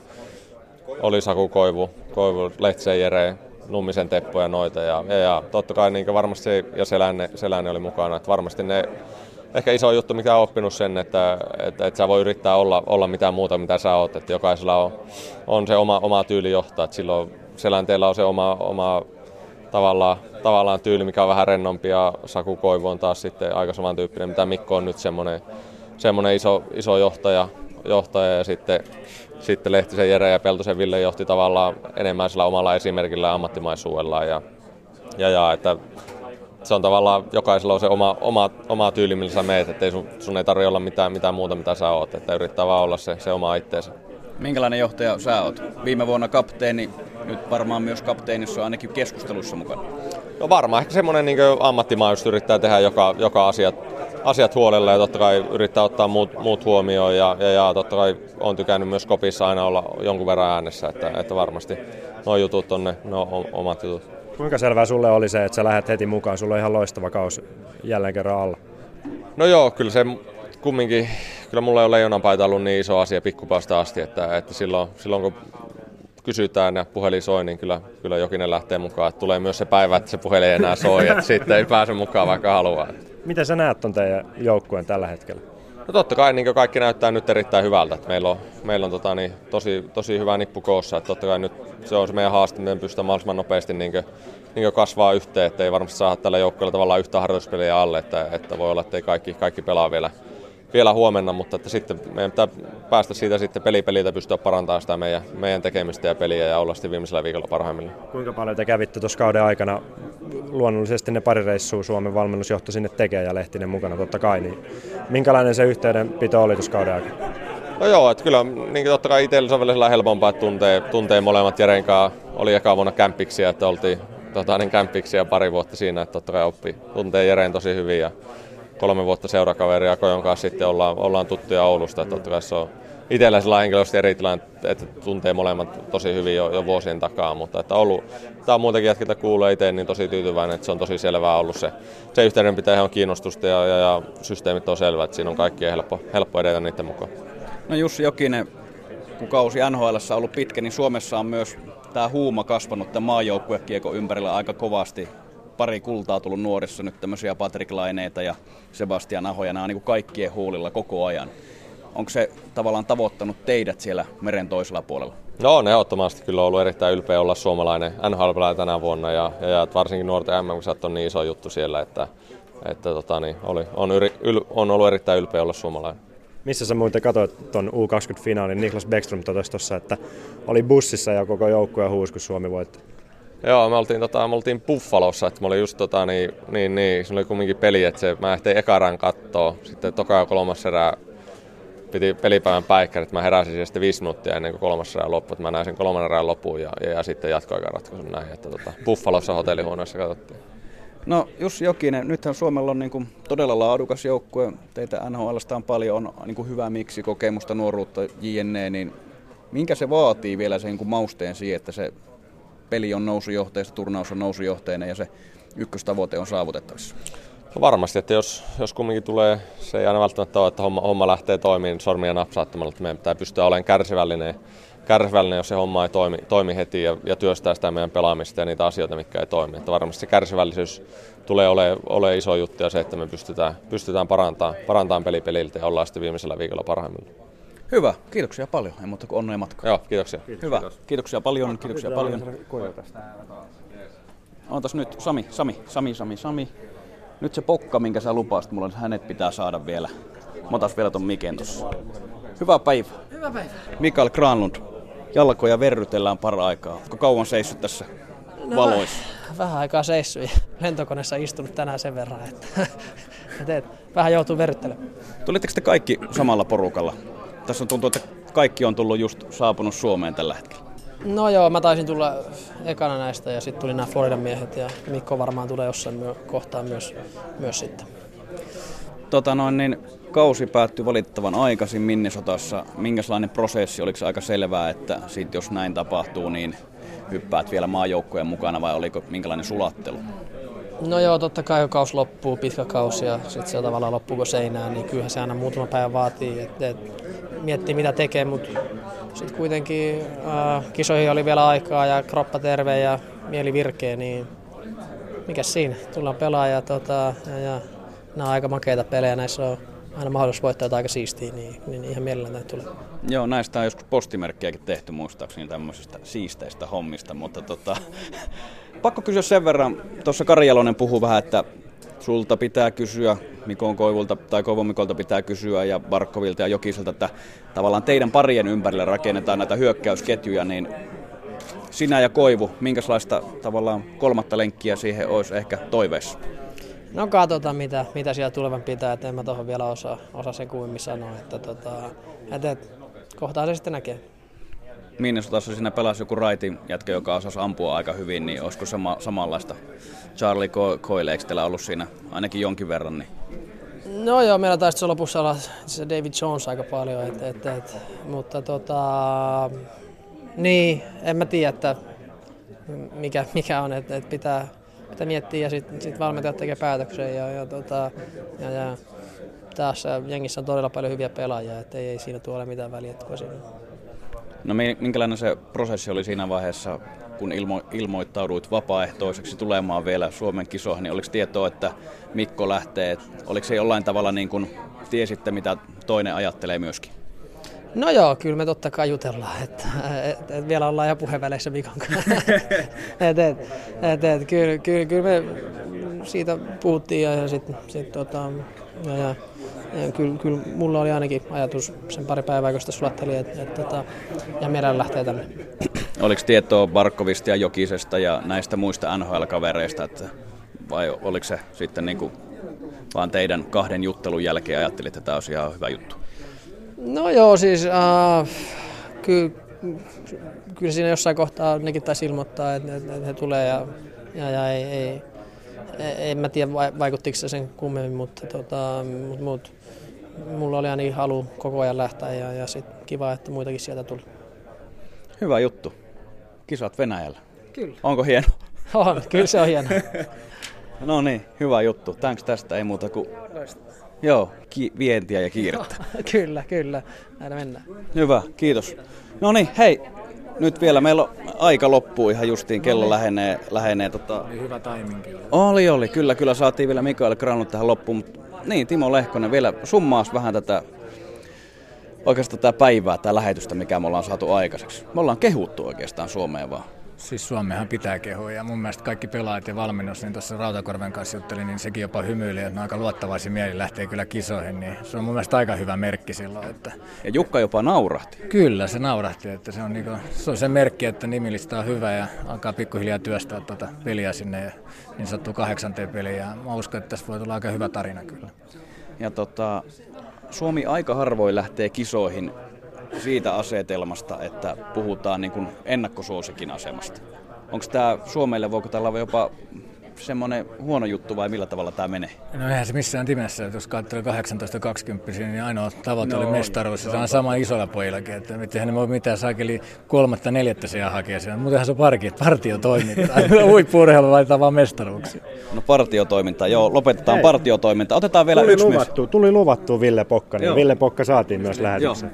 oli Saku Koivu, Koivu Lehtisen Jere, Nummisen Teppo ja noita ja, ja, ja totta kai niin varmasti ja Selänne, Selänne oli mukana, että varmasti ne ehkä iso juttu, mikä on oppinut sen, että, että, että sä voi yrittää olla, olla mitään muuta, mitä sä oot, että jokaisella on, on se oma, oma tyyli johtaa, että silloin Selänteellä on se oma, oma tavallaan, tavallaan tyyli, mikä on vähän rennompi ja Saku Koivu on taas sitten aika samantyyppinen, mitä Mikko on nyt semmoinen, semmoinen iso, iso johtaja, johtaja ja sitten, sitten Lehtisen Jere ja Peltosen Ville johti tavallaan enemmän sillä omalla esimerkillä ja ammattimaisuudellaan ja, ja, ja että se on tavallaan, jokaisella on se oma, oma, oma tyyli, millä sä meet, että sun, sun ei tarvitse olla mitään, mitään muuta, mitä sä oot, että yrittää vaan olla se, se oma itteensä. Minkälainen johtaja sä oot? Viime vuonna kapteeni, nyt varmaan myös kapteenissa on ainakin keskustelussa mukana. No varmaan ehkä semmoinen niin ammattimaisuus yrittää tehdä joka, joka asiat, asiat huolella ja totta kai yrittää ottaa muut, muut huomioon ja, ja, ja totta kai on tykännyt myös kopissa aina olla jonkun verran äänessä, että, että varmasti nuo jutut on ne no, omat jutut. Kuinka selvää sulle oli se, että sä lähdet heti mukaan? Sulla on ihan loistava kausi jälleen kerran alla. No joo, kyllä se kumminkin, kyllä mulla ei ole leijonanpaita ollut niin iso asia pikkupausta asti, että, että silloin, silloin kun kysytään ja puhelin soi, niin kyllä, kyllä Jokinen lähtee mukaan. Että tulee myös se päivä, että se puhelin enää soi, että sitten ei pääse mukaan vaikka haluaa. Miten sä näet ton teidän joukkueen tällä hetkellä? No totta kai niin kaikki näyttää nyt erittäin hyvältä. Että meillä on, meillä on tota, niin, tosi, tosi hyvä nippu koossa. Että totta kai nyt se on se meidän haaste, miten pystytään mahdollisimman nopeasti niin kuin, niin kuin kasvaa yhteen. Että ei varmasti saada tällä joukkueella tavallaan yhtä harjoituspeliä alle. Että, että voi olla, että ei kaikki, kaikki pelaa vielä, vielä huomenna, mutta että sitten meidän pitää päästä siitä sitten pelipeliltä pystyä parantamaan sitä meidän, meidän tekemistä ja peliä ja olla sitten viimeisellä viikolla parhaimmillaan. Kuinka paljon te kävitte tuossa kauden aikana? Luonnollisesti ne pari reissua Suomen valmennusjohto sinne tekee ja Lehtinen mukana totta kai. Niin minkälainen se yhteydenpito oli tuossa kauden aikana? No joo, että kyllä niin totta kai itsellä se on vielä helpompaa, että tuntee, tuntee molemmat. Jeren kanssa oli eka vuonna kämpiksiä, että oltiin tota, niin kämpiksiä pari vuotta siinä, että totta kai oppi tuntee Jeren tosi hyvin ja kolme vuotta seurakaveria Kojon kanssa sitten ollaan, ollaan tuttuja Oulusta. Että totta kai se on itsellä sillä henkilöisesti eri tilanne, että tuntee molemmat tosi hyvin jo, jo vuosien takaa, mutta että ollut, tämä on muutenkin jätkiltä kuulee itse, niin tosi tyytyväinen, että se on tosi selvää ollut se, se yhteydenpito ihan kiinnostusta ja, ja, ja systeemit on selvä, että siinä on kaikkien helppo, helppo edetä niiden mukaan. No Jussi Jokinen, kun kausi N H L:ssä on ollut pitkä, niin Suomessa on myös tämä huuma kasvanut tämän maajoukkuekiekon ympärillä aika kovasti. Pari kultaa tullut nuorissa, nyt tämmöisiä Patrik Laineita ja Sebastian Ahoja, nämä on niin kuin kaikkien huulilla koko ajan. Onko se tavallaan tavoittanut teidät siellä meren toisella puolella? No on ehdottomasti kyllä ollut erittäin ylpeä olla suomalainen N H L-pelaaja tänä vuonna ja, ja, ja varsinkin nuorten M M-kisat on niin iso juttu siellä, että, että tota, niin oli, on, yri, yl, on ollut erittäin ylpeä olla suomalainen. Missä sä muuten katsoit tuon U kaksikymmentä-finaalin? Niklas Bäckström totesi tuossa, että oli bussissa ja koko joukkue huusi, kun Suomi voitti. Joo, me oltiin, tota, me oltiin Buffalossa, että me oli just tota, niin, niin, niin, se oli kumminkin peli, että se, mä ehtin eka erän kattoo, sitten toka ja kolmas erää piti pelipäivän päikkärit, mä heräsin sitten viisi minuuttia ennen kuin kolmas erää loppui, että mä näin sen kolmannen erään loppuun ja, ja, ja sitten jatkoaikaan ratkaisun näin, että tota, Buffalossa hotellihuoneessa katsottiin. No Jussi Jokinen, nythän Suomella on niin kuin todella laadukas joukkue, teitä N H L:stä on paljon, on niin kuin hyvä miksi, kokemusta, nuoruutta, jne, niin minkä se vaatii vielä sen niin mausteen siihen, että se peli on nousujohteista, turnaus on nousujohteinen ja se ykköstavoite on saavutettavissa? No varmasti, että jos, jos kumminkin tulee, se ei aina välttämättä ole, että homma, homma lähtee toimimaan sormia napsaattamalla, että meidän pitää pystyä olemaan kärsivällinen, kärsivällinen jos se homma ei toimi, toimi heti ja, ja työstää sitä meidän pelaamista ja niitä asioita, mitkä ei toimi. Että varmasti se kärsivällisyys tulee olemaan ole iso juttu ja se, että me pystytään, pystytään parantamaan, parantamaan pelipeliltä ja ollaan sitten viimeisellä viikolla parhaimmilla. Hyvä, kiitoksia paljon. Ei muuta kuin onnea matkaa. Joo, kiitoksia. Hyvä, kiitoksia paljon, kiitoksia paljon. Ootas nyt, Sami, Sami, Sami, Sami, Sami. Nyt se pokka, minkä sä lupasit, mulla hänet pitää saada vielä. Mä otas vielä ton miken tossa. Hyvää päivää. Hyvää päivää. Mikael Granlund, jalkoja verrytellään paraikaa. Oletko kauan seissyt tässä no, valoissa? Vähän, vähän aikaa seissyt ja lentokoneessa istunut tänään sen verran, että teet, vähän joutuu verryttelemään. Tulitteko te kaikki samalla porukalla? Tässä on tuntuu, että kaikki on tullut just saapunut Suomeen tällä hetkellä. No joo, mä taisin tulla ekana näistä ja sitten tuli nämä Floridan miehet ja Mikko varmaan tulee jossain myö- kohtaa myös, myös sitten. Tota noin, niin kausi päättyi valitettavan aikaisin Minnesotassa. Minkälainen prosessi, oliko se aika selvää, että sit jos näin tapahtuu, niin hyppäät vielä maajoukkojen mukana vai oliko minkälainen sulattelu? No joo, totta kai kun kausi loppuu, pitkä kausi ja sitten se tavallaan loppuuko seinään, niin kyllähän se aina muutama päivä vaatii, että et miettii mitä tekee, mutta sitten kuitenkin äh, kisoihin oli vielä aikaa ja kroppa terve ja mieli virkeä, niin mikäs siinä, tullaan pelaa ja, tota, ja, ja nämä on aika makeita pelejä, näissä on aina mahdollisuus voittaa aika siistiä, niin, niin ihan mielellään näitä tulee. Joo, näistä on joskus postimerkkiäkin tehty muistaakseni tämmöisistä siisteistä hommista, mutta tota, pakko kysyä sen verran, tuossa Kari Jalonen puhui vähän, että sulta pitää kysyä, Mikon Koivulta tai Koivon Mikolta pitää kysyä ja Barkovilta ja Jokiselta, että tavallaan teidän parien ympärille rakennetaan näitä hyökkäysketjuja, niin sinä ja Koivu, minkälaista tavallaan kolmatta lenkkiä siihen olisi ehkä toiveissa? No katsotaan mitä, mitä siellä tulevan pitää, että en mä tuohon vielä osaa, osaa sen kummemmin sanoa, että tota, et, et, kohtaa se sitten näkee. Minnesotassa siinä pelasi joku raitin jätkä, joka osasi ampua aika hyvin, niin olisiko sama, samanlaista Charlie Coyle, eikö teillä ollut siinä ainakin jonkin verran? Niin? No joo, meillä taisi se lopussa olla se David Jones aika paljon, et, et, et, mutta tota, niin, en mä tiedä, että mikä, mikä on, että et pitää, pitää miettiä ja sitten sit valmentajat tekee päätöksen ja, ja, tota, ja, ja tässä jengissä on todella paljon hyviä pelaajia, että ei, ei siinä tule ole mitään väliä. Siinä... No minkälainen se prosessi oli siinä vaiheessa, kun ilmo, ilmoittauduit vapaaehtoiseksi tulemaan vielä Suomen kisoihin, niin oliko tietoa, että Mikko lähtee, oliko se jollain tavalla niin kuin tiesitte, mitä toinen ajattelee myöskin? No joo, kyllä me totta kai jutellaan, että et, et vielä ollaan ihan puheenväleissä Mikon kanssa. et, et, et, et, kyllä, kyllä, kyllä me siitä puhuttiin ja, ja sitten sit, tota, ja, ja, ja kyllä, kyllä mulla oli ainakin ajatus sen pari päivää, kun sitä sulatteli, että et, tota, ja mielellä lähtee tänne. Oliko tietoa Barkovista ja Jokisesta ja näistä muista N H L-kavereista, että, vai oliko se sitten niin kuin vaan teidän kahden juttelun jälkeen ajattelitte, että tämä olisi ihan hyvä juttu? No joo, siis äh, kyllä, kyllä siinä jossain kohtaa nekin taisi ilmoittaa, että, että, että he tulee ja, ja, ja ei, ei, ei, en mä tiedä vaikuttiko se sen kummemmin, mutta tota, mut, mut, mulla oli ainakin halu koko ajan lähteä ja, ja sit kiva, että muitakin sieltä tuli. Hyvä juttu. Kisat Venäjällä. Kyllä. Onko hieno? On, kyllä se on hieno. No niin, hyvä juttu. Thanks tästä, ei muuta kuin joo, ki- vientiä ja kiirettä. Kyllä, kyllä. Näin mennään. Hyvä, kiitos. No niin, hei. Nyt vielä meillä on aika loppuu ihan justiin, kello no niin. lähenee. lähenee tota... Oli hyvä timing. Oli, oli. Kyllä, kyllä saatiin vielä Mikael Granlund tähän loppuun. Mutta niin, Timo Lehkonen vielä summaas vähän tätä oikeastaan tätä päivää, tätä lähetystä, mikä me ollaan saatu aikaiseksi. Me ollaan kehuttu oikeastaan Suomeen vaan. Siis Suomehan pitää kehua ja mun mielestä kaikki pelaajat ja valmennus, niin tuossa Rautakorven kanssa juttelin, niin sekin jopa hymyili, että ne aika luottavaisin mieli lähtee kyllä kisoihin, niin se on mun mielestä aika hyvä merkki silloin. Että... Ja Jukka jopa naurahti. Kyllä, se naurahti, että se on, niinku, se on se merkki, että nimilista on hyvä ja alkaa pikkuhiljaa työstää tuota peliä sinne, ja, niin sattuu kahdeksanteen peliin ja mä uskon, että tässä voi tulla aika hyvä tarina kyllä. Ja tota, Suomi aika harvoin lähtee kisoihin siitä asetelmasta, että puhutaan niin kuin ennakkosuosikin asemasta. Onko tämä Suomelle, voiko tällä olla jopa semmoinen huono juttu vai millä tavalla tämä menee? No eihän se missään timessä, että jos katselee kahdeksantoista kaksikymmentä, niin ainoa tavoite no, oli mestaruus ja se on sama isolla pojillakin, että mitenhän ne voi mitään saakeli kolmatta neljättä sijaa hakea siellä. Muutenhan se on parki, että partiotoiminta. Huippu-urheilu laitetaan vaan mestaruuksia. No partiotoiminta, joo, lopetetaan Hei. partiotoiminta. Otetaan vielä tuli yksi luvattu, mies. Tuli luvattu Ville Pokka, niin Ville Pokka saatiin myös lähetyksen.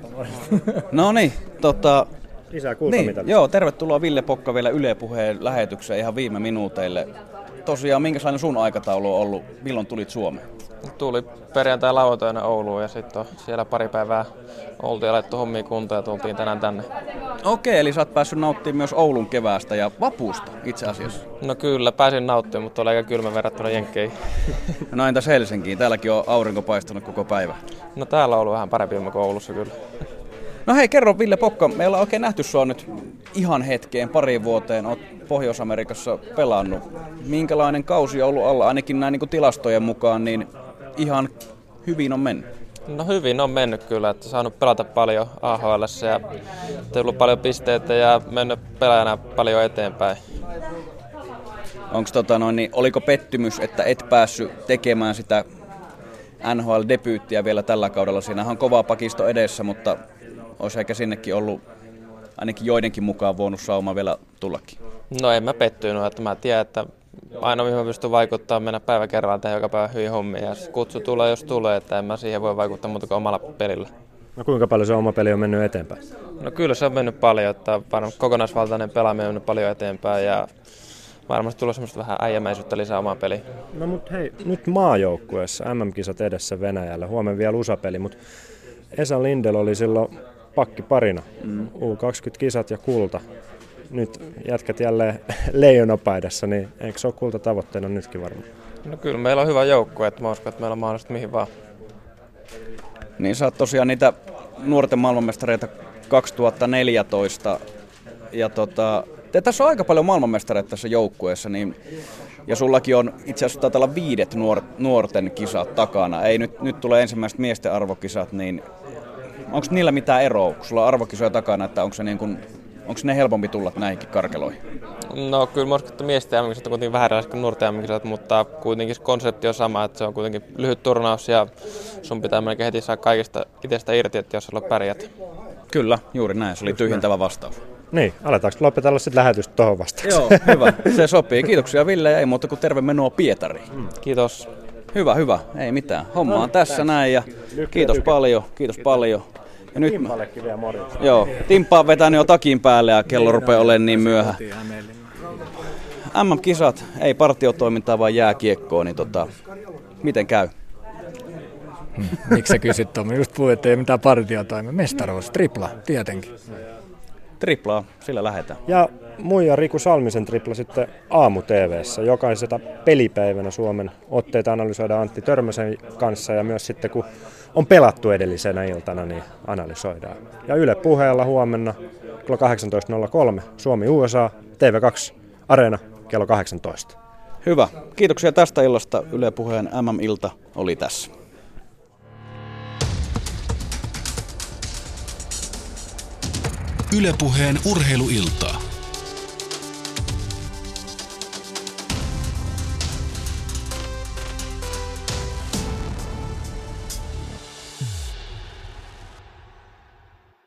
No niin, tota... Lisää kultamitalia. Niin, joo, tervetuloa Ville Pokka vielä Yle Puheen lähetykseen ihan viime minuuteille. Tosiaan, minkälainen sun aikataulu on ollut? Milloin tulit Suomeen? Tuli perjantai lauantaina Ouluun ja sitten siellä pari päivää oltiin ja laittu hommia kuntoon ja tultiin tänään tänne. Okei, eli sä oot päässyt nauttimaan myös Oulun keväästä ja vapuusta itse asiassa. No kyllä, pääsin nauttimaan, mutta oli aika kylmä verrattuna Jenkkeihin. No entäs Helsinkiin? Täälläkin on aurinko paistanut koko päivä. No täällä on ollut vähän parempi kuin Oulussa kyllä. No hei, kerro Ville Pokka, meillä on oikein nähty sua nyt ihan hetkeen, pariin vuoteen, oot Pohjois-Amerikassa pelannut. Minkälainen kausi on ollut alla, ainakin näin niin kuin tilastojen mukaan, niin ihan hyvin on mennyt? No hyvin on mennyt kyllä, että saanut pelata paljon A H L:ssä ja tullut paljon pisteitä ja mennyt pelaajana paljon eteenpäin. Onko tota noin, niin oliko pettymys, että et päässyt tekemään sitä N H L-debyyttiä vielä tällä kaudella? Siinähän on kova pakisto edessä, mutta olisi ehkä sinnekin ollut ainakin joidenkin mukaan voinut sauma vielä tullakin. No en mä pettynyt, että mä tiedän, että aina mihin mä pystyn vaikuttamaan, mennä päivä kerrallaan tehdä joka päivä hyvin hommia. Ja kutsu tulee, jos tulee, että en mä siihen voi vaikuttaa muuta kuin omalla pelillä. No kuinka paljon se oma peli on mennyt eteenpäin? No kyllä se on mennyt paljon, että varmaan kokonaisvaltainen pelaaminen on mennyt paljon eteenpäin ja varmasti tullut semmoista vähän äijämäisyyttä lisää omaan peliin. No mut hei, nyt maajoukkueessa M M-kisat edessä Venäjällä, huomenna vielä U S A-peli, mutta Esa Lindell oli silloin pakki parina, mm. U kaksikymmentä-kisat ja kulta. Nyt jätkät jälleen leijonapaidassa, niin eikö se ole kulta tavoitteena nytkin varmaan? No kyllä meillä on hyvä joukkue, että mä uskon, että meillä on mahdollista mihin vaan. Niin sä oot tosiaan niitä nuorten maailmanmestareita kaksituhattaneljätoista ja tota, te tässä on aika paljon maailmanmestareita tässä joukkueessa, niin ja sullakin on itse asiassa taitaa olla viidet nuor, nuorten kisat takana. Ei nyt, nyt tulee ensimmäiset miesten arvokisat, niin onko niillä mitään eroa, kun sulla on arvokisoja takana, että onko se niin kuin, onko ne helpompi tulla näihinkin karkeloihin? No kyllä mä uskon, että miesten M M-kisat on kuitenkin vähän erilaiset kuin nuorten M M-kisat, mutta kuitenkin konsepti on sama, että se on kuitenkin lyhyt turnaus ja sun pitää melkein heti saada kaikista itsestä irti, että jos sulla pärjät. Kyllä, juuri näin. Se oli tyhjentävä vastaus. Niin, aletaanko lopetella sitten lähetystä tuohon vastaukseen? Joo, hyvä. Se sopii. Kiitoksia Ville ja ei muuta kuin terve menoa Pietariin. Mm. Kiitos. Hyvä, hyvä. Ei mitään. Homma on tässä näin ja kiitos paljon. Kiitos paljon. Ja nyt Timpallekin vielä morjens. Joo, Timppa on vetänyt jo takin päälle ja kello rupeaa olemaan niin myöhä. M M-kisat, ei partiotoimintaa vaan jääkiekkoa, niin tota, miten käy? Hmm. Miksi sä kysyt tuon? Just puhuin, että ei mitään partiotoimia. Mestaruus, tripla, tietenkin. Triplaa, sillä lähdetään. Ja muija Riku Salmisen tripla sitten aamu-T V:ssä. Jokaisena pelipäivänä Suomen otteita analysoidaan Antti Törmäsen kanssa ja myös sitten kun on pelattu edellisenä iltana, niin analysoidaan. Ja Yle Puheella huomenna kello kahdeksantoista nolla kolme Suomi U S A, T V kaksi Areena kello kahdeksantoista. Hyvä. Kiitoksia tästä illasta. Yle Puheen M M-ilta oli tässä. Yle Puheen urheiluilta.